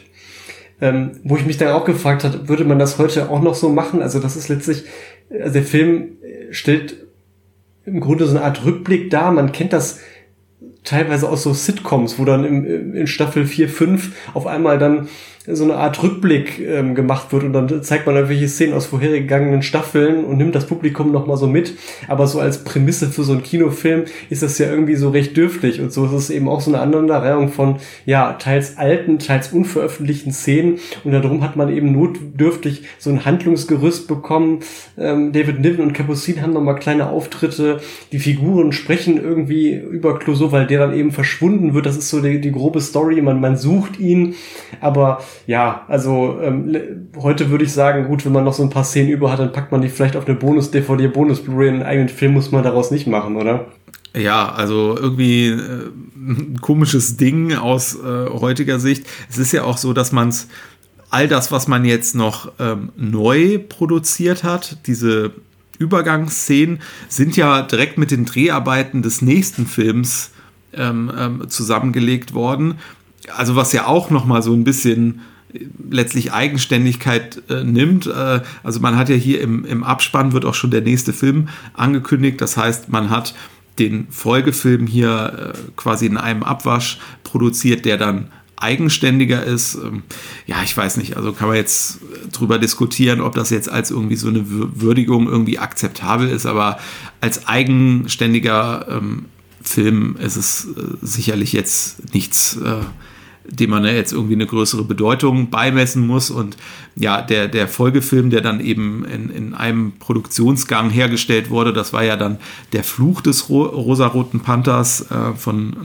E: Wo ich mich dann auch gefragt habe, würde man das heute auch noch so machen? Also das ist letztlich, also der Film stellt im Grunde so eine Art Rückblick dar. Man kennt das teilweise aus so Sitcoms, wo dann in Staffel 4, 5 auf einmal dann so eine Art Rückblick gemacht wird und dann zeigt man irgendwelche Szenen aus vorhergegangenen Staffeln und nimmt das Publikum nochmal so mit. Aber so als Prämisse für so einen Kinofilm ist das ja irgendwie so recht dürftig und so ist es eben auch so eine Aneinanderreihung von, ja, teils alten, teils unveröffentlichten Szenen und darum hat man eben notdürftig so ein Handlungsgerüst bekommen. David Niven und Capucine haben nochmal kleine Auftritte, die Figuren sprechen irgendwie über Clouseau, weil der dann eben verschwunden wird. Das ist so die grobe Story, man sucht ihn, aber ja, also heute würde ich sagen, gut, wenn man noch so ein paar Szenen über hat, dann packt man die vielleicht auf eine Bonus-DVD, Bonus-Blu-ray, einen eigenen Film muss man daraus nicht machen, oder?
D: Ja, also irgendwie ein komisches Ding aus heutiger Sicht. Es ist ja auch so, dass man all das, was man jetzt noch neu produziert hat, diese Übergangsszenen, sind ja direkt mit den Dreharbeiten des nächsten Films zusammengelegt worden. Also was ja auch nochmal so ein bisschen letztlich Eigenständigkeit nimmt. Also man hat ja hier im Abspann wird auch schon der nächste Film angekündigt. Das heißt, man hat den Folgefilm hier quasi in einem Abwasch produziert, der dann eigenständiger ist. Ja, ich weiß nicht, also kann man jetzt drüber diskutieren, ob das jetzt als irgendwie so eine Würdigung irgendwie akzeptabel ist, aber als eigenständiger Film ist es sicherlich jetzt nichts, dem man jetzt irgendwie eine größere Bedeutung beimessen muss. Und ja, der Folgefilm, der dann eben in einem Produktionsgang hergestellt wurde, das war ja dann Der Fluch des rosaroten Panthers von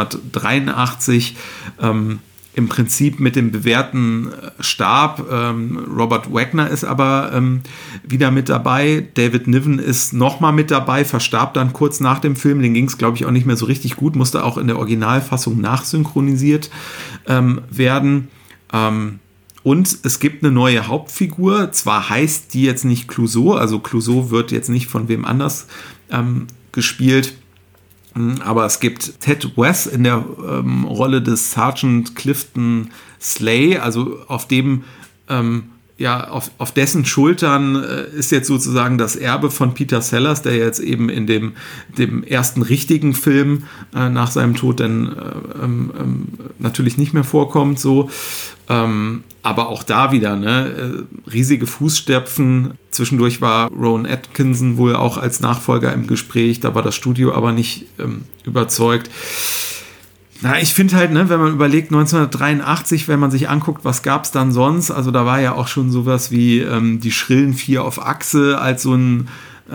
D: 1983. Im Prinzip mit dem bewährten Stab. Robert Wagner ist aber wieder mit dabei. David Niven ist nochmal mit dabei, verstarb dann kurz nach dem Film. Den ging es, glaube ich, auch nicht mehr so richtig gut, musste auch in der Originalfassung nachsynchronisiert werden. Und es gibt eine neue Hauptfigur. Zwar heißt die jetzt nicht Clouseau, also Clouseau wird jetzt nicht von wem anders gespielt, aber es gibt Ted West in der Rolle des Sergeant Clifton Slay, also auf dem auf dessen Schultern ist jetzt sozusagen das Erbe von Peter Sellers, der jetzt eben in dem ersten richtigen Film nach seinem Tod dann natürlich nicht mehr vorkommt, so. Aber auch da wieder, ne, riesige Fußstapfen. Zwischendurch war Rowan Atkinson wohl auch als Nachfolger im Gespräch, da war das Studio aber nicht überzeugt. Na, ich finde halt, ne, wenn man überlegt, 1983, wenn man sich anguckt, was gab es dann sonst, also da war ja auch schon sowas wie die schrillen 4 auf Achse als so ein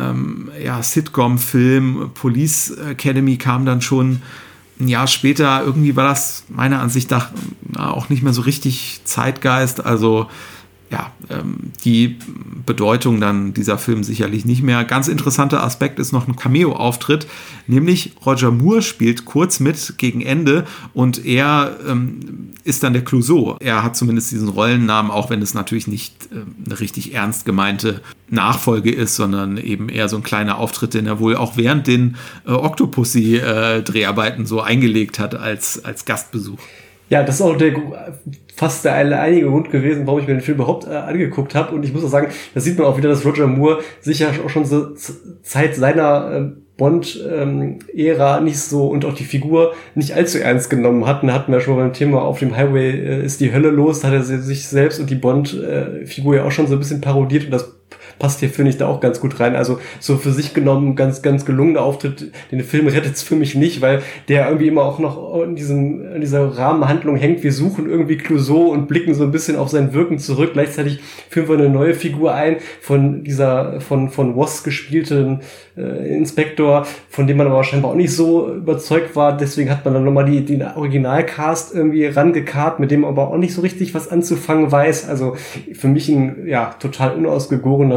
D: Sitcom-Film. Police Academy kam dann schon ein Jahr später. Irgendwie war das meiner Ansicht nach auch nicht mehr so richtig Zeitgeist, also ja, die Bedeutung dann dieser Film sicherlich nicht mehr. Ganz interessanter Aspekt ist noch ein Cameo-Auftritt, nämlich Roger Moore spielt kurz mit gegen Ende und er ist dann der Clouseau. Er hat zumindest diesen Rollennamen, auch wenn es natürlich nicht eine richtig ernst gemeinte Nachfolge ist, sondern eben eher so ein kleiner Auftritt, den er wohl auch während den Octopussy-Dreharbeiten so eingelegt hat als Gastbesuch.
E: Ja, das ist auch fast der alleinige Grund gewesen, warum ich mir den Film überhaupt angeguckt habe. Und ich muss auch sagen, da sieht man auch wieder, dass Roger Moore sicher auch schon so Zeit seiner Bond-Ära nicht so und auch die Figur nicht allzu ernst genommen hat. Und da hatten wir schon beim Thema Auf dem Highway ist die Hölle los, da hat er sich selbst und die Bond-Figur ja auch schon so ein bisschen parodiert und das passt hier, finde ich, da auch ganz gut rein. Also so für sich genommen ganz, ganz gelungener Auftritt. Den Film rettet es für mich nicht, weil der irgendwie immer auch noch in dieser Rahmenhandlung hängt. Wir suchen irgendwie Clouseau und blicken so ein bisschen auf sein Wirken zurück. Gleichzeitig führen wir eine neue Figur ein von Woss gespielten Inspektor, von dem man aber scheinbar auch nicht so überzeugt war. Deswegen hat man dann nochmal den Originalcast irgendwie rangekarrt, mit dem aber auch nicht so richtig was anzufangen weiß. Also für mich ein total unausgegorener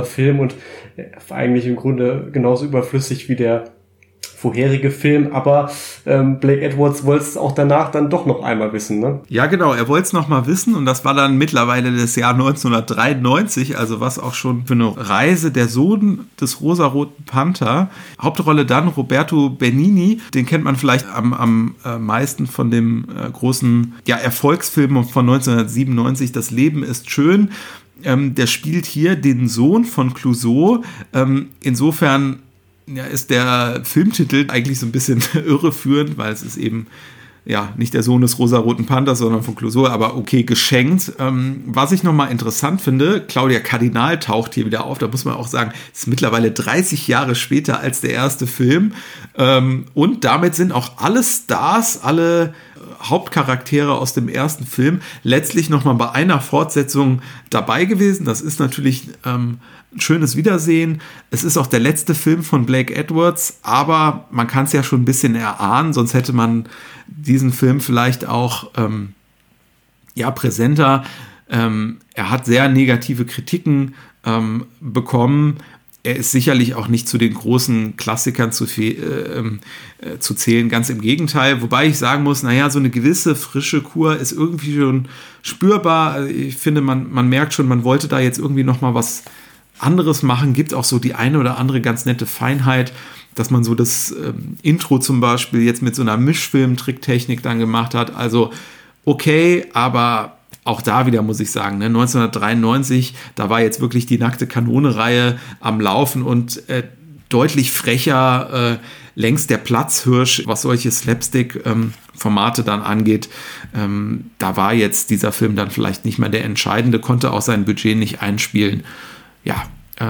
E: Film und eigentlich im Grunde genauso überflüssig wie der vorherige Film, aber Blake Edwards wollte es auch danach dann doch noch einmal wissen, ne?
D: Ja, genau, er wollte es noch mal wissen und das war dann mittlerweile das Jahr 1993, also was auch schon für eine Reise, der Sohn des rosaroten Panther. Hauptrolle dann Roberto Benigni, den kennt man vielleicht am meisten von dem großen Erfolgsfilm von 1997, Das Leben ist schön. Der spielt hier den Sohn von Clouseau. Insofern ist der Filmtitel eigentlich so ein bisschen irreführend, weil es ist eben nicht der Sohn des rosaroten Panthers, sondern von Clouseau, aber okay, geschenkt. Was ich nochmal interessant finde, Claudia Kardinal taucht hier wieder auf, da muss man auch sagen, es ist mittlerweile 30 Jahre später als der erste Film und damit sind auch alle Stars, alle Hauptcharaktere aus dem ersten Film letztlich nochmal bei einer Fortsetzung dabei gewesen. Das ist natürlich ein schönes Wiedersehen. Es ist auch der letzte Film von Blake Edwards, aber man kann es ja schon ein bisschen erahnen, sonst hätte man diesen Film vielleicht auch präsenter. Er hat sehr negative Kritiken bekommen. Er ist sicherlich auch nicht zu den großen Klassikern zu zählen, ganz im Gegenteil. Wobei ich sagen muss, so eine gewisse frische Kur ist irgendwie schon spürbar. Ich finde, man merkt schon, man wollte da jetzt irgendwie noch mal was anderes machen. Gibt auch so die eine oder andere ganz nette Feinheit, dass man so das Intro zum Beispiel jetzt mit so einer Mischfilm-Tricktechnik dann gemacht hat. Also okay, aber auch da wieder muss ich sagen, 1993, da war jetzt wirklich die nackte Kanone-Reihe am Laufen und deutlich frecher, längst der Platzhirsch, was solche Slapstick-Formate dann angeht. Da war jetzt dieser Film dann vielleicht nicht mehr der entscheidende, konnte auch sein Budget nicht einspielen. Ja,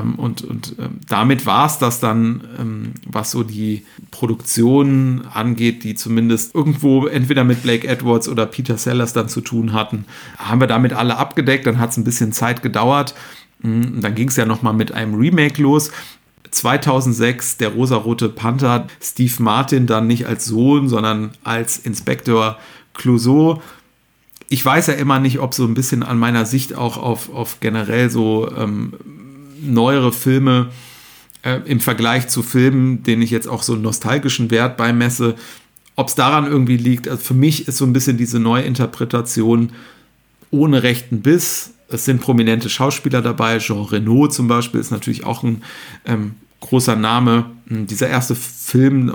D: damit war es das dann, was so die Produktion angeht, die zumindest irgendwo entweder mit Blake Edwards oder Peter Sellers dann zu tun hatten. Haben wir damit alle abgedeckt, dann hat es ein bisschen Zeit gedauert. Dann ging es ja nochmal mit einem Remake los. 2006 der rosarote Panther, Steve Martin dann nicht als Sohn, sondern als Inspektor Clouseau. Ich weiß ja immer nicht, ob so ein bisschen an meiner Sicht auch auf generell so neuere Filme im Vergleich zu Filmen, denen ich jetzt auch so einen nostalgischen Wert beimesse, ob es daran irgendwie liegt. Also für mich ist so ein bisschen diese Neuinterpretation ohne rechten Biss. Es sind prominente Schauspieler dabei. Jean Reno zum Beispiel ist natürlich auch ein großer Name. Dieser erste Film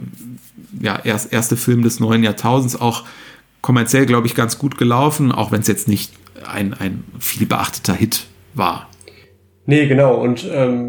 D: erste Film des neuen Jahrtausends, auch kommerziell, glaube ich, ganz gut gelaufen, auch wenn es jetzt nicht ein viel beachteter Hit war.
E: Nee, genau. Und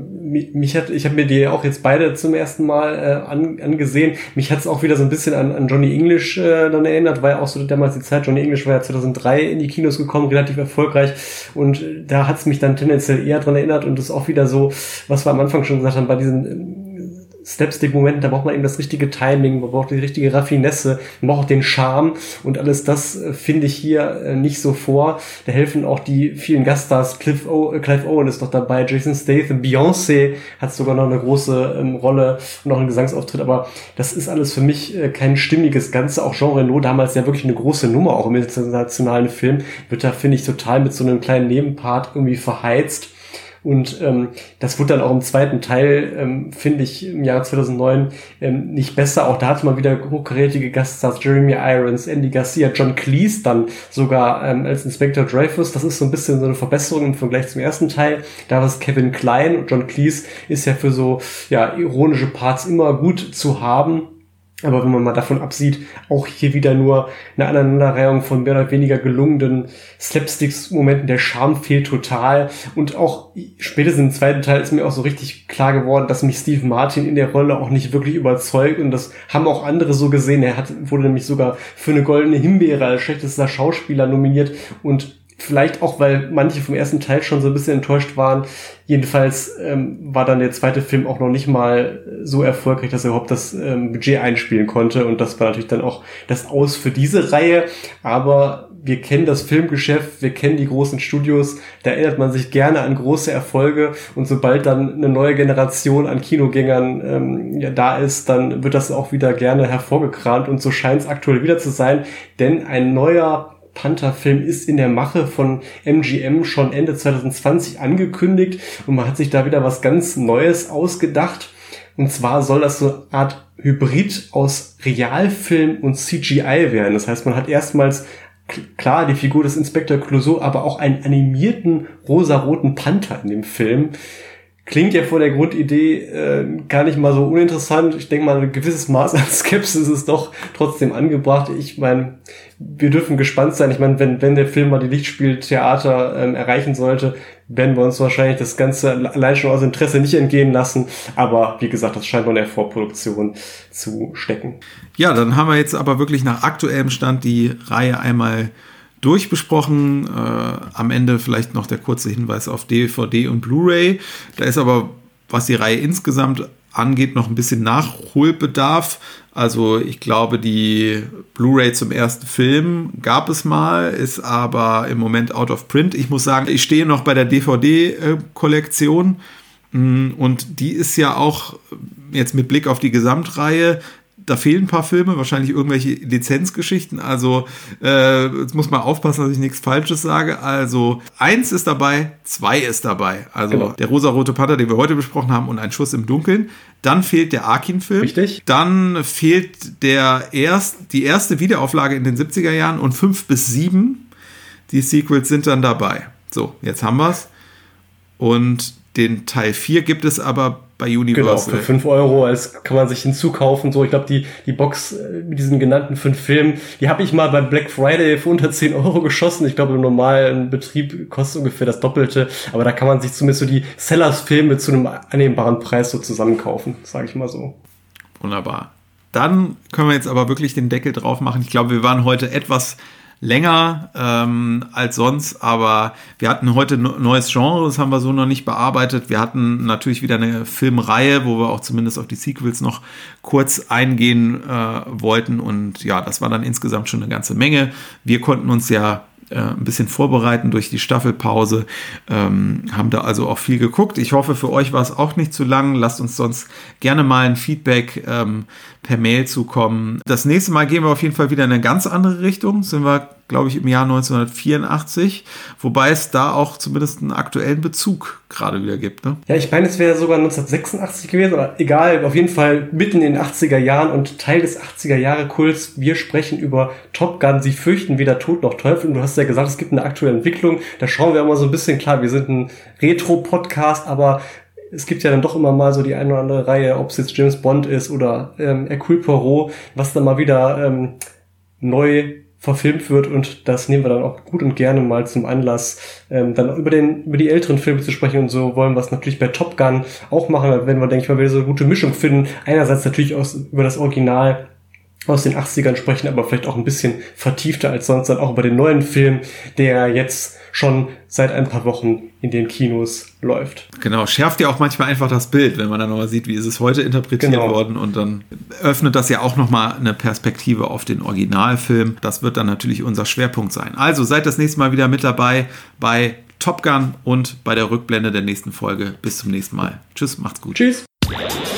E: ich habe mir die auch jetzt beide zum ersten Mal angesehen. Mich hat es auch wieder so ein bisschen an Johnny English dann erinnert, war ja auch so damals die Zeit. Johnny English war ja 2003 in die Kinos gekommen, relativ erfolgreich. Und da hat es mich dann tendenziell eher dran erinnert. Und das ist auch wieder so, was wir am Anfang schon gesagt haben, bei diesen Slapstick-Momenten, da braucht man eben das richtige Timing, man braucht die richtige Raffinesse, man braucht den Charme und alles das finde ich hier nicht so vor. Da helfen auch die vielen Gaststars, Clive Owen ist noch dabei, Jason Statham, Beyoncé hat sogar noch eine große Rolle und noch einen Gesangsauftritt, aber das ist alles für mich kein stimmiges Ganze. Auch Jean Reno, damals ja wirklich eine große Nummer, auch im internationalen Film, wird da, finde ich, total mit so einem kleinen Nebenpart irgendwie verheizt. Und das wurde dann auch im zweiten Teil, finde ich, im Jahr 2009 nicht besser. Auch da hatte man wieder hochkarätige Gaststars, Jeremy Irons, Andy Garcia, John Cleese dann sogar als Inspector Dreyfus. Das ist so ein bisschen so eine Verbesserung im Vergleich zum ersten Teil. Da war es Kevin Kline und John Cleese ist ja für so ironische Parts immer gut zu haben. Aber wenn man mal davon absieht, auch hier wieder nur eine Aneinanderreihung von mehr oder weniger gelungenen Slapsticks-Momenten. Der Charme fehlt total. Und auch spätestens im zweiten Teil ist mir auch so richtig klar geworden, dass mich Steve Martin in der Rolle auch nicht wirklich überzeugt. Und das haben auch andere so gesehen. Wurde nämlich sogar für eine goldene Himbeere als schlechtester Schauspieler nominiert. Und vielleicht auch, weil manche vom ersten Teil schon so ein bisschen enttäuscht waren. Jedenfalls war dann der zweite Film auch noch nicht mal so erfolgreich, dass er überhaupt das Budget einspielen konnte. Und das war natürlich dann auch das Aus für diese Reihe. Aber wir kennen das Filmgeschäft, wir kennen die großen Studios. Da erinnert man sich gerne an große Erfolge. Und sobald dann eine neue Generation an Kinogängern da ist, dann wird das auch wieder gerne hervorgekramt. Und so scheint es aktuell wieder zu sein. Denn ein neuer Panther-Film ist in der Mache von MGM schon Ende 2020 angekündigt und man hat sich da wieder was ganz Neues ausgedacht. Und zwar soll das so eine Art Hybrid aus Realfilm und CGI werden. Das heißt, man hat erstmals klar die Figur des Inspektor Clouseau, aber auch einen animierten rosaroten Panther in dem Film. Klingt ja vor der Grundidee gar nicht mal so uninteressant. Ich denke mal, ein gewisses Maß an Skepsis ist doch trotzdem angebracht. Ich meine, wir dürfen gespannt sein. Ich meine, wenn der Film mal die Lichtspieltheater erreichen sollte, werden wir uns wahrscheinlich das Ganze allein schon aus Interesse nicht entgehen lassen. Aber wie gesagt, das scheint noch in der Vorproduktion zu stecken.
D: Ja, dann haben wir jetzt aber wirklich nach aktuellem Stand die Reihe einmal durchbesprochen. Am Ende vielleicht noch der kurze Hinweis auf DVD und Blu-ray. Da ist aber, was die Reihe insgesamt angeht, noch ein bisschen Nachholbedarf. Also ich glaube, die Blu-ray zum ersten Film gab es mal, ist aber im Moment out of print. Ich muss sagen, ich stehe noch bei der DVD-Kollektion und die ist ja auch jetzt mit Blick auf die Gesamtreihe, da fehlen ein paar Filme, wahrscheinlich irgendwelche Lizenzgeschichten. Also jetzt muss man aufpassen, dass ich nichts Falsches sage. Also 1 ist dabei, 2 ist dabei. Also genau. Der rosarote Panther, den wir heute besprochen haben, und Ein Schuss im Dunkeln. Dann fehlt der Arkin-Film.
E: Richtig.
D: Dann fehlt die erste Wiederauflage in den 70er Jahren und 5 bis 7. Die Sequels sind dann dabei. So, jetzt haben wir es. Und den Teil 4 gibt es aber bei Universal.
E: Genau, für 5 Euro kann man sich hinzukaufen. So, ich glaube, die Box mit diesen genannten 5 Filmen, die habe ich mal beim Black Friday für unter 10 Euro geschossen. Ich glaube, im normalen Betrieb kostet ungefähr das Doppelte. Aber da kann man sich zumindest so die Sellers-Filme zu einem annehmbaren Preis so zusammenkaufen, sage ich mal so.
D: Wunderbar. Dann können wir jetzt aber wirklich den Deckel drauf machen. Ich glaube, wir waren heute etwas länger als sonst, aber wir hatten heute ein neues Genre, das haben wir so noch nicht bearbeitet. Wir hatten natürlich wieder eine Filmreihe, wo wir auch zumindest auf die Sequels noch kurz eingehen wollten, und ja, das war dann insgesamt schon eine ganze Menge. Wir konnten uns ja ein bisschen vorbereiten durch die Staffelpause, haben da also auch viel geguckt. Ich hoffe, für euch war es auch nicht zu lang. Lasst uns sonst gerne mal ein Feedback per Mail zukommen. Das nächste Mal gehen wir auf jeden Fall wieder in eine ganz andere Richtung. Sind wir, glaube ich, im Jahr 1984, wobei es da auch zumindest einen aktuellen Bezug gerade wieder gibt. Ne?
E: Ja, ich meine, es wäre sogar 1986 gewesen, aber egal, auf jeden Fall mitten in den 80er Jahren und Teil des 80er-Jahre-Kults. Wir sprechen über Top Gun, Sie fürchten weder Tod noch Teufel. Und du hast ja gesagt, es gibt eine aktuelle Entwicklung. Da schauen wir immer so ein bisschen, klar, wir sind ein Retro-Podcast, aber es gibt ja dann doch immer mal so die eine oder andere Reihe, ob es jetzt James Bond ist oder Hercule Poirot, was dann mal wieder neu verfilmt wird, und das nehmen wir dann auch gut und gerne mal zum Anlass, dann über die älteren Filme zu sprechen, und so wollen wir es natürlich bei Top Gun auch machen, wenn wir, denke ich mal, wieder so eine gute Mischung finden. Einerseits natürlich über das Original aus den 80ern sprechen, aber vielleicht auch ein bisschen vertiefter als sonst dann auch über den neuen Film, der jetzt schon seit ein paar Wochen in den Kinos läuft.
D: Genau, schärft ja auch manchmal einfach das Bild, wenn man dann nochmal sieht, wie ist es heute interpretiert worden, und dann öffnet das ja auch nochmal eine Perspektive auf den Originalfilm. Das wird dann natürlich unser Schwerpunkt sein. Also seid das nächste Mal wieder mit dabei bei Top Gun und bei der Rückblende der nächsten Folge. Bis zum nächsten Mal. Tschüss, macht's gut.
E: Tschüss.